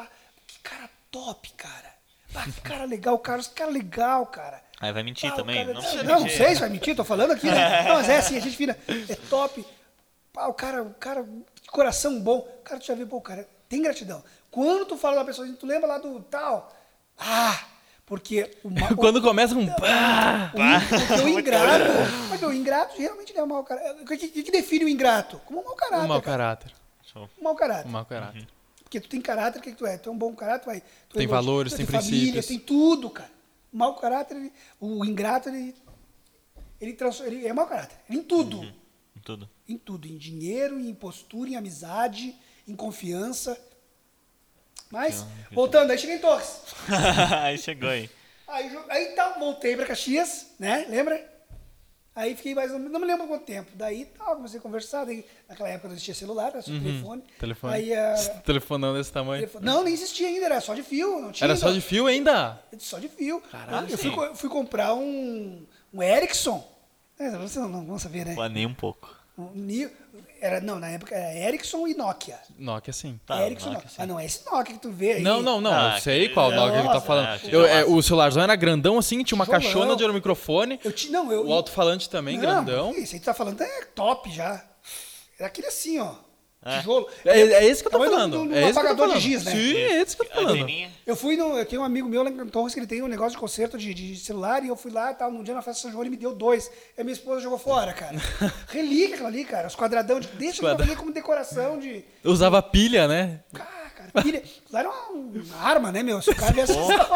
S3: que cara top, cara. Ah, que cara legal, cara, que cara legal, cara.
S1: Aí vai mentir
S3: Ah, o
S1: também.
S3: cara-
S1: Não precisa
S3: não, não
S1: mentir.
S3: sei se vai mentir, tô falando aqui, né? Não, mas é assim, a gente vira, é top. Pá, o cara, o cara, que coração bom. Cara, tu já viu, pô, o cara tem gratidão. Quando tu fala da pessoa, tu lembra lá do tal, ah, porque o mal...
S2: Quando começa com... pá,
S3: O, in- porque o ingrato, mas o ingrato geralmente ele é um mau caráter. O que, que, que define o ingrato? Como um mau caráter.
S2: um mau
S3: cara.
S2: caráter.
S1: Show.
S3: Um mau caráter.
S2: Um mau caráter.
S3: Porque tu tem caráter, o que, que tu é? Tu é um bom caráter, vai. Tu
S2: Tem
S3: é
S2: valores,
S3: tu
S2: tem
S3: família,
S2: princípios.
S3: tem tudo, cara. O mau caráter, ele- o ingrato, ele, ele, trans- ele é mau caráter. Em tudo.
S1: Tudo.
S3: Em tudo. Em dinheiro, em postura, em amizade, em confiança. Mas, voltando, aí cheguei em Torres.
S1: Aí chegou aí.
S3: Aí, jo- aí tá, voltei pra Caxias, né? Lembra? Aí fiquei mais, ou menos- não me lembro quanto tempo. Daí tal, comecei a conversar. Daí, naquela época não existia celular, era só telefone.
S2: Telefone.
S3: Aí, ah,
S2: Telefonão desse tamanho.
S3: telefone- não, nem existia ainda, era só de fio. Não tinha
S2: Era só
S3: ainda.
S2: de fio ainda?
S3: Só de fio.
S2: Caralho,
S3: eu fui,
S1: sim.
S3: co- fui comprar um, um Ericsson. É, você não, não vão saber, né?
S1: Pô, nem um pouco.
S3: Um Neo- era, não, na época era Ericsson e Nokia.
S2: Nokia, sim.
S1: Tá,
S3: Ericsson,
S1: Nokia,
S3: Nokia.
S1: sim.
S3: Ah, não, é esse Nokia que tu vê aí.
S2: Não, não, não.
S1: Ah,
S2: eu sei
S1: aquele-
S2: qual Nokia que ele tá
S3: Nossa,
S2: falando.
S1: é,
S2: Eu- é,
S1: tijolaço.
S2: o celularzão era grandão assim, tinha uma
S3: Tijolão.
S2: caixona de microfone.
S3: Eu ti, não, eu,
S2: O alto-falante também,
S3: não,
S2: grandão.
S3: Isso aí tu tá falando é top já. Era aquele assim, ó.
S1: É.
S3: Tijolo.
S2: É, é esse que eu tô
S3: Tamanho
S2: falando.
S3: do- do
S2: é esse que eu tô
S3: apagador de
S2: falando.
S3: giz, né?
S2: Sim, é esse que eu tô
S1: A
S2: falando.
S1: graninha.
S3: Eu fui no. Eu tenho um amigo meu lá em Torres que ele tem um negócio de conserto de, de celular e eu fui lá, tal, num dia na festa de São João ele me deu dois. E a minha esposa jogou fora, cara. Relíquia aquilo ali, cara. Os quadradão de. Deixa
S2: Quadra-
S3: aquilo ali como decoração de.
S2: Eu usava pilha, né?
S3: Cara, cara, pilha. Aquilo lá era uma, uma arma, né, meu? Se o cara viesse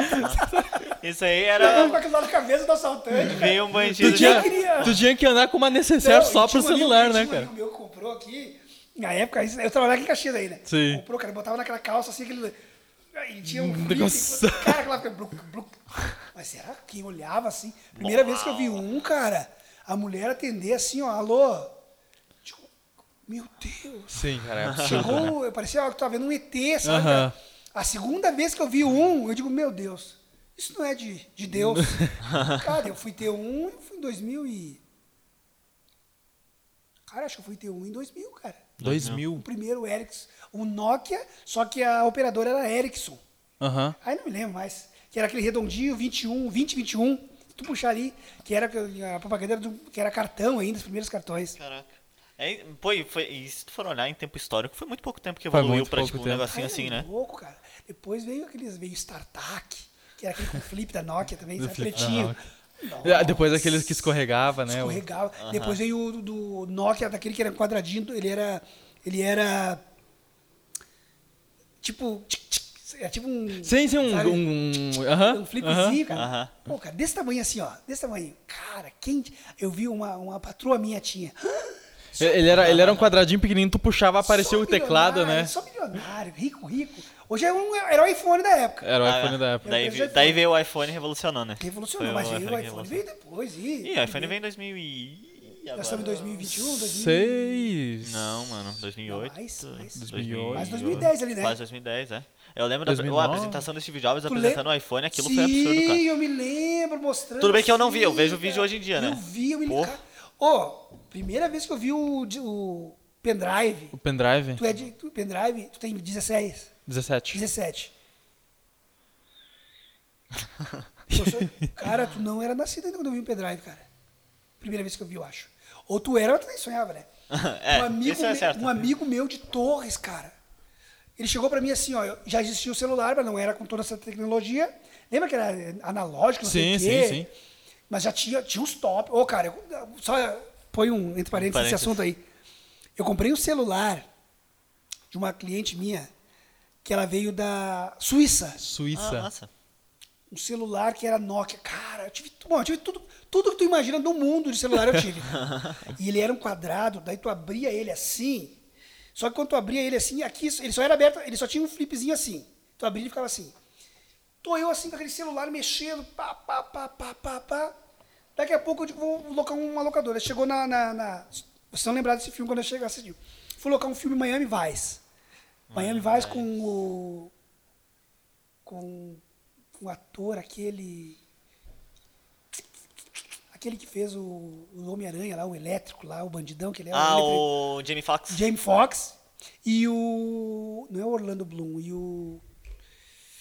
S1: Isso aí
S3: com
S1: era.
S3: aquilo lá na cabeça do assaltante.
S1: Veio um
S2: Tu
S1: bandido.
S2: tinha,
S3: Eu queria-
S2: tu tinha que andar com uma necessaire
S3: Não,
S2: só
S3: e
S2: pro
S3: tinha um amigo-
S2: celular,
S3: tinha
S2: né,
S3: um
S2: cara?
S3: amigo meu que comprou aqui. Na época, isso- eu trabalhava aqui em Caxias aí, né?
S2: Sim.
S3: Comprou, cara, botava naquela calça assim, aquele. E tinha um flip,
S2: Negócio.
S3: cara, aquela fica bluc, bluc. Mas será que quem olhava assim? Primeira vez que eu vi um, cara, a mulher atender assim, ó, alô. Tipo, meu Deus.
S2: Sim, cara. É absurdo, né?
S3: Chegou, eu parecia ó, que eu tava vendo um E T, sabe?
S2: Aham.
S3: cara? A segunda vez que eu vi um, eu digo, meu Deus, isso não é de, de Deus. Cara, eu fui ter um, eu fui em dois mil e... Cara, acho que eu fui ter um em dois mil, cara.
S2: dois
S3: O
S2: mil.
S3: primeiro Ericsson, um Nokia, só que a operadora era Ericsson.
S2: Aham.
S3: Aí não me lembro mais. Que era aquele redondinho, vinte e um, vinte, vinte e um. Se tu puxar ali, que era a propaganda do, que era cartão ainda, os primeiros cartões.
S1: Caraca. É, pô, e, foi, e se tu for olhar em tempo histórico, foi muito pouco tempo que
S2: Foi
S1: evoluiu
S2: muito
S1: pra
S2: pouco
S1: tipo, um
S2: tempo.
S1: negocinho
S3: Ai,
S1: assim,
S3: é
S1: né?
S3: louco, cara. Depois veio aqueles, veio StarTAC, que era aquele com flip da Nokia também,
S2: Do
S3: sabe?
S2: flip da
S3: Pretinho.
S2: Nokia. Ah, depois aqueles que escorregava, né?
S3: Escorregava. Depois veio o do, do Nokia, daquele que era quadradinho, ele era. Ele era. Tipo. Tchic, tchic, era tipo um.
S2: Sim, sim, um.
S3: sabe?
S2: um, aham,
S3: Um flipzinho, cara.
S1: aham.
S3: Pô, cara, desse tamanho assim, ó. Desse tamanho. Cara, quem. Eu vi uma, uma patroa minha tinha.
S2: Ele era, ele era um quadradinho pequenininho, tu puxava, aparecia
S3: Só
S2: o teclado,
S3: milionário,
S2: né?
S3: Só milionário, rico, rico. Hoje é um, era o iPhone da época.
S2: Era o
S1: Ah,
S2: iPhone da época.
S1: Daí,
S3: Eu
S1: vi-
S3: já
S1: daí
S3: fui.
S1: veio o iPhone revolucionando, né?
S3: Revolucionou,
S1: Foi
S3: mas
S1: o
S3: veio o
S1: iPhone
S3: iPhone
S1: que
S3: veio depois. E,
S1: Ih, o iPhone veio em dois mil e...
S3: Nós estamos em dois mil e vinte e um, dois mil.
S2: Seis.
S1: Não, mano, dois mil e oito.
S3: Mais, mais.
S2: dois mil e oito.
S3: Mais dois mil e dez ali, né?
S1: Quase dois mil e dez, é. Eu lembro da
S2: dois mil e
S1: a
S2: nove.
S1: apresentação do Steve Jobs
S3: Tu
S1: apresentando
S3: lembra?
S1: o iPhone, aquilo
S3: Sim,
S1: foi absurdo, cara.
S3: eu me lembro mostrando.
S1: Tudo bem que eu não vi, eu
S3: assim,
S1: vejo o vídeo
S3: cara.
S1: hoje em dia, né?
S3: Eu vi, eu me
S1: Pô.
S3: lembro. Ó, primeira vez que eu vi o, o pendrive.
S2: O pendrive?
S3: Tu é de tu, pendrive, tu tem dezesseis,
S2: dezessete.
S3: dezessete. Eu sou- cara, tu não era nascido ainda quando eu vi um pendrive, cara. Primeira vez que eu vi, eu acho. Ou tu era ou tu nem sonhava, né?
S1: É,
S3: um amigo,
S1: isso é
S3: me-
S1: certo.
S3: um amigo meu de Torres, cara. Ele chegou pra mim assim, ó, eu- já existia o celular, mas não era com toda essa tecnologia. Lembra que era analógico, não sei
S2: Sim,
S3: o quê?
S2: sim, sim.
S3: Mas já tinha, tinha uns top. Ô, cara, eu- só põe um entre parênteses esse
S1: Parênteses.
S3: assunto aí. Eu comprei um celular de uma cliente minha que ela veio da Suíça.
S2: Suíça.
S1: Ah, massa.
S3: Um celular que era Nokia. Cara, eu tive, bom, eu tive tudo, tudo que tu imagina no mundo de celular eu tive. E ele era um quadrado, daí tu abria ele assim. Só que quando tu abria ele assim, aqui ele só era aberto, ele só tinha um flipzinho assim. Tu abria e ficava assim. Tô eu assim com aquele celular mexendo, pá, pá, pá, pá, pá, pá. Daqui a pouco eu digo, vou locar uma locadora. Chegou na, na, na... Vocês não lembraram desse filme quando eu cheguei assistir. Fui locar um filme Miami Vice. Miami Vice com o... Com o ator, aquele... Aquele que fez o, o Homem-Aranha lá, o elétrico lá, o bandidão que ele é.
S1: Ah,
S3: ele-
S1: o Jamie Foxx.
S3: Jamie Foxx. E o... Não é o Orlando Bloom, e o...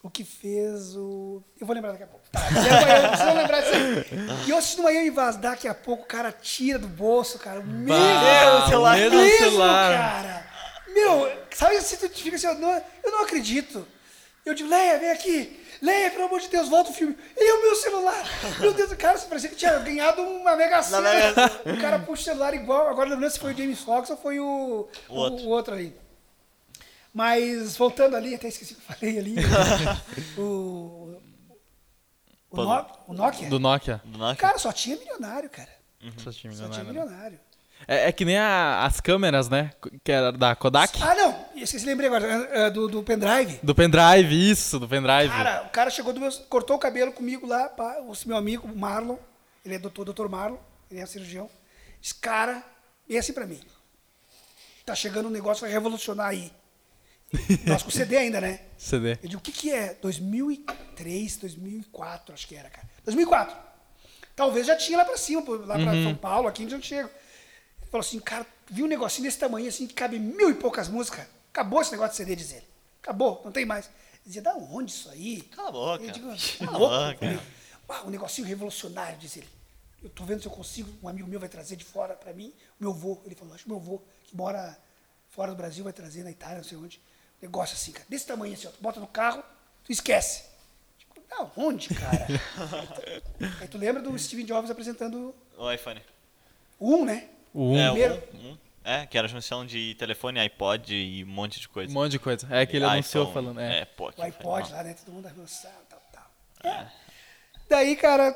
S3: O que fez o... Eu vou lembrar daqui a pouco. Tá, eu preciso lembrar disso aí. E eu assistindo Miami Vice, daqui a pouco o cara tira do bolso, cara. Meu
S2: Bah,
S3: celular.
S2: mesmo
S3: Mesmo,
S2: celular.
S3: cara. Meu, sabe se tu fica assim, eu não, eu não acredito. Eu digo, Leia, vem aqui. Leia, pelo amor de Deus, volta o filme. E o meu celular? Meu Deus, cara, parecia que tinha ganhado uma mega cena.
S1: Mega...
S3: O cara puxa o celular igual. Agora não lembro se foi o James Fox ou foi o,
S1: O
S3: o,
S1: outro.
S3: o outro ali. Mas, voltando ali, até esqueci o que eu falei ali. o, o, no, o Nokia.
S2: Do Nokia.
S1: Do Nokia?
S3: Cara, só tinha milionário, cara.
S2: Só tinha
S3: Só tinha
S2: milionário, né?
S3: milionário.
S2: É, é que nem a- as câmeras, né? Que era da Kodak.
S3: Ah, não. Esqueci, lembrei agora. é, é, Do, do pendrive.
S2: Do pendrive, isso, do pendrive.
S3: Cara, o cara chegou do meu, cortou o cabelo comigo lá, pá, o meu amigo, o Marlon, ele é doutor, doutor Marlon, ele é cirurgião. Disse, cara, e assim pra mim, tá chegando um negócio que vai revolucionar aí. Nós com C D ainda, né?
S2: C D.
S3: Eu digo, o que que é? dois mil e três, dois mil e quatro, acho que era, cara. dois mil e quatro. Talvez já tinha lá pra cima, lá pra São Paulo, aqui onde eu chego. Ele falou assim, cara, vi um negocinho desse tamanho assim, que cabe mil e poucas músicas. Acabou esse negócio de C D, diz ele. Acabou, não tem mais. Eu dizia, da onde isso aí?
S1: Cala a boca.
S3: Eu digo,
S1: Cala
S3: tá
S1: a
S3: louco?
S1: boca.
S3: Eu falei, "Uau, um negocinho revolucionário", diz ele. Eu tô vendo se eu consigo, um amigo meu vai trazer de fora pra mim, o meu avô, ele falou, acho que meu avô, que mora fora do Brasil, vai trazer na Itália, não sei onde. Negócio assim, cara, desse tamanho assim, ó, tu bota no carro, tu esquece. Tipo, da onde, cara? Aí tu lembra do Steve Jobs apresentando
S1: O iPhone.
S3: o um, né?
S2: O um,
S1: É,
S3: primeiro.
S1: um, um. É, que era junção de telefone, iPod e um monte de coisa.
S2: um monte de coisa. É que ele anunciou
S1: iPhone,
S2: falando. É.
S1: É, pô. que
S3: O iPod
S1: foi
S3: lá, né? Todo mundo avançado, tal, tal. É. Daí, cara,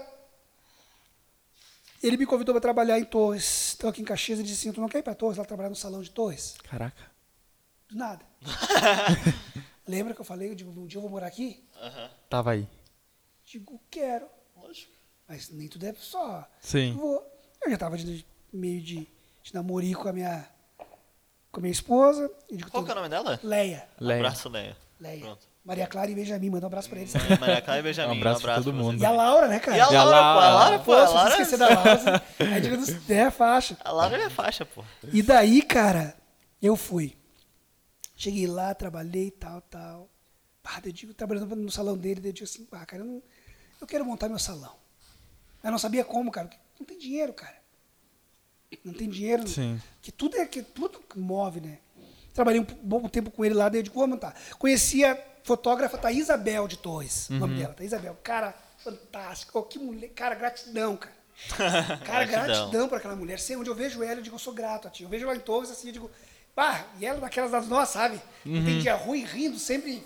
S3: ele me convidou para trabalhar em Torres. Então, aqui em Caxias, ele disse assim, tu não quer ir para Torres, lá trabalhar no salão de Torres?
S2: Caraca.
S3: Do nada. Lembra que eu falei, eu digo, um dia eu vou morar aqui?
S1: mal. Aham.
S2: Tava aí.
S3: Digo, quero.
S1: Lógico.
S3: Mas nem tudo é só.
S2: Sim.
S3: Vou. Eu já tava de, meio de, de namorico com a minha, com a minha esposa. Eu digo,
S1: Qual que é o nome dela?
S3: Leia.
S2: Leia.
S1: Abraço, Leia.
S3: Leia.
S1: Pronto.
S3: Maria Clara e Benjamin, manda um abraço para eles.
S1: Maria Clara e Benjamin.
S2: Um abraço pra todo
S1: vocês.
S2: mundo.
S3: E a Laura, né, cara?
S1: E a
S2: E a
S1: Laura, pô. A
S2: Laura.
S1: Laura, pô.
S3: Pô,
S1: A
S3: se você
S1: Laura,
S3: esquecer da Laura, aí diga dos é faixa.
S1: a Laura é faixa, pô.
S3: E daí, cara, eu fui. Cheguei lá, trabalhei e tal, tal. Pá, eu digo, trabalhando no salão dele, eu digo assim, pá, cara, eu, não, eu quero montar meu salão. Eu não sabia como, cara, porque não tem dinheiro, cara. Não tem dinheiro.
S2: Sim.
S3: Que tudo é que tudo move, né? Trabalhei um bom tempo com ele lá, daí eu digo, vou montar. Conheci a fotógrafa Thaís Isabel de Torres, o nome dela, Thaís Isabel. Cara, fantástico. Oh, que mulher, cara, gratidão, cara. Cara,
S1: Gratidão.
S3: gratidão para aquela mulher. Sei, onde eu vejo ela, eu digo, eu sou grato a ti. Eu vejo ela em Torres, assim, eu digo, pá, e ela daquelas das nossas, sabe? Não tem dia ruim, rindo, sempre.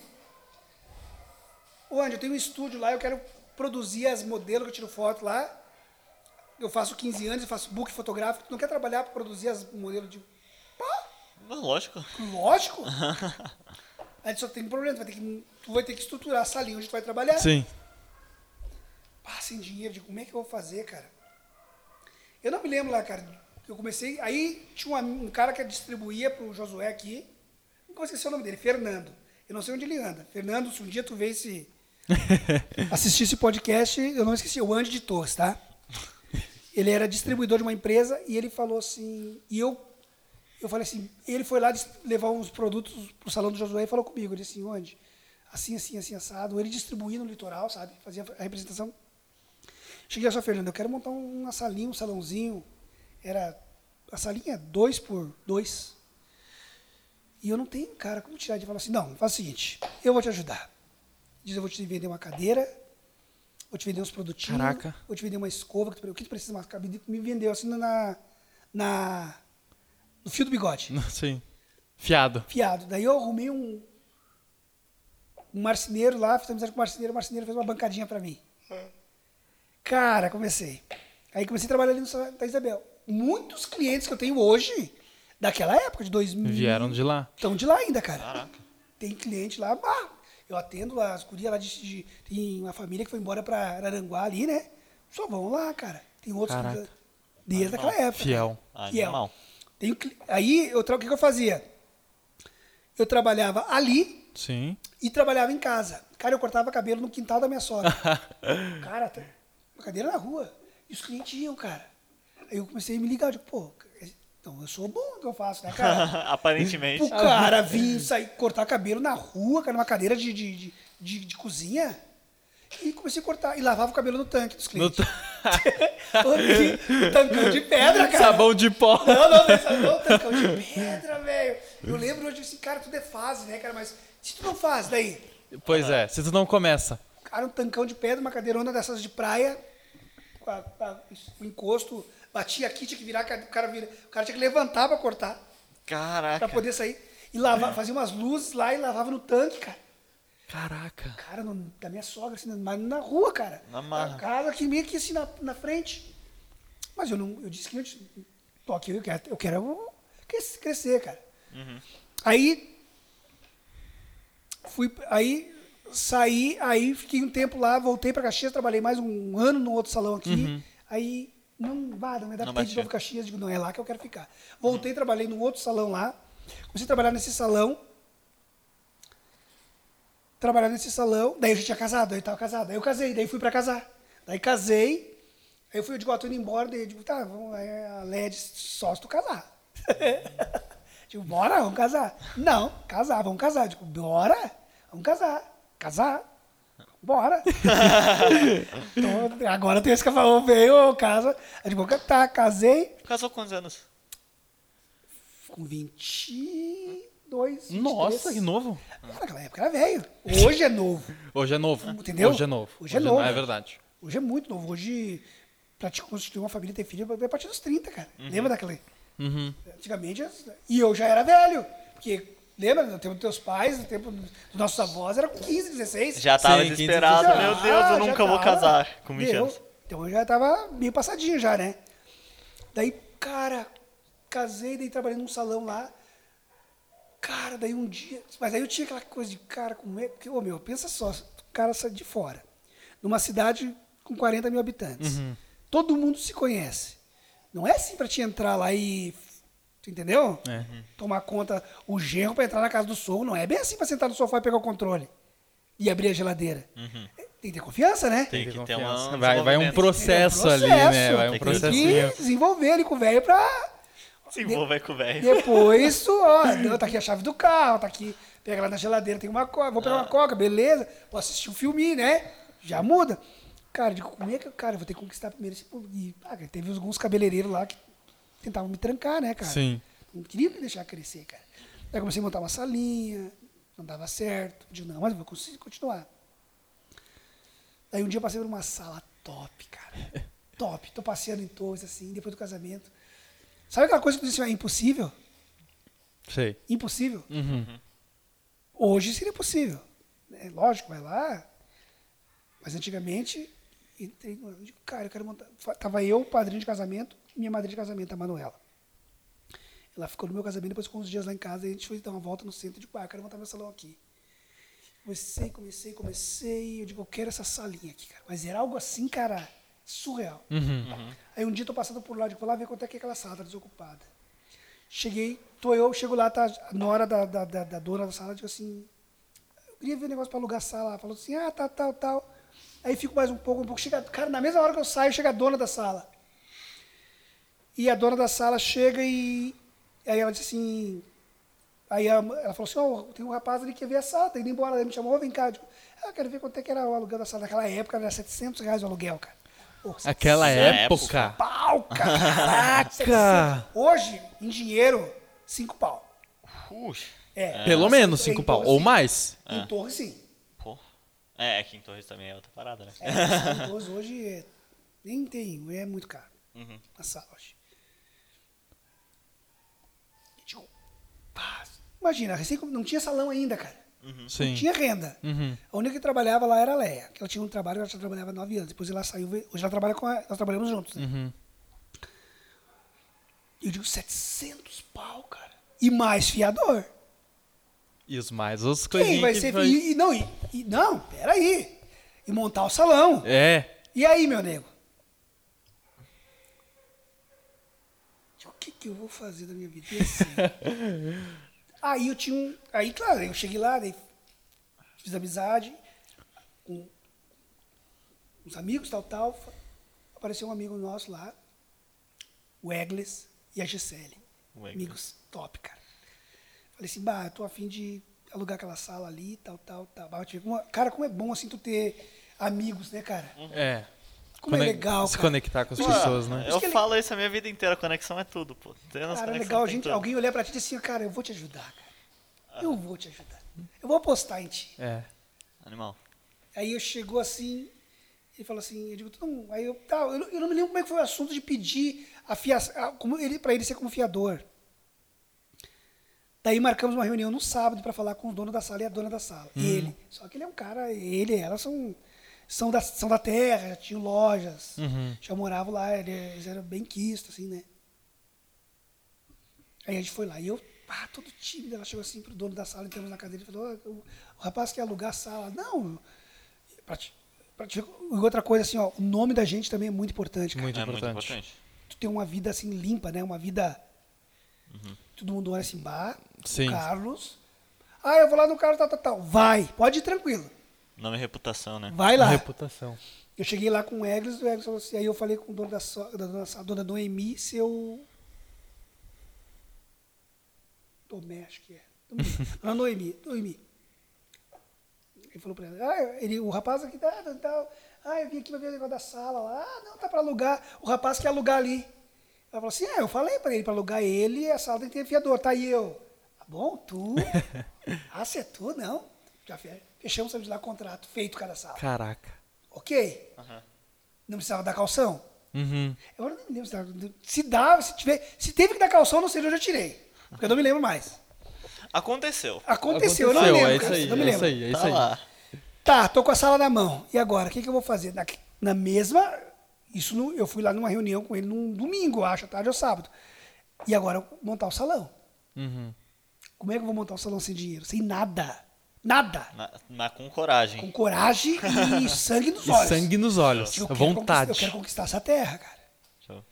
S3: Ô, Andy, eu tenho um estúdio lá, eu quero produzir as modelos que eu tiro foto lá. Eu faço quinze anos, eu faço book fotográfico. Tu não quer trabalhar para produzir as modelos de. Pá,
S1: Mas lógico.
S3: lógico. Aí só tem um problema, tu vai ter que, tu vai ter que estruturar a salinha onde tu vai trabalhar.
S2: Sim.
S3: Pá, sem dinheiro, digo, como é que eu vou fazer, cara? Eu não me lembro lá, cara. Eu comecei. Aí tinha um, um cara que distribuía pro Josué aqui. Não vou esquecer o nome dele, Fernando. Eu não sei onde ele anda. Fernando, se um dia tu vê esse. assistir esse podcast, eu não esqueci, o Andy de Torres, tá? Ele era distribuidor de uma empresa e ele falou assim. E eu. Eu falei assim, ele foi lá levar uns produtos pro salão do Josué e falou comigo. Ele disse assim, onde? Assim, assim, assim, assado. Ele distribuía no litoral, sabe? Fazia a representação. Cheguei a só, Fernando, eu quero montar uma salinha, um salãozinho. Era. A salinha é dois por dois. E eu não tenho, cara, como tirar? Ele falou assim, não, faz o seguinte, eu vou te ajudar. Diz, eu vou te vender uma cadeira, vou te vender uns produtinhos.
S2: Caraca.
S3: Vou te vender uma escova, que tu, o que tu precisa mais? Me vendeu assim na. na no fio do bigode.
S2: Sim. Fiado.
S3: Fiado. Daí eu arrumei um, um marceneiro lá, fiz amizade com o marceneiro, o marceneiro fez uma bancadinha pra mim. Cara, comecei. Aí comecei a trabalhar ali no salão da Isabel. Muitos clientes que eu tenho hoje, daquela época, de dois mil.
S2: Vieram de lá.
S3: Estão de lá ainda, cara.
S1: Caraca.
S3: Tem cliente lá, bah, eu atendo lá, as gurias lá de, de. Tem uma família que foi embora pra Araranguá ali, né? Só vão lá, cara. Tem outros
S2: Caraca.
S3: que, desde aquela época.
S2: Fiel.
S3: Cara.
S1: Animal.
S3: Tenho, cli- aí, eu, tra- o que, que eu fazia? Eu trabalhava ali
S2: Sim.
S3: e trabalhava em casa. Cara, eu cortava cabelo no quintal da minha sogra. Cara, tá- uma cadeira na rua. E os clientes iam, cara. Aí eu comecei a me ligar, eu digo, pô, então eu sou bom no que eu faço, né, cara?
S1: Aparentemente.
S3: O cara vir sair cortar cabelo na rua, cara, numa cadeira de, de, de, de, de cozinha e comecei a cortar. E lavava o cabelo no tanque dos
S2: No
S3: clientes.
S2: t-
S3: No tancão de pedra, cara.
S2: Sabão de pó.
S3: Não, não, não, sabão, tancão de pedra, velho. Eu lembro hoje assim, cara, tudo é fase, né, cara? Mas se tu não faz, daí?
S2: Pois é, se tu não começa.
S3: Cara, um tancão de pedra, uma cadeirona dessas de praia, com a- a- o encosto, batia aqui, tinha que virar, o cara, vira, o cara tinha que levantar pra cortar,
S1: Caraca.
S3: pra poder sair. E lavar, fazia umas luzes lá e lavava no tanque, cara.
S2: Caraca.
S3: Cara, no, da minha sogra, assim, mas na rua, cara.
S1: Na marra.
S3: Na casa aqui meio que assim na, na frente. Mas eu não, eu disse que eu tô aqui, eu quero, eu quero cres- crescer, cara. Aí fui, aí saí, aí fiquei um tempo lá, voltei pra Caxias, trabalhei mais um ano no outro salão aqui. Aí não, bah, não me adaptei de
S1: batia.
S3: novo a Caxias, digo, não é lá que eu quero ficar. Voltei, trabalhei num outro salão lá. Comecei a trabalhar nesse salão. Trabalhar nesse salão, daí eu já tinha casado, daí eu tava casado. Aí eu casei, daí fui pra casar. Daí casei, aí eu fui, eu digo, ó, tô indo embora, daí eu digo, tá, vamos, aí a Léa disse, só se tu casar. Digo, bora, vamos casar. Não, casar, vamos casar. Digo, bora, vamos casar. Casar, bora. Então, agora tem esse cavalo, veio, casa. Eu digo, tá, casei,
S1: Casou com quantos anos?
S3: com vinte e dois, vinte e três.
S2: Nossa, que novo.
S3: Naquela época era velho. Hoje é novo.
S2: Hoje é novo.
S3: Entendeu?
S2: Hoje é novo.
S3: Hoje é novo.
S2: É verdade.
S3: Hoje é muito novo. Hoje, pra te constituir uma família e ter filho, é a partir dos trinta, cara. Lembra daquela?
S2: Uhum.
S3: Antigamente, e eu já era velho. Porque, lembra, no tempo dos teus pais, no tempo dos nossos avós, era com quinze, dezesseis.
S1: Já tava
S2: Sim,
S1: desesperado.
S3: Já,
S1: Meu Deus, eu
S3: já
S1: nunca vou
S3: tava.
S1: casar com vinte
S3: Deu.
S1: anos.
S3: Então eu já tava meio passadinho já, né? Daí, cara, casei, daí trabalhei num salão lá. Cara, daí um dia... Mas aí eu tinha aquela coisa de, cara, como é... Porque, ô, meu, pensa só, o cara sai de fora. Numa cidade com quarenta mil habitantes. Todo mundo se conhece. Não é assim pra te entrar lá e... Tu entendeu?
S2: É.
S3: Tomar conta, o genro pra entrar na casa do sogro. Não é bem assim pra sentar no sofá e pegar o controle. E abrir a geladeira. Tem que ter confiança, né?
S1: Tem que ter
S2: Confiança.
S1: uma, um
S2: vai, vai um
S1: desenvolvimento.
S2: processo,
S3: É um
S2: ali, né? Vai um
S1: Tem que-
S2: processinho.
S3: Tem que desenvolver ali com o velho pra...
S1: Se envolver com o velho.
S3: Depois, tu, ó, não, tá aqui a chave do carro, tá aqui, pega lá na geladeira, tem uma coca, vou pegar uma coca, beleza, vou assistir um filminho, né? Já muda. Cara, eu digo, como é que, cara, eu vou ter que conquistar primeiro esse público? E, ah, cara, teve alguns cabeleireiros lá que tentavam me trancar, né, cara?
S2: Sim.
S3: Não queria me deixar crescer, cara. Aí comecei a montar uma salinha, não dava certo. Eu digo, não, mas eu vou conseguir continuar. Aí um dia eu passei por uma sala top, cara. Top. Tô passeando em Torres, assim, depois do casamento. Sabe aquela coisa que tu disse, é impossível?
S2: Sei.
S3: Impossível.
S2: Uhum.
S3: Hoje seria possível. É lógico, vai lá. Mas antigamente, entrei, eu digo, cara, eu quero montar. Tava eu, padrinho de casamento, e minha madrinha de casamento, a Manuela. Ela ficou no meu casamento, depois ficou uns dias lá em casa, e a gente foi dar uma volta no centro, eu digo, ah, eu quero montar meu salão aqui. Comecei, comecei, comecei, eu digo, eu quero essa salinha aqui, cara. Mas era algo assim, cara, surreal. Aí um dia eu tô passando por lá, digo, vou lá ver quanto é que é aquela sala, tá desocupada. Cheguei, tô eu, chego lá, tá a nora da, da, da, da dona da sala, digo assim, eu queria ver um negócio pra alugar a sala. Ela falou assim, ah, tal, tal, tal. Aí fico mais um pouco, um pouco, chega, cara, na mesma hora que eu saio, chega a dona da sala. E a dona da sala chega e aí ela disse assim, aí ela, ela falou assim, ó, oh, tem um rapaz ali que quer ver a sala, tá indo embora. Aí me chamou, vem cá. Eu digo, ah, quero ver quanto é que era o aluguel da sala. Naquela época era setecentos reais o aluguel, cara. Pô,
S2: Aquela
S1: setecentos
S2: época.
S3: pau, cara. Caraca. setecentos. Hoje, em dinheiro, cinco pau.
S1: Puxa.
S3: É.
S2: Pelo menos
S3: Em
S2: cinco pau.
S3: Torres,
S2: Ou
S3: sim.
S2: mais.
S3: Em Torres, sim.
S1: Pô. É, aqui em Torres também é outra parada, né?
S3: É, em Torres hoje é, nem tem, é muito caro.
S1: Uhum.
S3: A sala hoje. E, tipo, pá, imagina, recém, não tinha salão ainda, cara. Não
S2: Sim.
S3: tinha renda.
S2: Uhum.
S3: A única que trabalhava lá era a Leia. Que ela tinha um trabalho, ela já trabalhava há nove anos. Depois ela saiu, veio- hoje ela trabalha com a, nós trabalhamos juntos, né?
S2: Uhum.
S3: E eu digo, setecentos pau, cara. E mais fiador.
S2: E os mais, os
S3: Quem
S2: coisinhas
S3: vai
S2: que
S3: ser...
S2: vai-
S3: E, e não, e, e- não, peraí. E montar o salão.
S2: É.
S3: E aí, meu nego? O que, que eu vou fazer da minha vida? E assim? Aí eu tinha um... Aí, claro, eu cheguei lá, daí fiz amizade com uns amigos, tal, tal. Apareceu um amigo nosso lá, o Egles e a Gisele.
S1: O Egles.
S3: Amigos top, cara. Falei assim, bah, eu tô afim de alugar aquela sala ali, tal, tal, tal. Mas, tipo, uma- cara, como é bom, assim, tu ter amigos, né, cara?
S2: É.
S3: Como é
S2: Conec-
S3: legal,
S2: Se
S3: cara.
S2: conectar com as
S1: Pô,
S2: pessoas, né?
S1: Eu
S3: que ele-
S1: falo isso a minha vida inteira, conexão é tudo, pô. Tendo as
S3: Cara, é
S1: conexões
S3: legal a
S1: tem
S3: gente,
S1: tudo.
S3: alguém olhar pra ti e dizer assim, cara, eu vou te ajudar, cara. Eu vou te ajudar. Eu vou apostar em ti.
S2: É.
S1: Animal.
S3: Aí eu chegou assim, ele falou assim, eu digo, tu não, aí eu, tá, eu, não- eu não me lembro como é que foi o assunto de pedir a fiação, como ele, pra ele ser como fiador. Daí marcamos uma reunião no sábado para falar com o dono da sala e a dona da sala. Ele. Só que ele é um cara, ele e ela são, são, da, são da terra, já tinham lojas,
S2: Uhum.
S3: já moravam lá, eles eram bem quistos, assim, né? Aí a gente foi lá, e eu, pá, todo tímido, ela chegou assim pro dono da sala, entramos na cadeira e falou, "Ó, o, o rapaz quer alugar a sala. Não, pra te, pra te, e outra coisa assim, ó, o nome da gente também é muito importante, cara.
S2: Muito
S1: É muito
S2: importante.
S1: importante.
S3: Tu tem uma vida assim limpa, né? Uma vida.
S1: Uhum.
S3: Todo mundo olha assim, bah,
S2: Sim.
S3: o Carlos. Ah, eu vou lá no Carlos, tal, tal, tal. Vai, pode ir tranquilo.
S1: Nome e reputação, né?
S3: Vai lá.
S2: Reputação.
S3: Eu cheguei lá com o Eglis, o Eglis falou assim, aí eu falei com o dono da, so, da dona, a dona Noemi, se eu. Tomé, acho que é. Dona Noemi, Noemi. Ele falou pra ela, ah, ele, o rapaz aqui tá, tal, tal. Ah, eu vim aqui pra ver o negócio da sala lá. Ah, não, tá pra alugar. O rapaz quer alugar ali. Ela falou assim, ah, eu falei pra ele pra alugar ele e a sala tem que ter fiador. Tá aí eu. Tá bom, tu? Ah, você é tu? Não. Já fe- fechamos, sabe de lá, contrato, feito cada sala.
S2: Caraca.
S3: Ok.
S1: Aham.
S3: Não precisava dar calção?
S2: Uhum.
S3: Eu não me lembro se dava. Se dava, se, tiver, se teve que dar calção, não sei, eu já tirei. Porque eu não me lembro mais.
S1: Aconteceu.
S3: Aconteceu, eu não me
S2: Aconteceu,
S3: lembro.
S2: é isso
S3: cara,
S2: aí,
S3: não me
S2: é
S3: lembro.
S2: isso aí, é isso
S1: Tá
S2: aí.
S1: lá.
S3: Tá, tô com a sala na mão. E agora, o que, que eu vou fazer? Na, na mesma. Isso no- eu fui lá numa reunião com ele num domingo, eu acho, à tarde ou sábado. E agora eu montar o salão.
S2: Uhum.
S3: Como é que eu vou montar o salão sem dinheiro? Sem nada. Nada.
S1: Na, na- com coragem.
S3: Com coragem e sangue nos
S2: E
S3: olhos.
S2: sangue nos olhos.
S3: Eu
S2: A
S3: quero
S2: vontade.
S3: conquistar- Eu quero conquistar essa terra, cara.
S1: Show.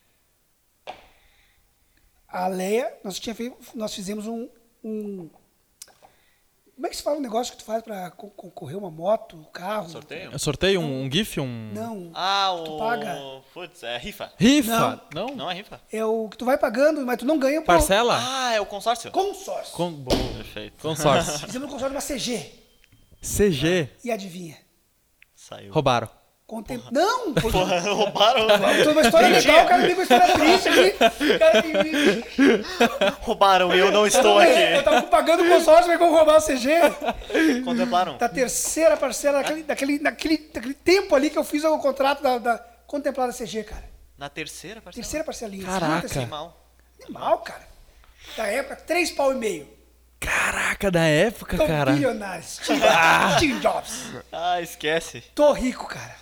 S3: A Leia, nós, tinha feito, nós fizemos um, um. Como é que se fala um negócio que tu faz pra co- concorrer uma moto, um carro?
S1: Sorteio?
S2: Eu sorteio um, um GIF? Um...
S3: Não.
S1: Ah,
S3: Tu
S1: o...
S3: paga.
S1: Putz, é rifa.
S2: Rifa? Não?
S1: Não é rifa?
S3: É o que tu vai pagando, mas tu não ganha por
S2: Parcela?
S1: Ah, é o consórcio.
S3: consórcio.
S2: Com... Boa.
S1: Perfeito.
S2: Consórcio.
S3: Fizemos um consórcio de uma C G.
S2: C G.
S3: E adivinha?
S1: Saiu.
S2: Roubaram.
S3: Contem... Não! Foi...
S1: Porra, roubaram.
S3: Foi uma história legal, o cara me com uma história triste aqui. O cara me- me-
S1: Roubaram e eu não estou
S3: Eu
S1: aqui.
S3: tava pagando o consórcio, mas como roubar o C G?
S1: Contemplaram?
S3: Da terceira parcela, daquele, daquele, daquele, daquele tempo ali que eu fiz o contrato da, da contemplada C G, cara.
S1: Na terceira parcela?
S3: Terceira parcelinha.
S2: Caraca.
S3: segunda,
S1: Animal.
S3: Animal, cara. Da época, três pau e meio.
S2: Caraca, da época,
S3: Tô
S2: cara.
S3: bilionário. Steve, Steve Jobs.
S1: Ah, esquece.
S3: Tô rico, cara.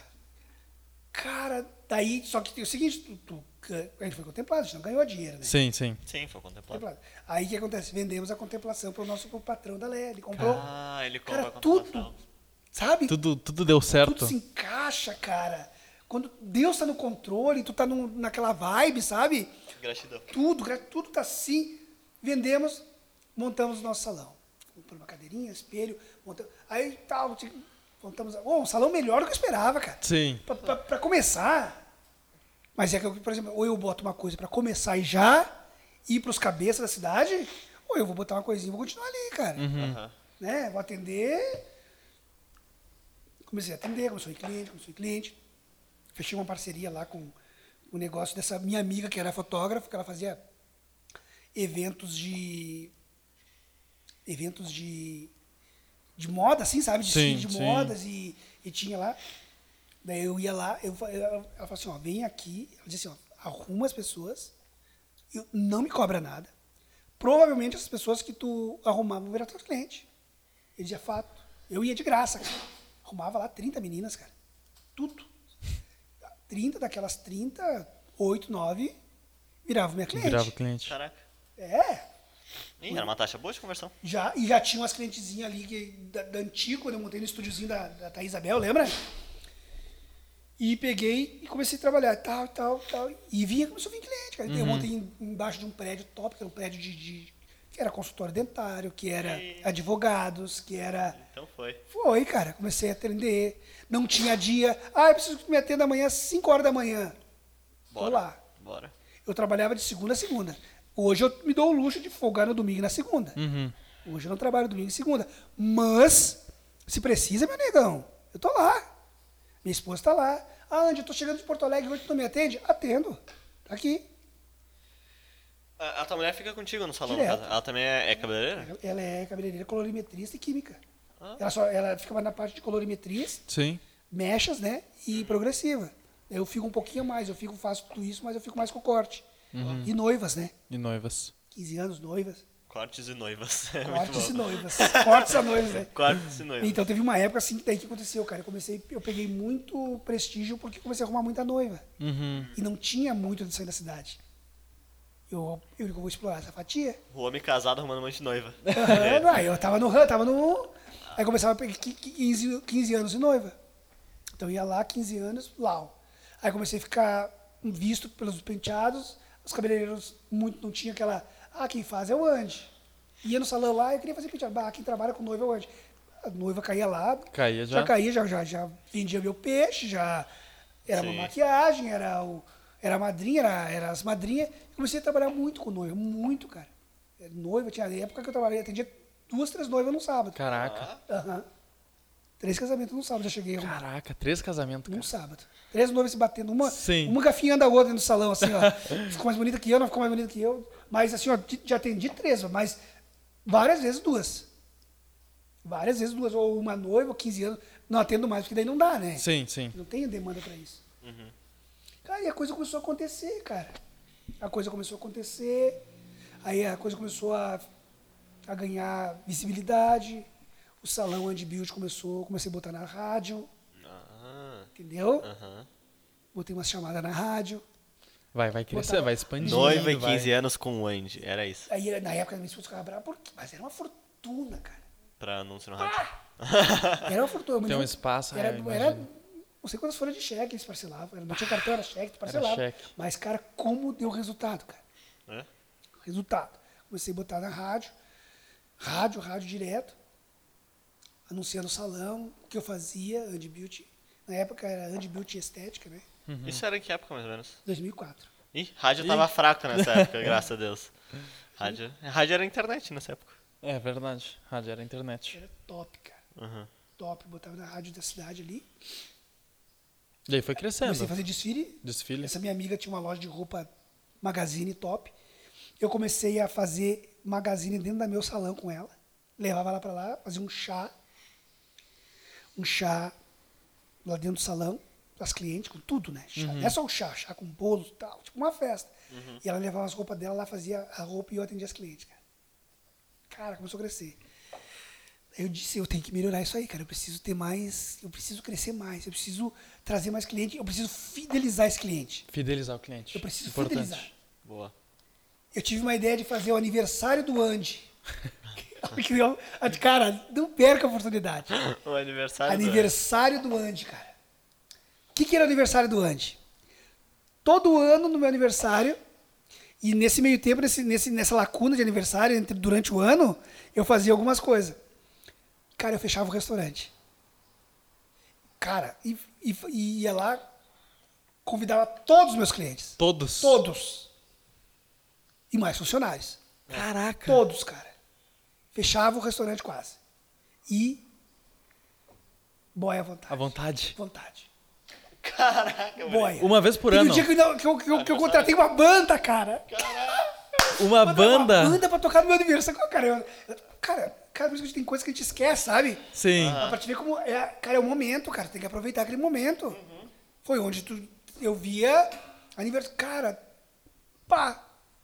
S3: Cara, daí, só que tem o seguinte, tu, tu, a gente foi contemplado, a gente não ganhou dinheiro, né?
S2: Sim, sim.
S1: Sim, foi contemplado.
S3: Contemplado. Aí o que acontece? Vendemos a contemplação pro nosso pro patrão da Lé. Ele comprou,
S1: Ah, ele compra
S3: cara,
S1: a
S3: tudo,
S1: contemplação.
S3: sabe?
S2: Tudo, tudo deu certo.
S3: Tudo se encaixa, cara. Quando Deus tá no controle, tu tá num- naquela vibe, sabe?
S1: Gratidão.
S3: Tudo, gra- tudo tá assim. Vendemos, montamos o nosso salão. Compramos uma cadeirinha, espelho, montamos. Aí tal, tipo, montamos. Oh, um salão melhor do que eu esperava, cara.
S2: Sim.
S3: Pra, pra- pra começar. Mas é que, eu, por exemplo, ou eu boto uma coisa pra começar e já ir pros cabeças da cidade, ou eu vou botar uma coisinha e vou continuar ali, cara.
S1: Aham.
S3: Né? Vou atender. Comecei a atender, começou a ir cliente, começou a ir cliente. Fechei uma parceria lá com o negócio dessa minha amiga, que era fotógrafa, que ela fazia eventos de. eventos de. de moda, assim, sabe? De,
S2: Sim,
S3: de
S2: sim.
S3: modas e, e tinha lá. Daí eu ia lá, eu, fa- ela ela falou assim, ó, vem aqui, ela disse assim, ó, arruma as pessoas, eu, não me cobra nada. Provavelmente essas pessoas que tu arrumava vão virar teus clientes. Ele dizia, fato. Eu ia de graça, cara. Arrumava lá trinta meninas, cara. Tudo. trinta daquelas trinta, oito, nove, virava minha cliente.
S2: Virava cliente.
S1: Caraca.
S3: É.
S1: Ih, era uma taxa boa de conversão.
S3: Já, e já tinha umas clientezinhas ali que, da, da antiga, quando eu montei no estúdiozinho da, da Thaís Isabel, lembra? E peguei e comecei a trabalhar, tal, tal, tal. E vinha, começou a vir cliente, cara. Eu montei em- embaixo de um prédio top, que era um prédio de, de- que era consultório dentário, que era
S1: E-
S3: advogados, que era...
S1: Então foi.
S3: Foi, cara. Comecei a atender. Não tinha dia. Ah, eu preciso que tu me atenda amanhã às cinco horas da manhã. Tô
S1: Bora.
S3: lá.
S1: Bora.
S3: Eu trabalhava de segunda a segunda. Hoje eu me dou o luxo de folgar no domingo e na segunda.
S2: Uhum.
S3: Hoje eu não trabalho domingo e segunda. Mas, se precisa, meu negão, eu tô lá. Minha esposa tá lá. Ah, Andy, eu tô chegando de Porto Alegre, hoje tu não me atende? Atendo. Tá aqui.
S1: A, a tua mulher fica contigo no salão,
S3: Direto.
S1: no caso. Ela também é, é cabeleireira?
S3: Ela é cabeleireira, colorimetrista e química.
S1: Ah.
S3: Ela, só, ela fica mais na parte de colorimetrias,
S2: Sim.
S3: mechas, né? E progressiva. Eu fico um pouquinho mais, eu fico, faço tudo isso, mas eu fico mais com corte.
S2: Uhum.
S3: E noivas, né?
S2: E noivas.
S3: quinze anos, noivas.
S1: Cortes e noivas. É muito
S3: Cortes e
S1: bom.
S3: noivas. Cortes a noivas, né?
S1: Cortes e noivas.
S3: Então teve uma época assim que daí que aconteceu, cara. Eu comecei, eu peguei muito prestígio porque comecei a arrumar muita noiva.
S2: Uhum.
S3: E não tinha muito de sair da cidade. Eu, eu, eu vou explorar essa fatia.
S1: O homem casado arrumando um monte de noiva.
S3: Uhum, aí eu tava no RAM, tava no. Aí começava a pegar quinze, quinze anos de noiva. Então eu ia lá, quinze anos, lá. Aí comecei a ficar visto pelos penteados. Os cabeleireiros muito não tinha aquela. Ah, quem faz é o Andy. Ia no salão lá e queria fazer penteado. Bah, quem trabalha com noiva é o Andy. A noiva caía lá.
S2: Caía já?
S3: Já caía, já, já, já vendia meu peixe, já era
S1: Sim.
S3: uma maquiagem, era, o, era a madrinha, era, era as madrinhas. Comecei a trabalhar muito com noiva, muito, cara. Noiva, tinha época que eu trabalhei, atendia duas, três noivas no sábado.
S2: Caraca.
S3: Aham. Três casamentos no sábado, já cheguei a arrumar.
S2: Caraca, três casamentos,
S3: Num
S2: cara.
S3: sábado. Três noivas se batendo. Uma,
S2: Sim.
S3: uma gafinhando a outra dentro do salão, assim, ó. Ficou mais bonita que eu, não ficou mais bonita que eu. Mas, assim, ó, já atendi três, mas várias vezes duas. Várias vezes duas. Ou uma noiva, ou quinze anos. Não atendo mais, porque daí não dá, né?
S2: Sim, sim.
S3: Não tenho demanda pra isso.
S1: Uhum.
S3: Cara, e a coisa começou a acontecer, cara. A coisa começou a acontecer. Aí a coisa começou a, a ganhar visibilidade. O salão Andy Beauty começou, comecei a botar na rádio.
S1: Ah,
S3: Entendeu?
S1: aham.
S3: Botei uma chamada na rádio.
S2: Vai, vai crescer,
S3: Botar-
S2: vai expandir.
S1: Noiva e
S2: vai.
S1: quinze anos com o Andy. Era isso.
S3: Aí na época minha esposa ficava brava, por quê? Mas era uma fortuna, cara.
S1: Pra anúncio no rádio.
S3: Era uma fortuna. Eu me
S2: Tem um
S3: lembro-
S2: espaço,
S3: era,
S2: é, eu
S3: era,
S2: imagino.
S3: não sei quantas folhas de cheque eles parcelavam. Não tinha cartão, era cheque, parcelava.
S2: cheque.
S3: Mas, cara, como deu resultado, cara.
S1: É?
S3: Resultado. Comecei a botar na rádio. Rádio, rádio direto. Anunciando o salão, o que eu fazia, Andy Beauty. Na época era Andy Beauty Estética, né?
S1: Isso era em que época, mais ou menos?
S3: dois mil e quatro.
S1: Ih, rádio tava fraco nessa época, graças a Deus. Rádio, rádio era internet nessa época.
S2: É verdade. Rádio era internet.
S3: Era top, cara.
S1: Uhum.
S3: Top. Botava na rádio da cidade ali.
S2: E aí foi crescendo.
S3: Comecei a fazer desfile.
S2: Desfile.
S3: Essa minha amiga tinha uma loja de roupa magazine top. Eu comecei a fazer magazine dentro do meu salão com ela. Levava ela pra lá, fazia um chá. Um chá lá dentro do salão, as clientes, com tudo, né? Chá. Não é só o chá, chá com bolo e tal, tipo uma festa. E ela levava as roupas dela lá, fazia a roupa e eu atendia as clientes, cara. Cara, começou a crescer. Aí eu disse, eu tenho que melhorar isso aí, cara. Eu preciso ter mais, eu preciso crescer mais, eu preciso trazer mais cliente, eu preciso fidelizar esse cliente.
S2: Fidelizar o cliente.
S3: Eu preciso
S2: Importante.
S3: fidelizar.
S1: Boa.
S3: Eu tive uma ideia de fazer o aniversário do Andy. Cara, não perca a oportunidade.
S1: O aniversário do
S3: Aniversário do Andy, cara. O que, que era o aniversário do Andy? Todo ano, no meu aniversário, e nesse meio tempo, nesse, nesse, nessa lacuna de aniversário, entre, durante o ano, eu fazia algumas coisas. Cara, eu fechava o restaurante. Cara, e, e, e ia lá, convidava todos os meus clientes.
S2: Todos.
S3: Todos. E mais funcionários.
S2: Caraca.
S3: Todos, cara. Fechava o restaurante quase. E boia à vontade.
S2: À vontade.
S3: Vontade.
S1: Caraca,
S3: Boia.
S2: Uma vez por
S3: Teve
S2: ano.
S3: um dia que eu, que eu, que eu, que eu contratei uma banda, cara.
S2: Uma
S3: Botaram
S2: banda.
S3: Uma banda pra tocar no meu aniversário. Cara, eu, cara, cara, por isso que tem coisas que a gente esquece, sabe?
S2: Sim.
S3: Pra te ver como é, cara, é o momento, cara. Tem que aproveitar aquele momento. Foi onde tu, eu via aniversário. Cara, pá.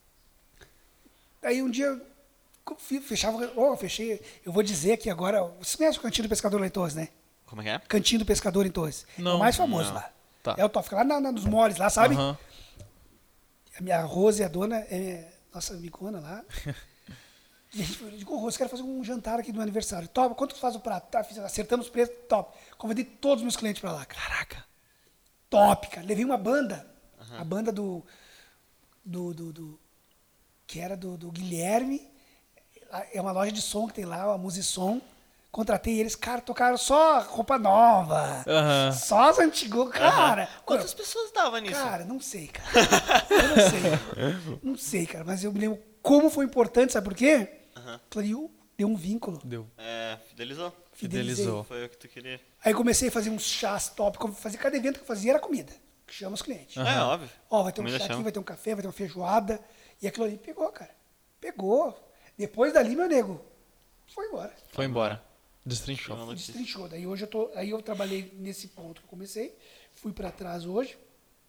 S3: Aí um dia eu fui- fechava. Oh, fechei. Eu vou dizer aqui agora. Você conhece o Cantinho do Pescador lá em Torres, né?
S1: Como é que é?
S3: Cantinho do Pescador em Torres. É
S2: Não,
S3: o mais famoso
S1: não.
S3: lá.
S2: Tá.
S3: É o top. Fica lá na, na, nos moles, lá, sabe?
S2: Aham.
S3: A minha Rose, a dona, é nossa amigona lá. E a gente falou, eu digo, Rose, quero fazer um jantar aqui do meu aniversário. Top, quanto tu faz o prato? Tá, fiz- acertamos o preço, top. Convidei todos os meus clientes pra lá, cara.
S2: Caraca.
S3: Top, cara. Levei uma banda. A banda do, do, do, do- que era do, do Guilherme. É uma loja de som que tem lá, a Musisom. Contratei eles, cara, tocaram só roupa nova.
S2: Aham.
S3: Só as antigos, cara.
S1: Quantas pessoas dava nisso?
S3: Cara, não sei, cara. Eu não sei. Não sei, cara. Mas eu me lembro como foi importante, sabe por quê? Falei, eu- Deu um vínculo.
S2: Deu.
S1: É, fidelizou.
S3: Fidelizei.
S2: Fidelizou.
S1: Foi o que tu queria.
S3: Aí comecei a fazer uns chás top. como Fazer cada evento que eu fazia era comida. Que chama os clientes.
S1: É, óbvio.
S3: Ó, vai ter um
S1: Comida
S3: chá aqui,
S1: chama.
S3: vai ter um café, vai ter uma feijoada. E aquilo ali pegou, cara. Pegou. Depois dali, meu nego, foi embora.
S2: Foi embora. Destrinchou.
S1: Chama.
S3: Destrinchou. Daí hoje eu tô. Aí eu trabalhei nesse ponto que eu comecei. Fui pra trás hoje.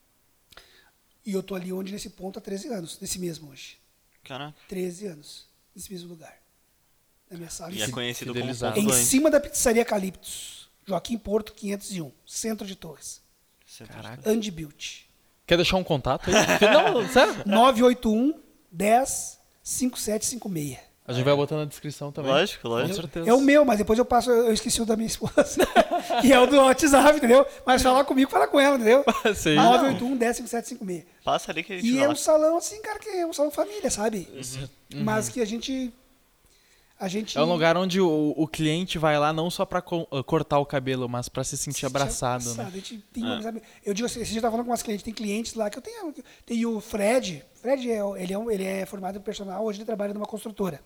S3: E eu tô ali onde nesse ponto há treze anos. Nesse mesmo hoje.
S1: Caraca.
S3: treze anos. Nesse mesmo lugar. Na minha sala.
S1: E é conhecido como
S2: Fidelizado.
S1: ponto
S3: Em
S1: doente.
S3: cima da pizzaria Calyptus. Joaquim Porto quinhentos e um. Centro de Torres.
S2: Caraca.
S3: Andy Built.
S2: Quer deixar um contato aí? Não, sério?
S3: nove oito um, dez, cinco sete cinco seis.
S2: A gente vai botar na descrição também.
S1: Lógico,
S2: Com
S1: lógico.
S2: certeza.
S3: É o meu, mas depois eu passo, eu esqueci o da minha esposa. Que é o do WhatsApp, entendeu? Mas falar comigo, fala com ela, entendeu?
S2: Sim.
S3: nove oito um, dez, cinco sete cinco seis.
S1: Passa ali que a gente
S3: E
S1: vai
S3: é
S1: lá.
S3: um salão assim, cara, que é um salão família, sabe?
S2: Uhum.
S3: Mas que a gente... A gente...
S2: É um lugar onde o, o cliente vai lá não só pra co- cortar o cabelo, mas pra se sentir
S3: se
S2: abraçado,
S3: abraçado,
S2: né?
S3: A gente tem uma amizade- Eu digo assim, esse dia eu tava falando com umas clientes, tem clientes lá que eu tenho. Tem o Fred. Fred, é, ele, é um- ele é formado em personal, hoje ele trabalha numa construtora.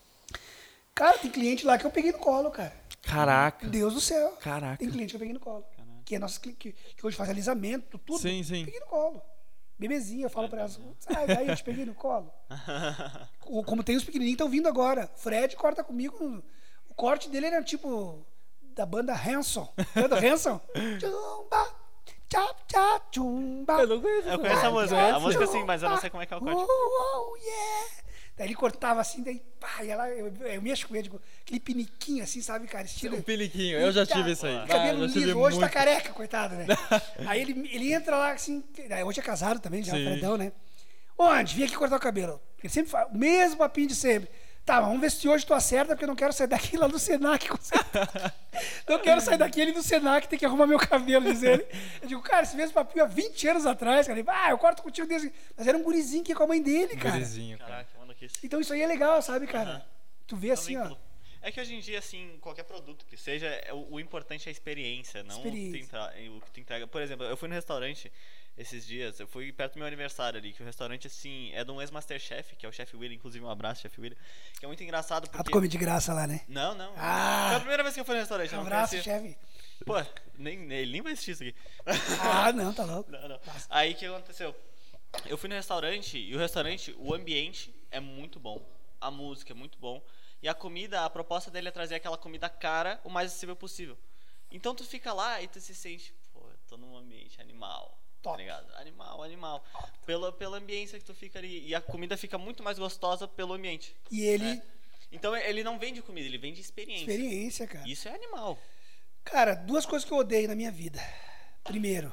S3: Cara, tem cliente lá que eu peguei no colo, cara.
S2: Caraca.
S3: Deus do céu.
S2: Caraca.
S3: Tem cliente que eu peguei no colo. Que é nosso cli- que, que hoje faz alisamento, tudo.
S2: Sim, sim.
S3: Peguei no colo. Bebezinha, eu falo pra elas, sai daí, eu te peguei no colo. O- Como tem os pequenininhos que estão vindo agora. Fred corta comigo. O corte dele era tipo da banda Hanson. Lembra do Hanson? Tchumba, tchap, tchap, tchumba.
S2: Eu não conheço.
S1: Eu conheço a música.
S3: Tchap,
S1: A música sim,
S3: tchumba.
S1: mas eu não sei como é que é o corte.
S3: Oh, oh, yeah. Daí ele cortava assim, daí pá, e ela, eu, eu mexo com ele, tipo, aquele piniquinho assim, sabe, cara? Estilo.
S2: Um piniquinho, eu já tive isso aí.
S3: O cabelo
S2: Ah, já tive
S3: liso, hoje tá
S2: muito.
S3: careca, coitado, né? Aí ele, ele entra lá assim, aí hoje é casado também, já, o
S2: Sim.
S3: Fredão, né? Onde? Vim aqui cortar o cabelo. Ele sempre fala, o mesmo papinho de sempre. Tá, vamos ver se hoje tu acerta, porque eu não quero sair daqui lá do Senac. Com certeza. Não quero sair daqui ali do Senac, tem que arrumar meu cabelo, diz ele. Eu digo, cara, esse mesmo papinho há vinte anos atrás, cara. Ele, ah, eu corto contigo desde... Mas era um gurizinho que ia com a mãe dele, cara.
S2: Gurizinho, cara.
S1: Caraca, mano, que isso.
S3: Então isso aí é legal, sabe, cara?
S1: Aham.
S3: Tu vê
S1: É um
S3: assim, ó.
S1: vínculo. É que hoje em dia, assim, qualquer produto que seja, é o, o importante é a experiência, não
S3: Experiência.
S1: O, que tu entra- o que tu entrega. Por exemplo, eu fui no restaurante esses dias, eu fui perto do meu aniversário ali, que o restaurante, assim, é de um ex-masterchef, que é o Chef William, inclusive um abraço, Chef William, que é muito engraçado
S3: Ah, tu
S1: porque...
S3: come de graça lá, né?
S1: Não, não.
S3: Ah!
S1: Foi a primeira vez que eu fui no restaurante, eu
S3: Um
S1: não
S3: abraço,
S1: conhecia.
S3: chefe.
S1: Pô, nem, nem- ele nem vai assistir isso aqui.
S3: Ah, não, tá louco.
S1: Não, não. Aí o que aconteceu? Eu fui no restaurante e o restaurante, o ambiente é muito bom. A música é muito bom. E a comida, a proposta dele é trazer aquela comida cara o mais acessível possível. Então tu fica lá e tu se sente, pô, eu tô num ambiente animal.
S3: Top.
S1: Tá ligado? Animal, animal. Pela, pela ambiência que tu fica ali. E a comida fica muito mais gostosa pelo ambiente.
S3: E ele,
S1: né? Então ele não vende comida, ele vende experiência.
S3: experiência, cara.
S1: Isso é animal.
S3: Cara, duas coisas que eu odeio na minha vida. Primeiro,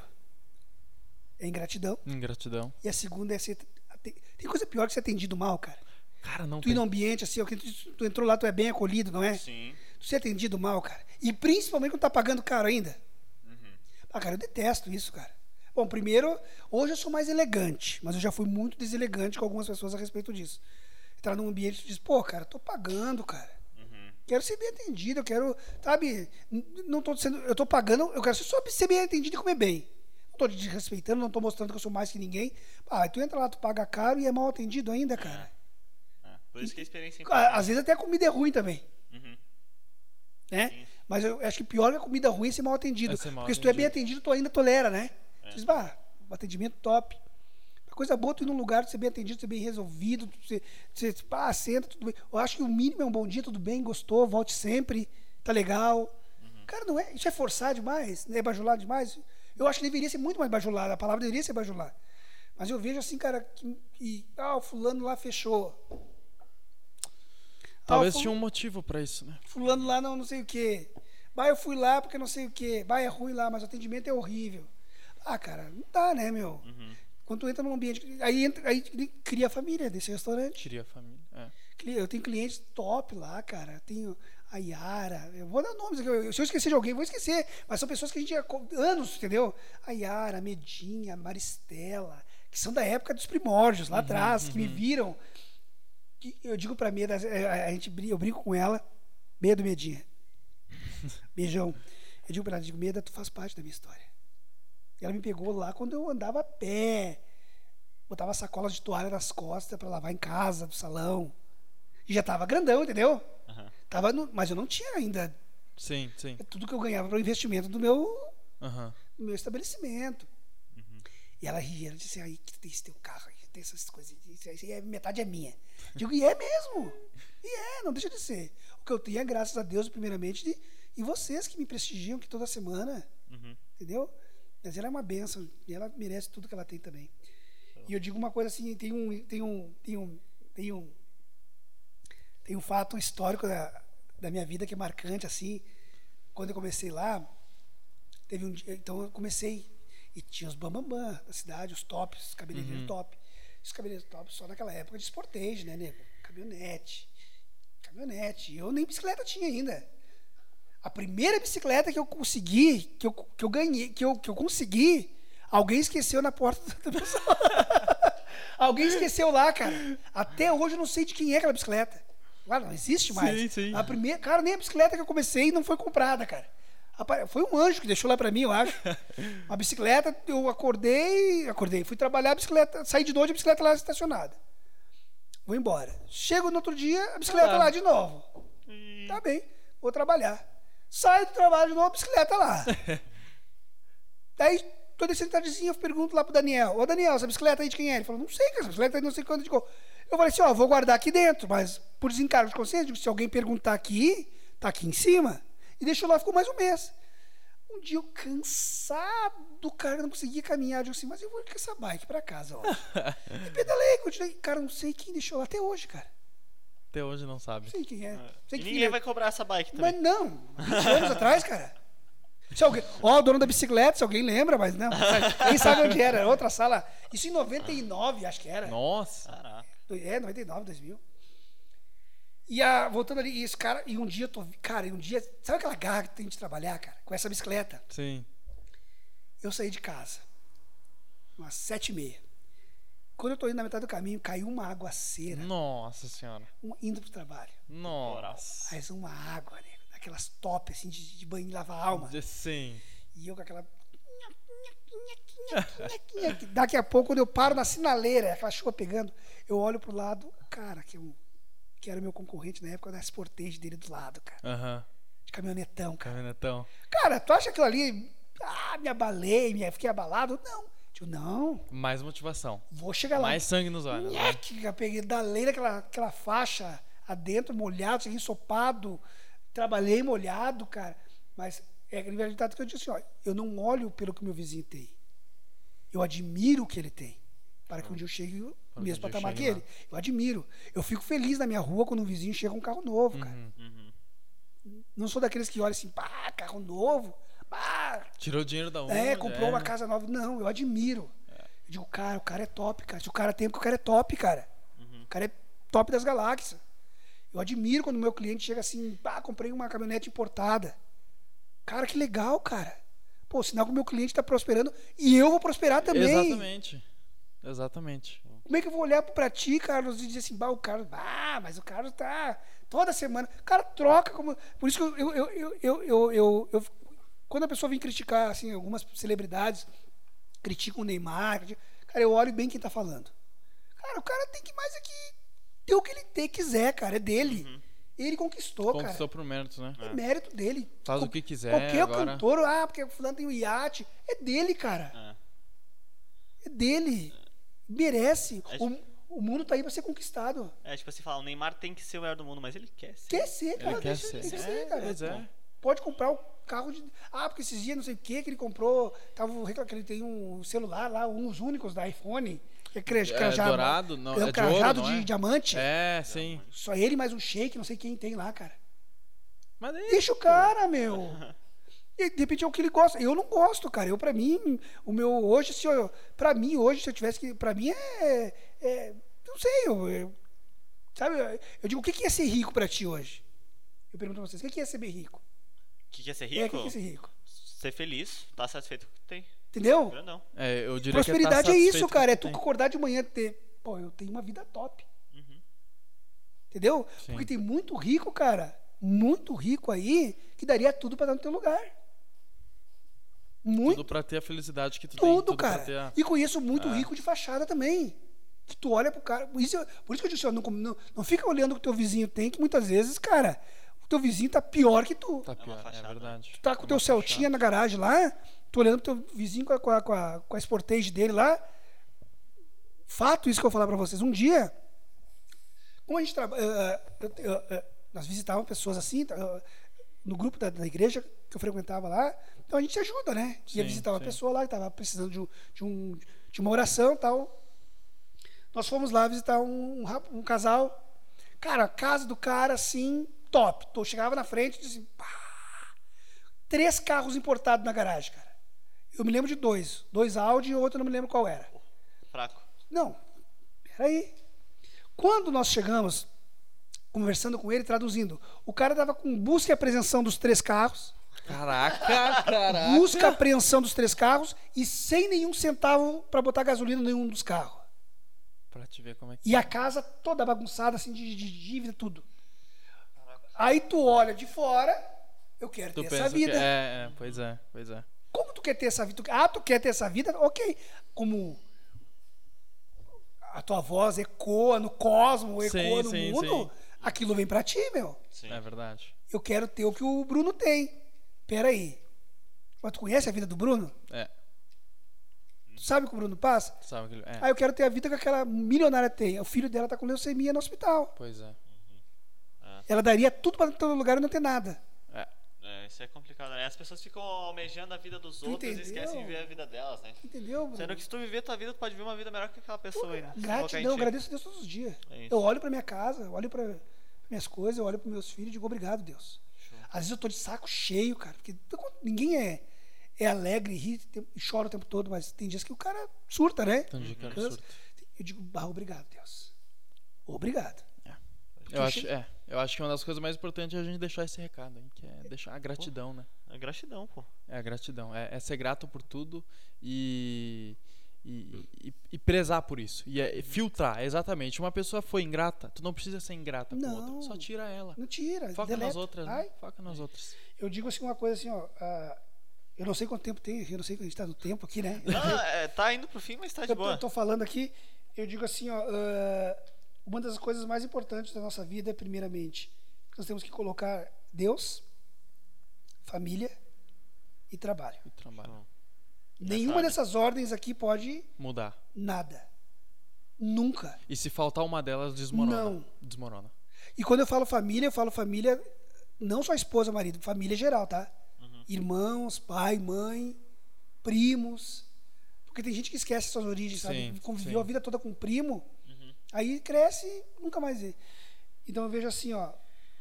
S3: é ingratidão.
S2: Ingratidão.
S3: E a segunda é ser. Tem, tem coisa pior que ser atendido mal, cara.
S2: Cara, não
S3: Tu ir
S2: tem.
S3: num ambiente assim, ó, que tu, tu entrou lá, tu é bem acolhido, não é?
S1: Sim.
S3: Tu ser atendido mal, cara. E principalmente quando tá pagando caro ainda.
S1: Uhum.
S3: Ah, cara, eu detesto isso, cara. Bom, primeiro, hoje eu sou mais elegante, mas eu já fui muito deselegante com algumas pessoas a respeito disso. Entrar num ambiente e tu diz, pô, cara, tô pagando, cara.
S1: Uhum.
S3: Quero ser bem atendido, eu quero, sabe, n- não tô sendo, eu tô pagando, eu quero só ser bem atendido e comer bem. Não tô desrespeitando, não tô mostrando que eu sou mais que ninguém. Ah, tu entra lá, tu paga caro e é mal atendido ainda, cara.
S1: É. Por isso que a experiência é
S3: Ah,
S1: importante.
S3: Às vezes até a comida é ruim também,
S1: Uhum.
S3: né?
S1: Sim.
S3: Mas eu acho que pior que a comida ruim é ser mal atendido.
S2: É ser mal
S3: Porque se tu é bem
S2: atendido.
S3: atendido, tu ainda tolera, né?
S1: É.
S3: Tu diz, bah, um atendimento top. A coisa boa tu ir num lugar, tu ser bem atendido, ser bem resolvido, tu ser, ser pá, senta, tudo bem. Eu acho que o mínimo é um bom dia, tudo bem, gostou, volte sempre, tá legal.
S1: Uhum.
S3: Cara, não é, isso é forçar demais, né? É bajular demais. Eu acho que deveria ser muito mais bajular, a palavra deveria ser bajular. Mas eu vejo assim, cara, que, que ah, o fulano lá fechou.
S2: Talvez
S3: ah, o
S2: tinha um motivo pra isso, né?
S3: fulano lá não, não sei o quê. Bah, eu fui lá porque não sei o quê. Bah, é ruim lá, mas o atendimento é horrível. Ah, cara, não dá, né, meu?
S1: Uhum.
S3: Quando tu entra num ambiente... Aí, entra, aí cria a família desse restaurante.
S2: Queria a família. É.
S3: Eu tenho clientes top lá, cara. Eu tenho a Yara. Eu vou dar nomes aqui. eu- Se eu esquecer de alguém, eu vou esquecer. Mas são pessoas que a gente... há anos, entendeu? A Yara, a Medinha, a Maristela, que são da época dos primórdios, lá atrás, que me viram. Que eu digo pra Meda, a gente, brin- eu brinco com ela, Medo Medinha. Beijão. Eu digo pra ela, digo, Meda, tu faz parte da minha história. E ela me pegou lá quando eu andava a pé. Botava sacolas de toalha nas costas pra lavar em casa, do salão. E já tava grandão, entendeu?
S1: Uhum.
S3: Tava no, mas eu não tinha ainda
S2: Sim, sim.
S3: tudo que eu ganhava para o investimento do meu,
S2: Aham.
S3: do meu estabelecimento. E ela ria, ela disse, aí que tem esse teu carro, aí, tem essas coisas, isso aí é, metade é minha. Digo, e é mesmo. E é, não deixa de ser. O que eu tenho é graças a Deus, primeiramente, de, e vocês que me prestigiam aqui toda semana.
S1: Uhum.
S3: Entendeu? Mas ela é uma bênção e ela merece tudo que ela tem também. E eu digo uma coisa assim, tem um, tem um, tem um, tem um, tem um fato histórico da, da minha vida que é marcante, assim. Quando eu comecei lá, teve um dia, então eu comecei e tinha os bambambam da cidade, os tops, os cabeleireiros
S2: Uhum.
S3: top. Os cabeleireiros top só naquela época de sportage, né, nego? Caminhonete. Caminhonete. E eu nem bicicleta tinha ainda. A primeira bicicleta que eu consegui, que eu, que eu ganhei, que eu, que eu consegui, alguém esqueceu na porta da pessoa. Alguém esqueceu lá, cara. Até hoje eu não sei de quem é aquela bicicleta. Lá não existe mais.
S2: Sim, sim.
S3: A primeira, cara, nem a bicicleta que eu comecei não foi comprada, cara. Apa- Foi um anjo que deixou lá pra mim, eu acho. Uma bicicleta, eu acordei, acordei, fui trabalhar, a bicicleta, saí de noite, a bicicleta lá estacionada. Vou embora. Chego no outro dia, a bicicleta
S2: Ah.
S3: lá de novo. Tá bem, vou trabalhar. Saio do trabalho de novo, a bicicleta lá. Daí, tô descendo tardezinha, eu pergunto lá pro Daniel, ô Daniel, essa bicicleta aí de quem é? Ele falou, não sei, cara, essa bicicleta aí não sei quanto de cor. Eu falei assim, ó, vou guardar aqui dentro, mas por desencargo de consciência, digo, se alguém perguntar aqui, tá aqui em cima. E deixou lá, ficou mais um mês. Um dia eu cansado, cara, não conseguia caminhar. Eu digo assim, mas eu vou com essa bike pra casa, ó. E pedalei, continuei. Cara, não sei quem deixou lá até hoje, cara.
S2: Até hoje não sabe.
S3: Não sei quem é. Não sei
S1: E
S3: quem
S1: ninguém
S3: é.
S1: vai cobrar essa bike
S3: Mas
S1: também.
S3: não, vinte anos atrás, cara. Se alguém, ó, o dono da bicicleta, se alguém lembra, mas não. Quem sabe onde era? Era outra sala. Isso em noventa e nove, acho que era.
S2: Nossa.
S1: Caraca.
S3: É, noventa e nove, dois mil. E a, voltando ali, e esse cara, e um dia eu tô. Cara, e um dia. Sabe aquela garra que tem de trabalhar, cara? Com essa bicicleta?
S2: Sim.
S3: Eu saí de casa. Umas sete e meia. Quando eu tô indo na metade do caminho, caiu uma aguaceira.
S2: Nossa senhora.
S3: Um, indo pro trabalho.
S2: Nossa.
S3: Mas uma água, né? Aquelas top, assim, de, de banho de lavar a alma.
S2: Sim.
S3: E eu com aquela. Daqui a pouco, quando eu paro na sinaleira, aquela chuva pegando, eu olho pro lado, cara, que, eu, que era meu concorrente na época da Sportage dele do lado, cara.
S2: Aham.
S3: De caminhonetão, cara.
S2: Caminhonetão.
S3: Cara, tu acha aquilo ali. Ah, me abalei, me, fiquei abalado? Não. Tipo, não,
S2: Mais motivação.
S3: vou chegar lá.
S2: Mais sangue nos olhos. né?
S3: Nheque, eu peguei da lei aquela, aquela faixa adentro, molhado, cheguei ensopado, trabalhei molhado, cara. Mas é aquele velho ditado que eu disse assim, ó, eu não olho pelo que o meu vizinho tem. Eu admiro o que ele tem. Para que um dia eu chegue no
S2: Para
S3: mesmo
S2: que um dia
S3: patamar que
S2: chegue
S3: ele. Eu admiro. Eu fico feliz na minha rua quando um vizinho chega com um carro novo, cara.
S2: Uhum.
S3: Não sou daqueles que olham assim, pá, carro novo, pá,
S2: Tirou dinheiro da onde?
S3: é, comprou uma casa nova. Não, eu admiro. Eu digo, cara, o cara é top, cara. Se o cara tem, porque o cara é top, cara. O cara é top das galáxias. Eu admiro quando o meu cliente chega assim, pá, comprei uma caminhonete importada. Cara, que legal, cara. Pô, sinal que o meu cliente está prosperando e eu vou prosperar também.
S2: Exatamente. Exatamente.
S3: Como é que eu vou olhar pra ti, Carlos, e dizer assim, bah, o Carlos, ah, mas o Carlos tá toda semana. Cara, troca como. Por isso que eu, eu, eu, eu, eu, eu, eu, eu quando a pessoa vem criticar, assim, algumas celebridades, criticam o Neymar, criticam, cara, eu olho bem quem tá falando. Cara, o cara tem que mais é que ter o que ele ter, quiser, cara, é dele.
S1: Uhum.
S3: Ele conquistou,
S2: Conquistou
S3: cara.
S2: por méritos, né?
S3: É mérito dele.
S2: Faz
S3: Com-
S2: o que quiser
S3: Qualquer
S2: agora.
S3: cantor, ah, porque o fulano tem um iate, é dele, cara.
S1: É.
S3: É dele. Merece.
S1: É
S3: O, o mundo tá aí pra ser conquistado.
S1: É tipo assim, fala, o Neymar tem que ser o melhor do mundo, mas ele quer ser.
S3: Quer ser, cara.
S2: Ele quer
S3: deixa-
S2: ser.
S3: Tem que
S2: É,
S3: ser, cara.
S2: pois é.
S3: Pode comprar o carro de. Ah, porque esses dias não sei o que que ele comprou. Tava reclamando que ele tem um celular lá, um dos únicos da iPhone. Que é, cre-
S2: É
S3: crajado-
S2: dourado? Não,
S3: é um
S2: é de ouro,
S3: crajado
S2: não
S3: de
S2: é?
S3: diamante.
S2: É, sim.
S3: Só ele mais um shake, não sei quem tem lá, cara.
S2: Mas é
S3: Deixa o cara, meu. E de repente é o que ele gosta. Eu não gosto, cara. Eu, pra mim, o meu hoje, se eu, pra mim, hoje, se eu tivesse que. Pra mim é. é não sei, eu, eu- sabe? Eu digo, o que que é ser rico pra ti hoje? Eu pergunto pra vocês, o que que é ser bem rico?
S1: O que quer ser
S3: É, o
S1: rico?
S3: que que é ser rico?
S1: Ser feliz, tá satisfeito com o que tem.
S3: Entendeu?
S1: Grandão.
S2: É, eu diria
S3: Prosperidade
S2: que tá
S3: é isso,
S2: satisfeito
S3: cara.
S2: com
S3: É
S2: o
S3: tu
S2: que tem.
S3: acordar de manhã e ter. Pô, eu tenho uma vida top.
S1: Uhum.
S3: Entendeu?
S2: Sim.
S3: Porque tem muito rico, cara. Muito rico aí que daria tudo pra estar no teu lugar. Muito.
S2: Tudo pra ter a felicidade que tu tem.
S3: Tudo,
S2: Tudo
S3: cara.
S2: pra ter a...
S3: E conheço muito
S2: Ah.
S3: rico de fachada também. Que tu olha pro cara. Por isso, por isso que eu disse, ó, não, não, não fica olhando o que teu vizinho tem, que muitas vezes, cara, o teu vizinho tá pior que tu.
S2: Tá
S1: uma
S2: pior, é
S1: fachada.
S2: verdade.
S3: Tu tá com o
S2: É
S3: teu
S2: uma
S3: Celtinha
S2: fachada.
S3: na garagem lá, tu olhando pro teu vizinho com a, com a, com a, com a Sportage dele lá. Fato isso que eu vou falar pra vocês. Um dia, como a gente trabalha, nós visitávamos pessoas assim, tá, uh, no grupo da, da igreja que eu frequentava lá, então a gente se ajuda, né? Ia
S2: Sim,
S3: visitar uma
S2: sim.
S3: pessoa lá que estava precisando de, um, de, um, de uma oração e tal. Nós fomos lá visitar um, um, rap- um casal. Cara, a casa do cara, assim, top. Eu chegava na frente e disse, pá, três carros importados na garagem, cara. Eu me lembro de dois. Dois Audi e outro eu não me lembro qual era.
S1: Fraco.
S3: Não, peraí. Quando nós chegamos, conversando com ele, traduzindo, o cara estava com busca e apreensão dos três carros,
S2: Caraca, caraca.
S3: busca e apreensão dos três carros e sem nenhum centavo para botar gasolina em nenhum dos carros.
S2: Pra te ver como é que...
S3: E a casa toda bagunçada, assim, de, de dívida, tudo. Aí tu olha de fora, eu quero
S2: Tu
S3: ter
S2: pensa
S3: essa vida.
S2: que... É, é, pois é, pois é.
S3: Como tu quer ter essa vida? Tu- Ah, tu quer ter essa vida? Ok. Como a tua voz ecoa no cosmo, ecoa
S2: Sim,
S3: no
S2: sim,
S3: mundo,
S2: sim.
S3: aquilo vem pra ti, meu.
S1: Sim.
S2: É verdade.
S3: Eu quero ter o que o Bruno tem. Peraí. Mas tu conhece a vida do Bruno?
S2: É,
S3: Tu sabe o que o Bruno passa?
S2: sabe que ele... É,
S3: Ah, eu quero ter a vida que aquela milionária tem. O filho dela tá com leucemia no hospital.
S2: pois é.
S3: Ela daria tudo para todo lugar e não ter nada.
S2: É,
S1: É, isso é complicado, né? As pessoas ficam almejando a vida dos
S3: Tu
S1: outros
S3: entendeu?
S1: e esquecem de viver a vida delas, né?
S3: Entendeu, Bruno?
S1: Sendo que se tu viver tua vida, tu pode viver uma vida melhor que aquela pessoa aí, né? Se focar em
S3: Gratidão,
S1: ti.
S3: agradeço a Deus todos os dias.
S1: É isso.
S3: Eu olho para minha casa, eu olho para minhas coisas, eu olho para meus filhos e digo obrigado, Deus. Às vezes eu tô de saco cheio, cara, porque ninguém é, é alegre, ri e chora o tempo todo, mas tem dias que o cara surta, né?
S2: Tem dia que o cara
S3: Cansa.
S2: surta.
S3: Eu digo, ah, obrigado, Deus. Obrigado.
S2: eu acho, é, eu acho que uma das coisas mais importantes é a gente deixar esse recado aí, que é deixar a gratidão, né?
S1: É gratidão, pô.
S2: É a gratidão, é, é ser grato por tudo e, e, e, e prezar por isso. E é, filtrar, exatamente. Uma pessoa foi ingrata, tu não precisa ser ingrata com
S3: Não.
S2: outra, só tira ela.
S3: Não tira,
S2: Foca
S3: deleta.
S2: nas outras, né?
S3: Ai,
S2: Foca nas outras.
S3: eu digo assim uma coisa assim, ó. ah, eu não sei quanto tempo tem, eu não sei que a gente tá no tempo aqui, né? Eu,
S1: Não, é, tá indo pro fim, mas tá de
S3: eu tô,
S1: boa.
S3: eu tô falando aqui, eu digo assim, ó. ah, uma das coisas mais importantes da nossa vida é, primeiramente, nós temos que colocar Deus, família e trabalho.
S2: E trabalho.
S3: Nenhuma
S1: área.
S3: dessas ordens aqui pode
S2: Mudar.
S3: nada. Nunca.
S2: E se faltar uma delas, desmorona.
S3: Não.
S2: Desmorona.
S3: E quando eu falo família, eu falo família, não só esposa, marido, família geral, tá? Irmãos, pai, mãe, primos. Porque tem gente que esquece suas origens, sabe?
S2: Sim,
S3: Conviveu
S2: sim.
S3: a vida toda com um primo, aí cresce e nunca mais vê. Então eu vejo assim, ó.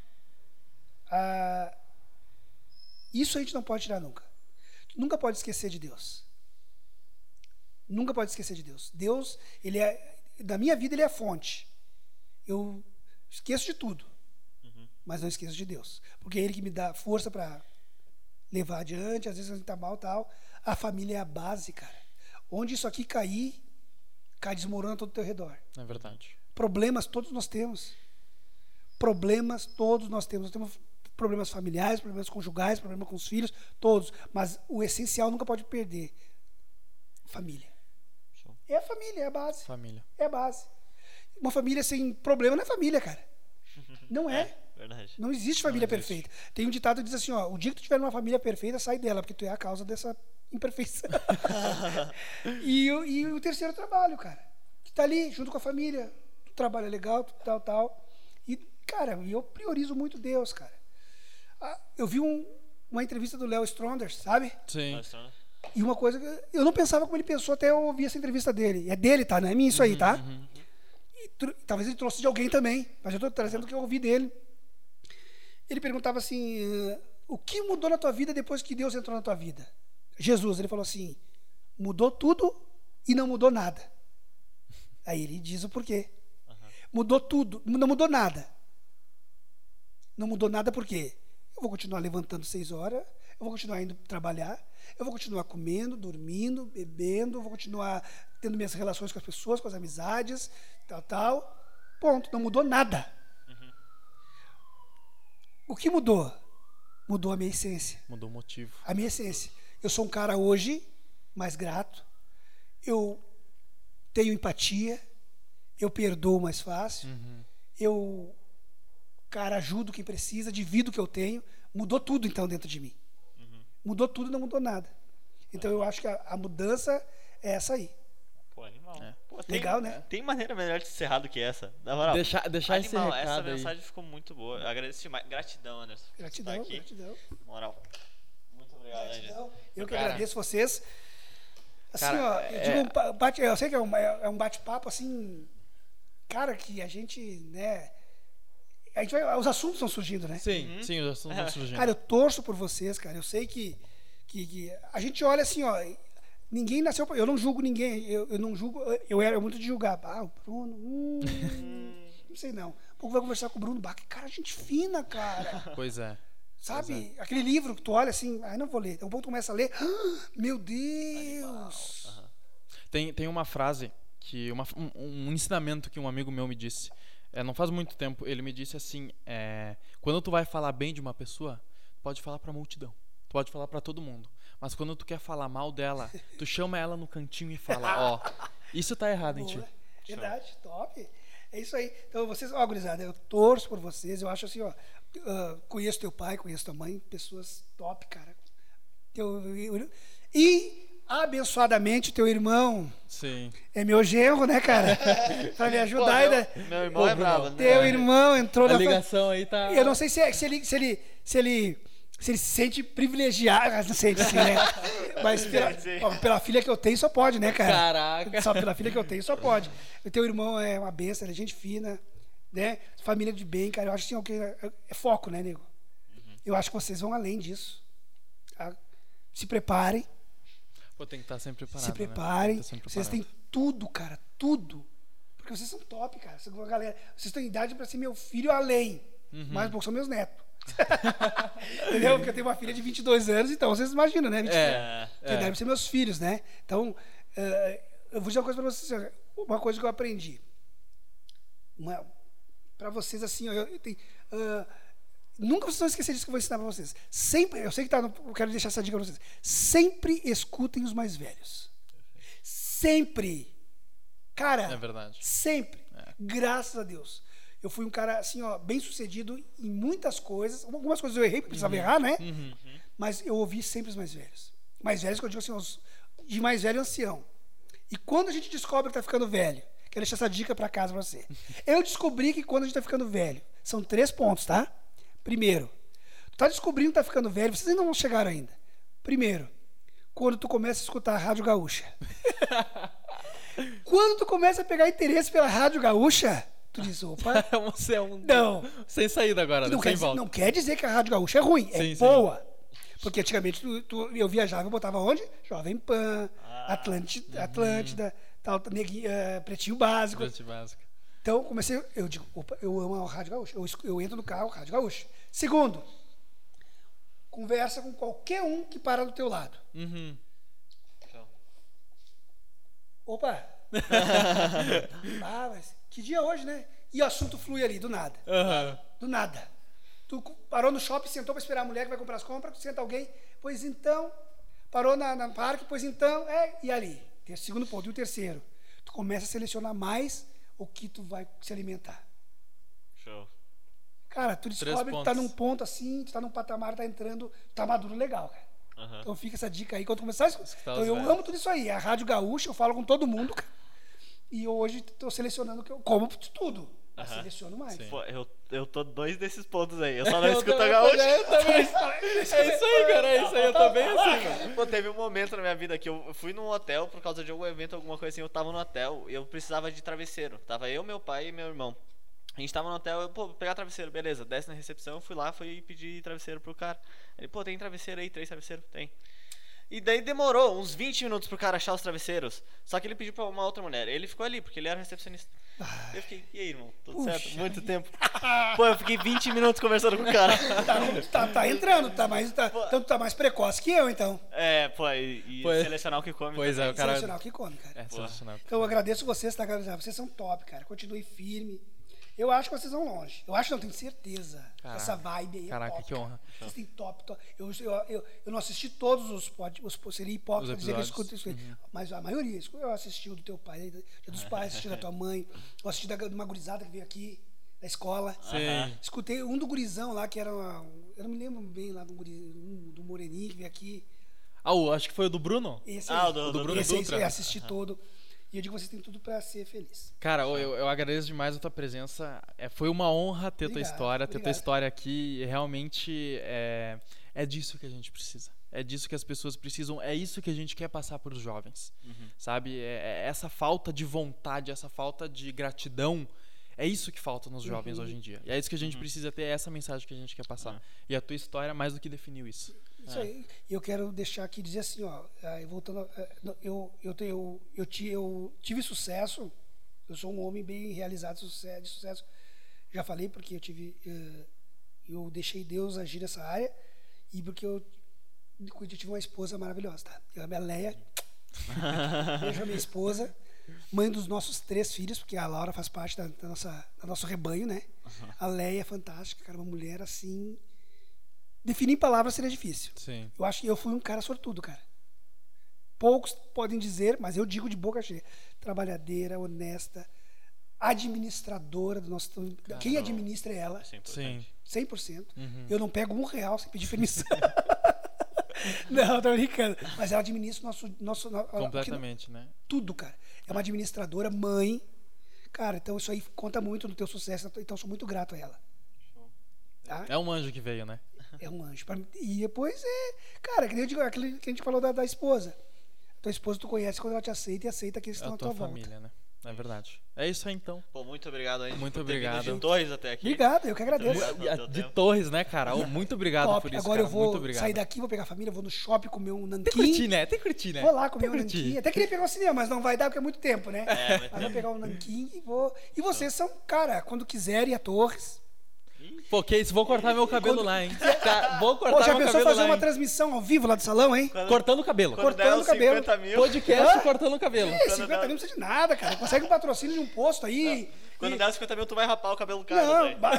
S3: a- Isso a gente não pode tirar nunca. Tu nunca pode esquecer de Deus. Nunca pode esquecer de Deus. Deus, ele é. Da minha vida, ele é a fonte. Eu esqueço de tudo. Mas não esqueço de Deus. Porque é Ele que me dá força para levar adiante. Às vezes a gente tá mal tal. A família é a base, cara. Onde isso aqui cair, cai desmorona todo o teu redor.
S2: É verdade.
S3: Problemas todos nós temos. Problemas todos nós temos. Nós temos problemas familiares, problemas conjugais, problemas com os filhos, todos. Mas o essencial nunca pode perder. Família.
S1: Show.
S3: É a família, é a base.
S2: Família.
S3: É a base. Uma família sem problema não é família, cara. Não é.
S1: Verdade.
S3: Não existe família
S2: Não existe.
S3: perfeita. Tem um ditado que diz assim, ó, o dia que tu tiver numa família perfeita, sai dela, porque tu é a causa dessa imperfeição. e, o, e o terceiro trabalho, cara. Que tá ali, junto com a família. Tu trabalha legal, tu tal, tal. E, cara, eu priorizo muito Deus, cara. Ah, eu vi um- uma entrevista do Léo Stronders, sabe?
S2: Sim.
S1: Nossa, né?
S3: E uma coisa que eu não pensava como ele pensou até eu ouvir essa entrevista dele. É dele, tá? Não é minha isso aí, tá? E tr- talvez ele trouxe de alguém também, mas eu estou trazendo o que eu ouvi dele. Ele perguntava assim: eh, o que mudou na tua vida depois que Deus entrou na tua vida? Jesus, ele falou assim: mudou tudo e não mudou nada. Aí ele diz o porquê. Mudou tudo, não mudou nada. Não mudou nada por quê? Eu vou continuar levantando seis horas, eu vou continuar indo trabalhar, eu vou continuar comendo, dormindo, bebendo, eu vou continuar tendo minhas relações com as pessoas, com as amizades, tal, tal. Ponto, não mudou nada. O que mudou? Mudou a minha essência.
S2: Mudou o motivo.
S3: A minha essência. Eu sou um cara hoje mais grato, eu tenho empatia, eu perdoo mais fácil, eu cara, ajudo quem precisa, divido o que eu tenho. Mudou tudo, então, dentro de mim.
S1: Uhum.
S3: Mudou tudo e não mudou nada. Então, eu acho que a, a mudança é essa aí.
S1: Pô, animal.
S2: É.
S1: Pô, tem,
S3: Legal, né?
S1: Tem maneira melhor de encerrar do que essa. Na moral.
S2: Deixar, deixar esse
S1: Animal,
S2: recado
S1: essa
S2: aí.
S1: mensagem ficou muito boa. Eu agradeço demais. Gratidão, Anderson. por
S3: Gratidão,
S1: estar aqui.
S3: gratidão.
S1: Moral. Muito obrigado,
S3: Gratidão.
S1: Anderson.
S3: Eu que
S2: Cara,
S3: agradeço vocês. Assim,
S2: cara,
S3: ó, eu,
S2: é-
S3: digo um pa- bate, eu sei que é um, é é um bate-papo assim, cara, que a gente, né, a gente vai, os assuntos estão surgindo, né?
S2: Sim, sim, os assuntos vão surgindo.
S3: Cara, eu torço por vocês, cara. Eu sei que, que, que a gente olha assim, ó, ninguém nasceu, pra- eu não julgo ninguém, eu, eu não julgo, eu era muito de julgar, ah, o Bruno, hum, não sei não. Um pouco vai conversar com o Bruno, bah, que cara, gente fina, cara.
S2: Pois é.
S3: Sabe? Aquele livro que tu olha assim, ai, não vou ler. Um pouco tu começa a ler, ah, meu Deus.
S1: Aham.
S2: Tem, tem uma frase, que uma, um, um ensinamento que um amigo meu me disse. É, não faz muito tempo, ele me disse assim, é, quando tu vai falar bem de uma pessoa, tu pode falar pra multidão, tu pode falar pra todo mundo, mas quando tu quer falar mal dela, tu chama ela no cantinho e fala, ó, isso tá errado em ti.
S3: Boa. Verdade, top. É isso aí. Então, vocês, ó, gurizada, eu torço por vocês. Eu acho assim, ó, uh, conheço teu pai, conheço tua mãe, pessoas top, cara. Teu, e, abençoadamente, teu irmão
S2: Sim.
S3: é meu genro, né, cara? Pra me ajudar.
S1: Pô,
S3: ainda.
S1: meu, meu irmão
S2: Pô,
S1: é
S2: Bruno,
S1: bravo, né?
S3: Teu irmão entrou
S2: A
S3: na.
S2: ligação aí tá...
S3: Eu não sei se, é, se, ele, se, ele, se, ele, se ele se sente privilegiado, não sei assim, né? Mas pela,
S1: Sim.
S3: ó, pela filha que eu tenho, só pode, né, cara?
S2: Caraca.
S3: Só pela filha que eu tenho, só pode. O teu irmão é uma benção, ele é gente fina, né? Família de bem, cara. Eu acho assim, okay, é, é foco, né, nego? Eu acho que vocês vão além disso. Tá? Se preparem,
S2: Pô, tem que estar sempre preparado,
S3: se
S2: né?
S3: preparem.
S2: Tem que tá sempre
S3: Vocês
S2: preparado.
S3: têm tudo, cara, tudo. Porque vocês são top, cara. Vocês, uma galera, vocês têm idade para ser meu filho além.
S2: Uhum.
S3: Mas bom, são meus netos. Entendeu? Porque eu tenho uma filha de vinte e dois anos, então vocês imaginam, né? vinte e dois.
S2: É,
S3: Que
S2: é.
S3: devem ser meus filhos, né? Então, eh, eu vou dizer uma coisa pra vocês. assim, Uma coisa que eu aprendi. Uma, pra vocês, assim, ó, eu, eu tenho, ah, nunca vocês vão esquecer disso que eu vou ensinar pra vocês. Sempre, eu sei que tá no, eu quero deixar essa dica pra vocês. Sempre escutem os mais velhos. Sempre. Cara,
S2: É verdade.
S3: sempre.
S2: É.
S3: Graças a Deus. Eu fui um cara, assim, ó, bem sucedido em muitas coisas. Algumas coisas eu errei, porque precisava errar, né?
S2: Uhum.
S3: Mas eu ouvi sempre os mais velhos. Mais velhos que eu digo assim, os de mais velho ancião. E quando a gente descobre que tá ficando velho, quero deixar essa dica para casa pra você. Eu descobri que quando a gente tá ficando velho, são três pontos, tá? Primeiro, tu tá descobrindo que tá ficando velho, vocês ainda não chegaram ainda. Primeiro, quando tu começa a escutar a Rádio Gaúcha. Quando tu começa a pegar interesse pela Rádio Gaúcha, tu diz, opa,
S2: Você é um...
S3: não.
S2: Sem saída agora,
S3: Não
S2: né?
S3: quer,
S2: Sem
S3: dizer,
S2: volta.
S3: não quer dizer que a Rádio Gaúcha é ruim, é
S2: Sim, sim.
S3: boa. Porque antigamente tu, tu- eu viajava, eu botava onde? Jovem Pan,
S1: Ah,
S3: Atlântida, Atlântida tal, neguinho, eh, Pretinho Básico.
S2: Preço básico.
S3: Então comecei, eu digo, opa, eu amo a Rádio Gaúcha. Eu, escu- eu entro no carro, Rádio Gaúcha. Segundo, conversa com qualquer um que para do teu lado.
S2: Uhum.
S3: Opa! ah, mas que dia é hoje, né? E o assunto flui ali, do nada.
S2: Aham.
S3: Do nada. Tu parou no shopping, sentou para esperar a mulher que vai comprar as compras, senta alguém, pois então, parou na, na parque, pois então, é, e ali. Tem o segundo ponto. E o terceiro, tu começa a selecionar mais o que tu vai se alimentar.
S1: Show.
S3: Cara, tu descobre que tu tá
S2: pontos.
S3: num ponto assim, tu tá num patamar, tá entrando, tá maduro legal, cara.
S1: Aham.
S3: Então fica essa dica aí, quando tu começar a escutar.
S2: Escutar
S3: Então
S2: os
S3: eu
S2: velhos.
S3: amo tudo isso aí. A Rádio Gaúcha, eu falo com todo mundo, cara. E eu hoje tô selecionando o que eu como tudo. Mas
S1: Aham.
S3: seleciono mais.
S2: Sim.
S1: Pô, eu, eu tô dois desses pontos aí. Eu só não
S2: Eu
S1: escuto a
S2: também,
S1: gaúcha.
S2: eu também. É isso aí, cara. É isso aí. Eu tô bem assim, mano.
S1: Pô, teve um momento na minha vida que eu fui num hotel por causa de algum evento, alguma coisa assim. Eu tava no hotel e eu precisava de travesseiro. Tava eu, meu pai e meu irmão. A gente tava no hotel, eu, pô, vou pegar travesseiro, beleza. Desce na recepção, fui lá, fui pedir travesseiro pro cara. Ele, pô, tem travesseiro aí, três travesseiros? Tem. E daí demorou uns vinte minutos pro cara achar os travesseiros. Só que ele pediu pra uma outra mulher. Ele ficou ali, porque ele era recepcionista. Eu fiquei, e aí, irmão? Tudo
S3: Puxa
S1: certo? Muito
S3: vida.
S1: tempo. Pô, eu fiquei vinte minutos conversando com o cara.
S3: Tá, tá, tá entrando, tá mais, tá, então tu tá mais precoce que eu, então.
S1: É, pô, e, e
S2: Pois-
S1: selecionar o que come.
S2: pois
S1: também.
S2: é, o cara-
S3: Sensacional que come, cara.
S2: É sensacional.
S3: Então eu agradeço vocês, tá, galera? Vocês são top, cara. Continue firme. Eu acho que vocês vão longe. Eu acho, não, tenho certeza.
S2: Caraca.
S3: Essa vibe aí é
S2: Caraca,
S3: top.
S2: que honra.
S3: Vocês têm top, top. Eu, eu, eu, eu não assisti todos os pod, os, seria hipócrita
S2: Os
S3: dizer que eu
S2: episódios.
S3: escuto isso aí. Mas a maioria. Eu assisti o do teu pai, dia dos pais, assisti da tua mãe. Eu assisti da, de uma gurizada que veio aqui. da escola.
S2: Sim.
S3: Escutei um do gurizão lá, que era uma, eu não me lembro bem lá do, guri, um, do Moreninho que veio aqui.
S2: Ah, o- acho que foi o do Bruno.
S3: Esse
S1: Ah,
S3: aí,
S1: o do-
S2: do Bruno
S3: esse aí,
S2: Dutra.
S3: eu assisti todo. E eu digo que vocês têm tudo pra ser feliz.
S2: Cara, eu, eu agradeço demais a tua presença. É, foi uma honra ter tua
S3: Obrigado,
S2: história, ter tua
S3: obrigado.
S2: história aqui. E realmente é, é disso que a gente precisa. É disso que as pessoas precisam. É isso que a gente quer passar para os jovens. Sabe? É, é essa falta de vontade, essa falta de gratidão. É isso que falta nos jovens
S3: Uhum.
S2: hoje em dia. E é isso que a gente precisa ter, é essa mensagem que a gente quer passar. E a tua história mais do que definiu isso.
S3: Isso aí. E eu quero deixar aqui dizer assim, ó, eh, voltando, a- eh, no- eu eu tenho eu, eu, ti- eu tive sucesso. Eu sou um homem bem realizado, sucesso, de sucesso. Já falei porque eu tive eh, eu deixei Deus agir nessa área e porque eu eu tive uma esposa maravilhosa, tá? Eu amo a Leia. Beijo a minha esposa, mãe dos nossos três filhos, porque a Laura faz parte da, da nossa do nosso rebanho, né? A Leia é fantástica, cara, uma mulher assim. Definir em palavras seria difícil.
S2: Sim.
S3: Eu acho que eu fui um cara sortudo, cara. Poucos podem dizer, mas eu digo de boca cheia. Trabalhadeira, honesta, administradora do nosso. Quem administra é ela,
S1: Isso é
S2: Sim.
S1: importante.
S3: cem por cento.
S2: Uhum.
S3: Eu não pego um real sem pedir permissão. Não, tô brincando. Mas ela administra o nosso. nosso no-
S2: Completamente, né?
S3: tudo, cara. É uma administradora, mãe. Cara, então isso aí conta muito no teu sucesso. Então eu sou muito grato a ela. Tá?
S2: É um anjo que veio, né?
S3: É um anjo. Pra mim. E depois é. Cara, que nem eu digo, aquele que a gente falou da, da esposa. Tua esposa tu conhece quando ela te aceita e aceita aqueles que
S2: É
S3: estão
S2: a
S3: à
S2: tua
S3: tua
S2: família,
S3: volta.
S2: né? É verdade. É isso aí, então.
S1: Pô, muito obrigado aí.
S2: Muito
S1: por ter vindo
S2: obrigado.
S1: de Torres até aqui.
S3: Obrigado, eu que agradeço.
S1: Muito
S2: E a-
S1: teu
S2: De
S1: tempo.
S2: Torres, né, cara? Ô, muito obrigado
S3: Top.
S2: por isso,
S3: Agora
S2: cara.
S3: eu vou
S2: Muito obrigado.
S3: sair daqui, vou pegar a família, vou no shopping comer um
S2: Tem que curtir,
S3: nanquim.
S2: né? Tem que curtir, né?
S3: Vou lá comer
S2: Tem
S3: um
S2: que curtir.
S3: nanquim. Até queria pegar o cinema, mas não vai dar porque é muito tempo, né?
S1: É, vai
S3: Mas vou pegar um nanquim e vou. E vocês são, cara, quando quiserem a Torres.
S2: Pô, que isso? Vou cortar meu cabelo lá, hein? Ca- Vou
S3: Pô,
S2: cortar
S3: já
S2: meu
S3: pensou
S2: cabelo
S3: fazer
S2: lá,
S3: uma
S2: hein?
S3: transmissão ao vivo lá do salão, hein?
S1: Quando-
S2: Cortando o cabelo.
S1: Quando
S3: Cortando
S1: der
S3: o
S1: uns
S3: cabelo.
S1: cinquenta mil.
S2: Podcast cortando o cabelo.
S3: Ih, cinquenta mil não precisa de nada, cara. Consegue um patrocínio de um posto aí.
S1: Quando
S3: e-
S1: der os cinquenta mil, tu vai rapar o cabelo do cara.
S3: Não,
S1: daí.
S3: ba-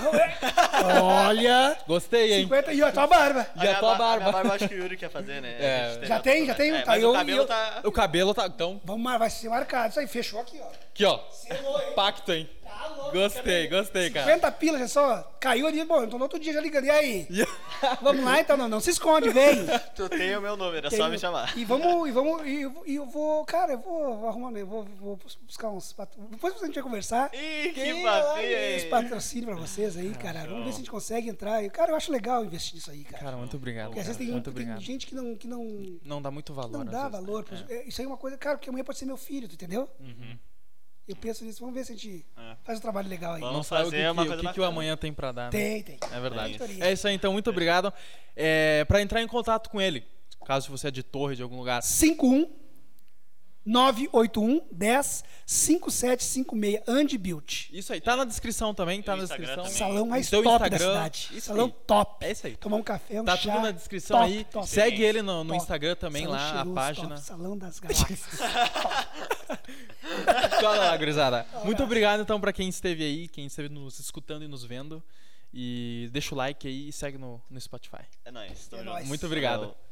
S3: olha.
S2: Gostei, hein?
S3: cinquenta e a tua barba.
S2: E a
S1: minha
S2: tua
S1: ba-
S2: barba?
S1: A minha barba acho que o Yuri quer fazer, né?
S2: É.
S1: A gente teve
S3: Já
S1: a-
S3: tem, já tem,
S1: É,
S3: tá,
S1: mas
S3: eu-
S1: o cabelo
S3: eu-
S1: tá...
S2: O cabelo tá. Então,
S3: Vamos, mar- vai ser marcado. Isso aí, fechou aqui, ó.
S2: aqui, ó.
S3: Selou, hein?
S2: Pacto, hein?
S3: Tá louco,
S2: Gostei,
S3: cara.
S2: gostei, cara.
S3: cinquenta pila já só. Caiu ali, bom, então no outro dia já ligando. E aí? Vamos lá então, não, não se esconde, vem.
S1: Tu tem o meu número, é
S3: Tem-
S1: só me chamar.
S3: E vamos, e vamos, e eu, e eu vou, cara, eu vou, vou arrumar, eu vou, vou buscar uns. pat- Depois a gente vai conversar.
S1: Ih, que
S3: Ih,
S1: papinho,
S3: Uns
S1: hein?
S3: patrocínios pra vocês aí, cara. Vamos ver se a gente consegue entrar. E, cara, eu acho legal investir nisso aí, cara.
S2: Cara, muito obrigado.
S3: Porque às
S2: Cara.
S3: vezes tem,
S2: Muito
S3: tem
S2: obrigado.
S3: gente que não, que não,
S2: Não dá muito valor.
S3: não
S2: às
S3: dá
S2: vezes, né?
S3: valor. pros- é, Isso aí é uma coisa, cara, porque amanhã pode ser meu filho, tu entendeu? Eu penso nisso. Vamos ver se a gente
S1: É.
S3: faz um trabalho legal aí.
S1: Vamos
S2: Não sabe o que,
S1: fazer uma
S2: que, o
S1: coisa
S2: que, que o
S1: bacana.
S2: amanhã tem pra dar. né?
S3: Tem, tem.
S2: É verdade.
S3: Tem.
S2: É isso aí, então. Muito obrigado. É, para entrar em contato com ele, caso você é de Torre, de algum lugar.
S3: cinco um nove oito um um zero cinco sete cinco seis Andy Built.
S2: Isso aí. Tá na descrição também. Tá
S1: E o
S2: na
S1: Instagram
S2: descrição.
S1: também.
S3: Salão mais
S2: Seu
S3: top da
S2: Instagram,
S3: cidade.
S2: isso
S3: Salão
S2: aí.
S3: top.
S2: É isso aí.
S3: Tomar um café, um
S2: Tá
S3: chá.
S2: tudo na descrição
S3: top,
S2: aí.
S3: top.
S2: Segue ele no, no
S3: Top.
S2: Instagram também,
S3: Salão
S2: lá,
S3: cheiroso,
S2: a página.
S3: top. Salão das Galáxias.
S2: Cola lá, gurizada. Muito obrigado, então, pra quem esteve aí, quem esteve nos escutando e nos vendo. E deixa o like aí e segue no, no Spotify.
S1: É nóis. tamo
S3: É
S1: junto.
S3: nóis.
S2: Muito obrigado.
S1: Valeu.